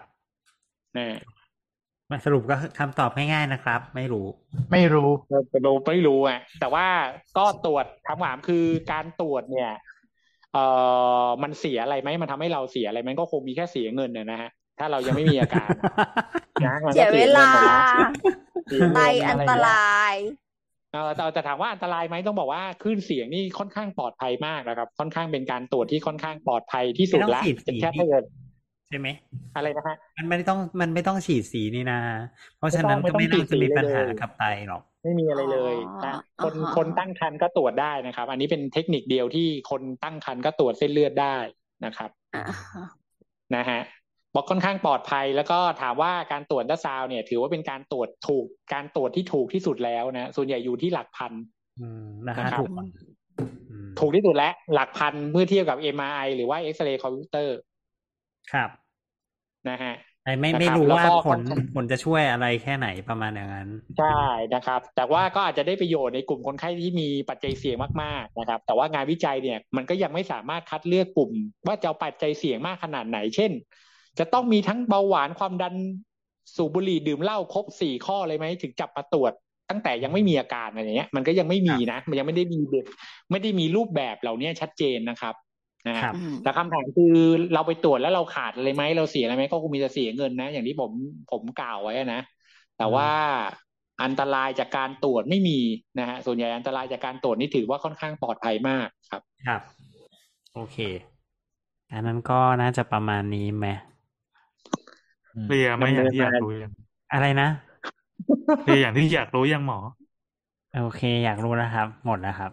มาสรุปก็คำตอบง่ายๆนะครับไม่รู้ไม่รู้แต่ว่าก็ตรวจคำถามคือการตรวจเนี่ยมันเสียอะไรไหมมันทำให้เราเสียอะไรมันก็คงมีแค่เสียเงินนะฮะถ้าเรายังไม่มีอาการนะเสียเวลาไตอันตรายแต่ถามว่าอันตรายไหมต้องบอกว่าคลื่นเสียงนี่ค่อนข้างปลอดภัยมากนะครับค่อนข้างเป็นการตรวจที่ค่อนข้างปลอดภัยที่สุดแล้วแค่ถ้าเกิดใช่ไหมอะไรนะฮะมันไม่ต้องฉีดสีนี่นะเพราะฉะนั้นก็ไม่น่าจะมีปัญหากับไตหรอกไม่มีอะไรเลยนะคนตั้งครรภ์ก็ตรวจได้นะครับอันนี้เป็นเทคนิคเดียวที่คนตั้งครรภ์ก็ตรวจเส้นเลือดได้นะครับนะฮะบอกค่อนข้างปลอดภัยแล้วก็ถามว่าการตรวจอัลตราซาวด์เนี่ยถือว่าเป็นการตรวจที่ถูกที่สุดแล้วนะส่วนใหญ่อยู่ที่หลักพันนะครับถูกที่สุดแล้วหลักพันเมื่อเทียบกับ MRI หรือว่าเอ็กซเรย์คอมพิวเตอร์ครับนะฮะไม่รู้ว่าผลจะช่วยอะไรแค่ไหนประมาณอย่างนั้นใช่นะครับแต่ว่าก็อาจจะได้ประโยชน์ในกลุ่มคนไข้ที่มีปัจจัยเสี่ยงมากๆนะครับแต่ว่างานวิจัยเนี่ยมันก็ยังไม่สามารถคัดเลือกกลุ่มว่าจะเอาปัจจัยเสี่ยงมากขนาดไหนเช่นจะต้องมีทั้งเบาหวานความดันสูบบุหรี่ดื่มเหล้าครบ4ข้อเลยไหมถึงจับมาตรวจตั้งแต่ยังไม่มีอาการอะไรเงี้ยมันก็ยังไม่มีนะมันยังไม่ได้มีรูปแบบเหล่านี้ชัดเจนนะครับแต่คำถามคือเราไปตรวจแล้วเราขาดอะไรไหมเราเสียอะไรไหมก็คงมีจะเสียเงินนะอย่างที่ผมกล่าวไว้นะแต่ว่าอันตรายจากการตรวจไม่มีนะฮะส่วนใหญ่อันตรายจากการตรวจนี่ถือว่าค่อนข้างปลอดภัยมากครับโอเคอันนั้นก็น่าจะประมาณนี้ไหมเรียไม่อย่างที่อยากรู้ยังอะไรนะเรียอย่างที่อยากรู้ยังหมอโอเคอยากรู้แล้วครับหมดแล้วครับ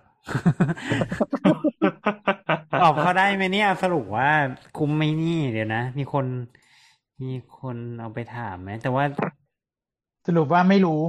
ตอบเขาได้ไหมเนี่ยสรุปว่าคุ้มไหมนี่เดี๋ยวนะมีคนเอาไปถามไหมแต่ว่าสรุปว่าไม่รู้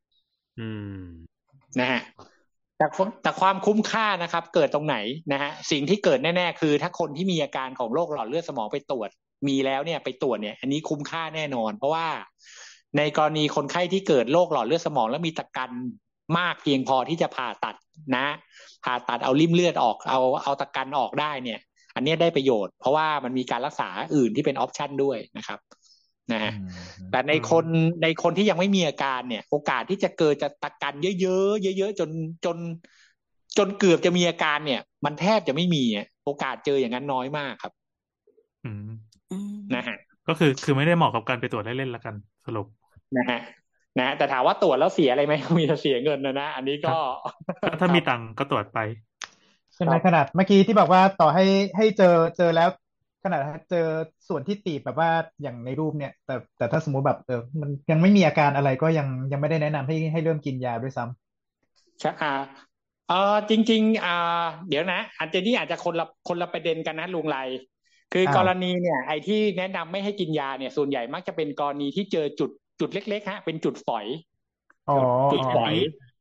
นะฮะแต่ความคุ้มค่านะครับเกิดตรงไหนนะฮะสิ่งที่เกิดแน่ๆคือถ้าคนที่มีอาการของโรคหลอดเลือดสมองไปตรวจมีแล้วเนี่ยไปตรวจเนี่ยอันนี้คุ้มค่าแน่นอนเพราะว่าในกรณีคนไข้ที่เกิดโรคหลอดเลือดสมองแล้วมีตะกันมากเพียงพอที่จะผ่าตัดนะผ่าตัดเอาริ่มเลือดออกเอาตะกันออกได้เนี่ยอันนี้ได้ประโยชน์เพราะว่ามันมีการรักษาอื่นที่เป็นออปชันด้วยนะครับนะฮะแต่ในคนที่ยังไม่มีอาการเนี่ยโอกาสที่จะเกิดจะตะกันเยอะๆเยอะๆจนเกือบจะมีอาการเนี่ยมันแทบจะไม่มีโอกาสเจออย่างนั้นน้อยมากครับอืมนะฮะก็คือไม่ได้เหมาะกับการไปตรวจเล่นๆละกันสรุปนะฮะแต่ถามว่าตรวจแล้วเสียอะไรไหม มีแต่เสียเงินนะอันนี้ก็ถ้ามีตังค์ก็ตรวจไปใช่ไหมขนาดเมื่อกี้ที่บอกว่าต่อให้เจอแล้วขนาดเจอส่วนที่ตีบแบบว่าอย่างในรูปเนี่ยแต่ถ้าสมมุติแบบมันยังไม่มีอาการอะไรก็ยังไม่ได้แนะนำให้เริ่มกินยาด้วยซ้ำใช่จริงๆเดี๋ยวนะอาจจะคนละประเด็นกันนะลุงไรคือกรณีเนี่ยไอ้ที่แนะนำไม่ให้กินยาเนี่ยส่วนใหญ่มักจะเป็นกรณีที่เจอจุดเล็กๆฮะเป็นจุดฝอยจุดฝอย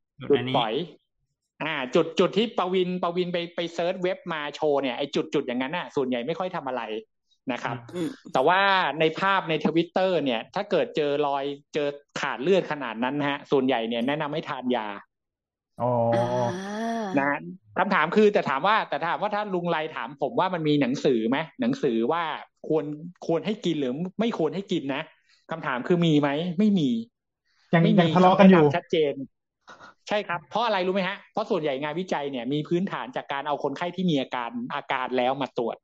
จุดที่ปวินไปเซิร์ชเว็บมาโชว์เนี่ยไอ้จุดอย่างนั้นน่ะส่วนใหญ่ไม่ค่อยทำอะไรนะครับแต่ว่าในภาพใน Twitter เนี่ยถ้าเกิดเจอรอยเจอขาดเลือดขนาดนั้นฮะส่วนใหญ่เนี่ยแนะนำให้ทานยานะคำถามคือแต่ถามว่าถ้าลุงไรถามผมว่ามันมีหนังสือไหมหนังสือว่าควรให้กินหรือไม่ควรให้กินนะคำถามคือมีไหมไม่มียังทะเลาะกันอยู่ชัดเจนใช่ครับเพราะอะไรรู้ไหมฮะเพราะส่วนใหญ่งานวิจัยเนี่ยมีพื้นฐานจากการเอาคนไข้ที่มีอาการแล้วมาตรวจ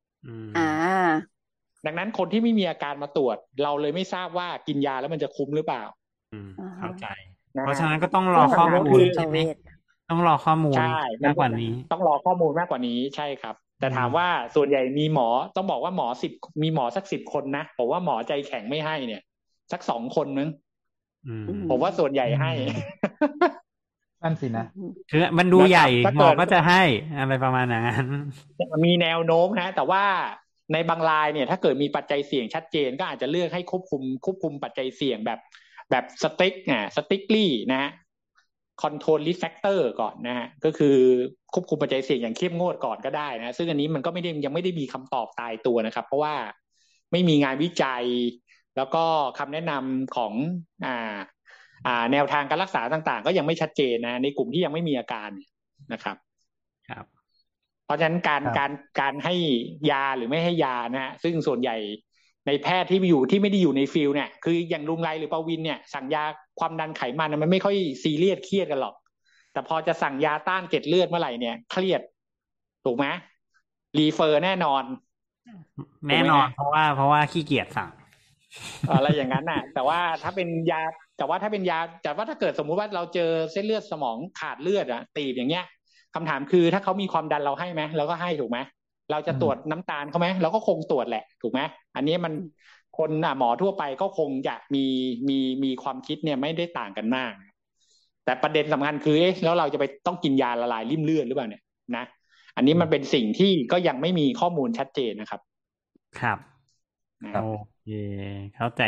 ดังนั้นคนที่ไม่มีอาการมาตรวจเราเลยไม่ทราบว่ากินยาแล้วมันจะคุ้มหรือเปล่าเข้าใจเพราะฉะนั้นก็ต้องรอข้อมูลใช่ไหมต้องรอข้อมูลมากกว่านี้ต้องรอข้อมูลมากกว่านี้ใช่ครับแต่ถามว่าส่วนใหญ่มีหมอต้องบอกว่ามีหมอสัก10 คนนะผมว่าหมอใจแข็งไม่ให้เนี่ยสัก2 คนนึงผมว่าส่วนใหญ่ให้นั่นสินะคือมันดูใหญ่หมอก็จะให้อะไรประมาณนั้นมีแนวโน้มฮะแต่ว่าในบางรายเนี่ยถ้าเกิดมีปัจจัยเสี่ยงชัดเจนก็อาจจะเลือกให้ควบคุมปัจจัยเสี่ยงแบบสติ๊กลี่นะฮะคอนโทรลริสแฟกเตอร์ก่อนนะฮะก็คือควบคุมปัจจัยเสี่ยงอย่างเข้มงวดก่อนก็ได้นะซึ่งอันนี้มันก็ยังไม่ได้มีคำตอบตายตัวนะครับเพราะว่าไม่มีงานวิจัยแล้วก็คำแนะนำของแนวทางการรักษาต่างๆก็ยังไม่ชัดเจนนะในกลุ่มที่ยังไม่มีอาการนะครับเพราะฉะนั้นการให้ยาหรือไม่ให้ยานะฮะซึ่งส่วนใหญ่ในแพทย์ที่ไม่ได้อยู่ในฟิลเนี่ยคืออย่างลุงไรหรือปวินเนี่ยสั่งยาความดันไขมันมันไม่ค่อยซีเรียสเครียดกันหรอกแต่พอจะสั่งยาต้านเกล็ดเลือดเมื่อไหร่เนี่ยเครียดถูกไหมรีเฟอร์แน่นอนเพราะว่าขี้เกียจสั่งอะไรอย่างนั้นน่ะแต่ว่าถ้าเป็นยาแต่ว่าถ้าเกิดสมมุติว่าเราเจอเส้นเลือดสมองขาดเลือดตีบอย่างเงี้ยคำถามคือถ้าเขามีความดันเราให้ไหมเราก็ให้ถูกไหมเราจะตรวจน้ำตาลเขาไหมเราก็คงตรวจแหละถูกไหมอันนี้มันคนหมอทั่วไปก็คงจะมีความคิดเนี่ยไม่ได้ต่างกันมากแต่ประเด็นสำคัญคือแล้วเราจะไปต้องกินยาละลายริ่มเลือดหรือเปล่าเนี่ยนะอันนี้มันเป็นสิ่งที่ก็ยังไม่มีข้อมูลชัดเจนนะครับครับโอเคเข้าใจ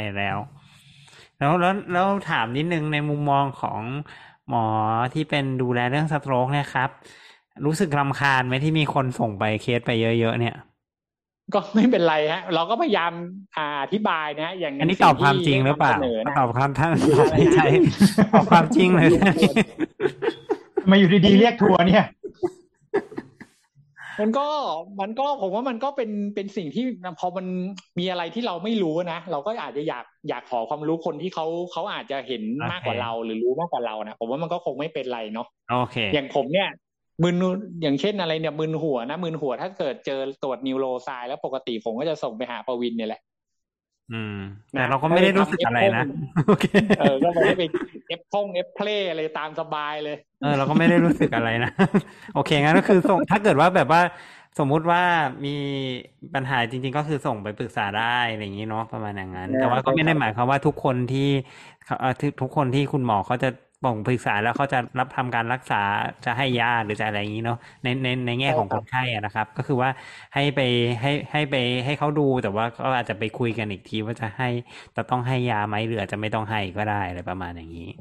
แล้วถามนิดนึงในมุมมองของหมอที่เป็นดูแลเรื่องสโตรกเนี่ยครับรู้สึกรำคาญไหมที่มีคนส่งไปเคสไปเยอะๆเนี่ยก็ไม่เป็นไรฮะเราก็พยายามอธิบายนะอย่างอันนี้ตอบความจริงหรือเปล่าตอบความท่านไม่ใช่ตอบความจริงเลยมาอยู่ดีๆเรียกทัวร์เนี่ยมันก็ผมว่ามันก็เป็นสิ่งที่พอมันมีอะไรที่เราไม่รู้นะเราก็อาจจะอยากขอความรู้คนที่เขาอาจจะเห็นมากกว่าเราหรือรู้มากกว่าเรานะผมว่ามันก็คงไม่เป็นไรเนาะโอเคอย่างผมเนี่ยมึนอย่างเช่นอะไรเนี่ยมึนหัวถ้าเกิดเจอตรวจนิวโรไซแล้วปกติผมก็จะส่งไปหาปวินเนี่ยแหละแต่เราก็ไม่ได้รู้สึกอะไรนะโอเคก็ไม่ได้ไปเอฟเพลย์อะไรตามสบายเลยเราก็ไม่ได้รู้สึกอะไรนะโอเคงั้นก็คือส่งถ้าเกิดว่าแบบว่าสมมุติว่ามีปัญหาจริงๆก็คือส่งไปปรึกษาได้อะไรอย่างนี้เนาะประมาณอย่างนั้นแต่ว่าก็ไม่ได้หมายความว่าทุกคนที่คุณหมอเขาจะส่งปรึกษาแล้วเขาจะรับทำการรักษาจะให้ยาหรือจะอะไรอย่างนี้เนาะในแง่ของคนไข้นะครับก็คือว่าให้เขาดูแต่ว่าก็อาจจะไปคุยกันอีกทีว่าจะต้องให้ยาไหมหรืออาจจะไม่ต้องให้ก็ได้อะไรประมาณอย่างนี้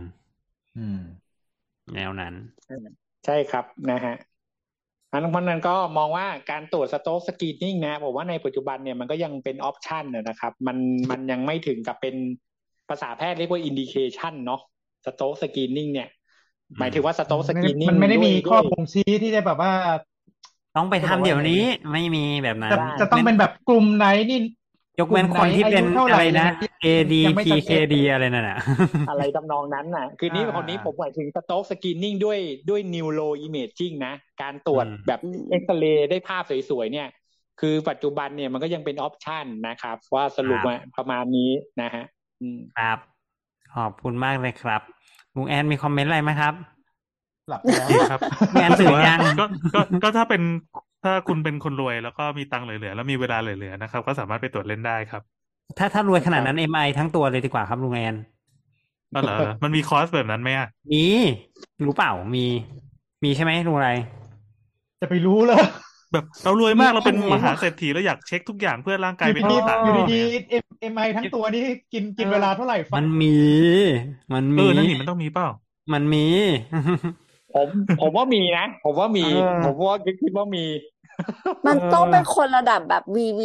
แนวนั้นใช่ครับนะฮะเพราะนั้นก็มองว่าการตรวจสโตรกสกรีนนิ่งนะผมว่าในปัจจุบันเนี่ยมันก็ยังเป็นออปชันนะครับมันยังไม่ถึงกับเป็นภาษาแพทย์เรียกว่าอินดิเคชันเนาะสโตรกสกรีนนิ่งเนี่ยหมายถึงว่าสโต๊กสไม่กรีนนิ่มังนไม่ได้ด้วมียข้อบ่งชี้ที่จะแบบว่าต้องไปจะทำบอกว่าเดี๋ยวยังไงนี้ดีไม่มีแบบนั้นจะต้องเป็นแบบกลุ่มไหนนี่ยกกลุ่เว้มนไหนคนที่อาเป็นยุเท่าไหอะร่ไรยังนะไง AD ยังไม่ชัดเจน PKD อะไรนั่นน่ะอะไรทำนองนั้นน่ะ คือนี่คนนี้ผมหมายถึงสโต๊กสกรีนนิ่งด้วยนิวโรอิเมจจิ้งนะ การตรวจแบบอืมเอ็กซเรย์ได้ภาพสวยๆเนี่ย คือปัจจุบันเนี่ยมันก็ยังเป็นออปชันนะครับ ว่าสรุปครับมาประมาณนี้นะฮะครับ ขอบคุณมากเลยครับลุงแอนมีคอมเมนต์อะไรไหมครับหลับไปแล้วโอเคครับลุงแอนรู้สึตื่กนว่ายังก็ถ้าคุณเป็นคนรวยแล้วก็มีตังค์เหลือๆแล้วมีเวลาเหลือๆนะครับ ก็สามารถไปตรวจเล่นได้ครับถ้ารวยขนาดนั้น MI ทั้งตัวเลยดีกว่าครับลุงแอนอ๋อเหรอมันมีคอร์สแบบนั้นไหมอ่ะมีรู้เปล่ามีใช่ไหมลุงอะไรจะไปรู้เลยแบบเรารวยมากเราเป็นมีมหาเศรษฐีแล้วอยากเช็คทุกอย่างเพื่อร่างกายเป็นดีต่างอยู่ๆดีเนี่ยๆ MI ทั้งตัวนี่กินเวลาเท่าไหร่ฟัมังนมีนั่นนี่มันต้องมีเปล่ามันมีผมว่ามีนะ ผมว่ามีเออผมว่าคิดว่ามีมันต้องเป็นคนระดับแบบ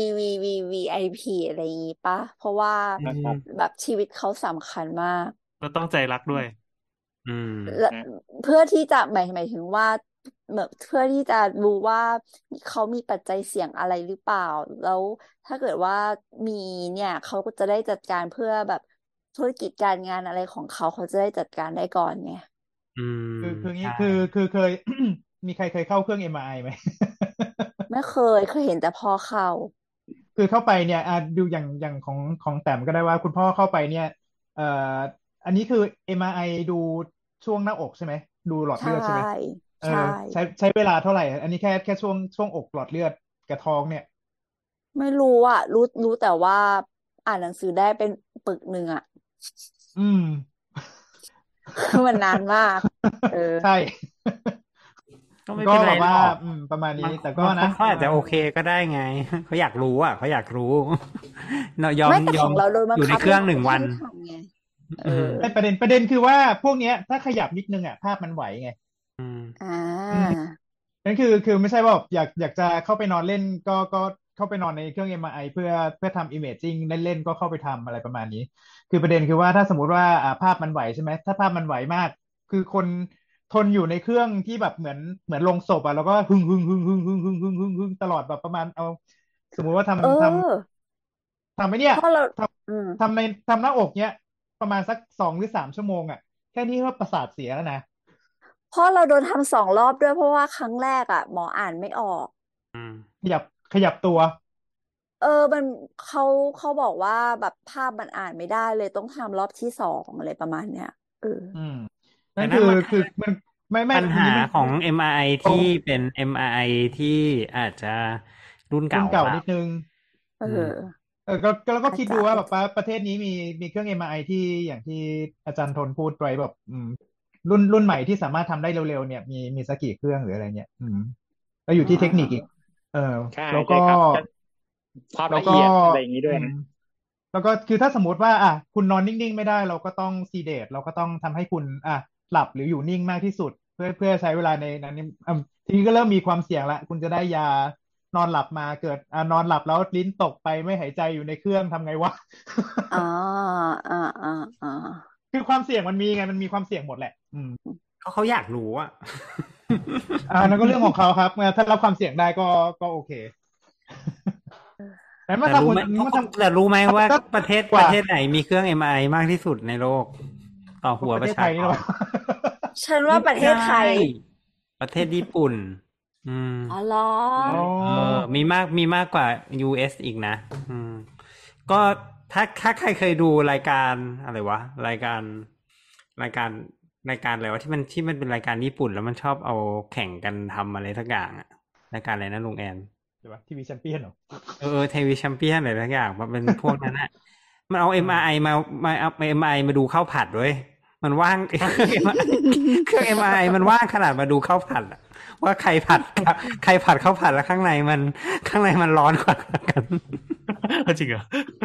VIP อะไรอย่างงี้ปะเพราะว่าอืมแบบชีวิตเขาสำคัญมากก็ต้องใจรักด้วยอืมและเพื่อที่จะหมายถึงว่าเพื่อที่จะรู้ว่าเขามีปัจจัยเสี่ยงอะไรหรือเปล่า แล้วถ้าเกิดว่ามีเนี่ยเขาก็จะได้จัดการเพื่อแบบธุรกิจการงานอะไรของเขาจะได้จัดการได้ก่อนไงอืมคืองี้ใช่คือเคย มีใครเคยเข้าเครื่อง MRI ไหมไม่เคยเห็นแต่พ่อเข้าคือเข้าไปเนี่ยดูอย่างของแต้มก็ได้ว่าคุณพ่อเข้าไปเนี่ยเอ่ออันนี้คือ MRI ดูช่วงหน้าอกใช่ไหมดูหลอดใช่เลือดใช่ไหมใช่ใช้เวลาเท่าไหร่ อันนี้แค่ช่วงอกหลอดเลือดกับท้องเนี่ยไม่รู้อ่ะรู้แต่ว่าอ่านหนังสือได้เป็นปึกหนึ่งอ่ะอืมคือมันนานมากใช่ก็ไม่ก็เป็นไรแบบว่าหรอกประมาณนี้ แต่ก็บางคนะเขาอาจจะโอเคก็ได้ไง เขาอยากรู้อ่ะเขาอยากรู้ เนาะยอมไม่แต่ยขออมงเราโดนบังอยู่ในคับเครื่องหนึ่งวันให้ทำไงอืมแต่ประเด็นคือว่าพวกเนี้ยถ้าขยับนิดนึงภาพมันไหวไงอืมอ่านั่นคือไม่ใช่ว่าอยากจะเข้าไปนอนเล่นก็เข้าไปนอนในเครื่อง MRI เพื่อทำ imaging เล่นๆก็เข้าไปทำอะไรประมาณนี้ คือประเด็นคือว่าถ้าสมมุติว่าภาพมันไหวใช่ไหมถ้าภาพมันไหวมาก คือคนทนอยู่ในเครื่องที่แบบเหมือนโลงศพแล้วก็หึ่งตลอดแบบประมาณสมมุติว่าทำไอ้เนี่ยเพราะเราทำหน้าอกเนี้ยประมาณสัก2 หรือ 3 ชั่วโมงแค่นี้ก็ประสาทเสียแล้วนะเพราะเราโดนทำ2 รอบด้วยเพราะว่าครั้งแรกอ่ะหมออ่านไม่ออกอืมขยับตัวมันเขาบอกว่าแบบภาพมันอ่านไม่ได้เลยต้องทำรอบที่2อะไรประมาณเนี้ยนั่นแต่นั่นมันคือมันไม่ปัญหานี้มันของ MRI ที่เป็น MRI ที่อาจจะรุ่นรุ่เก่านเก่าเปล่านิดนึงเออแล้วก็คิดดูอาจจะว่าแบบว่าประเทศนี้มีเครื่อง MRI ที่อย่างที่อาจารย์ทนพูดไว้แบบรุ่นใหม่ที่สามารถทำได้เร็วๆเนี่ยมีสักกี่เครื่องหรืออะไรเนี่ยแล้วอยู่ที่เทคนิคอีกใช่แล้วใช่ก็ครับความแล้วละก็เอียดอะไรอย่างนี้ด้วยนะแล้วก็คือถ้าสมมติว่าคุณนอนนิ่งๆไม่ได้เราก็ต้องซีเดตเราก็ต้องทำให้คุณหลับหรืออยู่นิ่งมากที่สุด เพื่อใช้เวลาในนั้นทีนี้ก็เริ่มมีความเสี่ยงละคุณจะได้ยานอนหลับมาเกิดนอนหลับแล้วลิ้นตกไปไม่หายใจอยู่ในเครื่องทำไงวะอ่าคือความเสี่ยงมันมีไงมันมีความเสี่ยงหมดแหละเขาอยากรู้อ่ะนั่นก็เรื่องของเขาครับถ้ารับความเสี่ยงได้ก็โอเคแต่มาแต่ทำรู้คนไหมมาทำแต่รู้ไหมว่าก็ประเทศกว่าไหนมีเครื่อง MRI มากที่สุดในโลก ต่อหัวปประ ระเทศชาไทยกนี่หรรอฉันว่าประเทศไทยม่ใช่ประเทศญี่ปุ่นอ๋อเหรอมีมากกว่า US อีกนะ ก็ถ้าใครเคยดูรายการอะไรวะรายการอะไรวะที่มันเป็นรายการญี่ปุ่นแล้วมันชอบเอาแข่งกันทำอะไรทักอย่างอะรายการอะไรนะลุงแอนเดี๋ยวทีวีแชมเปี้ยนเหรอทีวีแชมเปี้ยนอะไรทักอย่างมันเป็นพวกนั้นอะมันเอา MRI เอา MRI มาดูข้าวผัดด้วยมันว่าง เครื่อง MRI มันว่างขนาดมาดูข้าวผัดอะว่าใครผัดข้าวผัดแล้วข้างในมันร้อนกว่ากันจริงเหรอ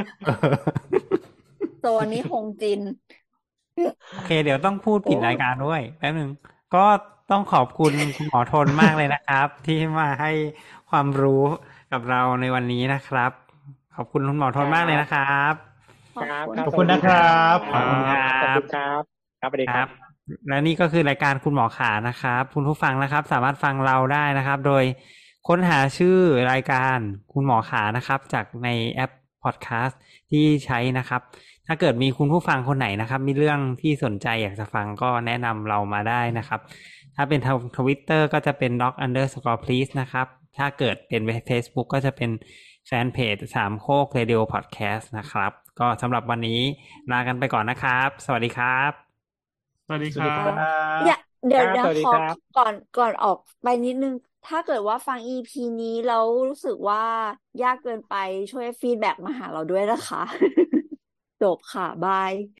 โซนนี้คงจินโอเคเดี๋ยวต้องพูดปิดรายการด้วยแป๊บนึงก็ต้องขอบคุณคุณหมอทนมากเลยนะครับ ที่มาให้ความรู้กับเราในวันนี้นะครับ ขอบคุณคุณหมอทนมากเลยนะครับครับขอบคุณนะครับขอบคุณครับขอบคุณครับครับสวัสดีครับและนี่ก็คือรายการคุณหมอขานะครับคุณผู้ฟังนะครับสามารถฟังเราได้นะครับโดยค้นหาชื่อรายการคุณหมอขานะครับจากในแอปพอดแคสต์ที่ใช้นะครับถ้าเกิดมีคุณผู้ฟังคนไหนนะครับมีเรื่องที่สนใจอยากจะฟังก็แนะนำเรามาได้นะครับถ้าเป็นTwitter ก็จะเป็น doc_please นะครับถ้าเกิดเป็น Facebook ก็จะเป็นแฟนเพจสามโคกเรดิโอพอดแคสต์นะครับก็สำหรับวันนี้ลากันไปก่อนนะครับสวัสดีครับสวัสดีสวัสดีครัครับ บอย่าเดี๋ยวครับเดี๋ยสววัสดีขอครับก่อนออกไปนิดนึง ถ้าเกิดว่าฟัง EP นี้แล้วรู้สึกว่ายากเกินไปช่วยฟีดแบ็กมาหาเราด้วยนะคะ จบค่ะ บาย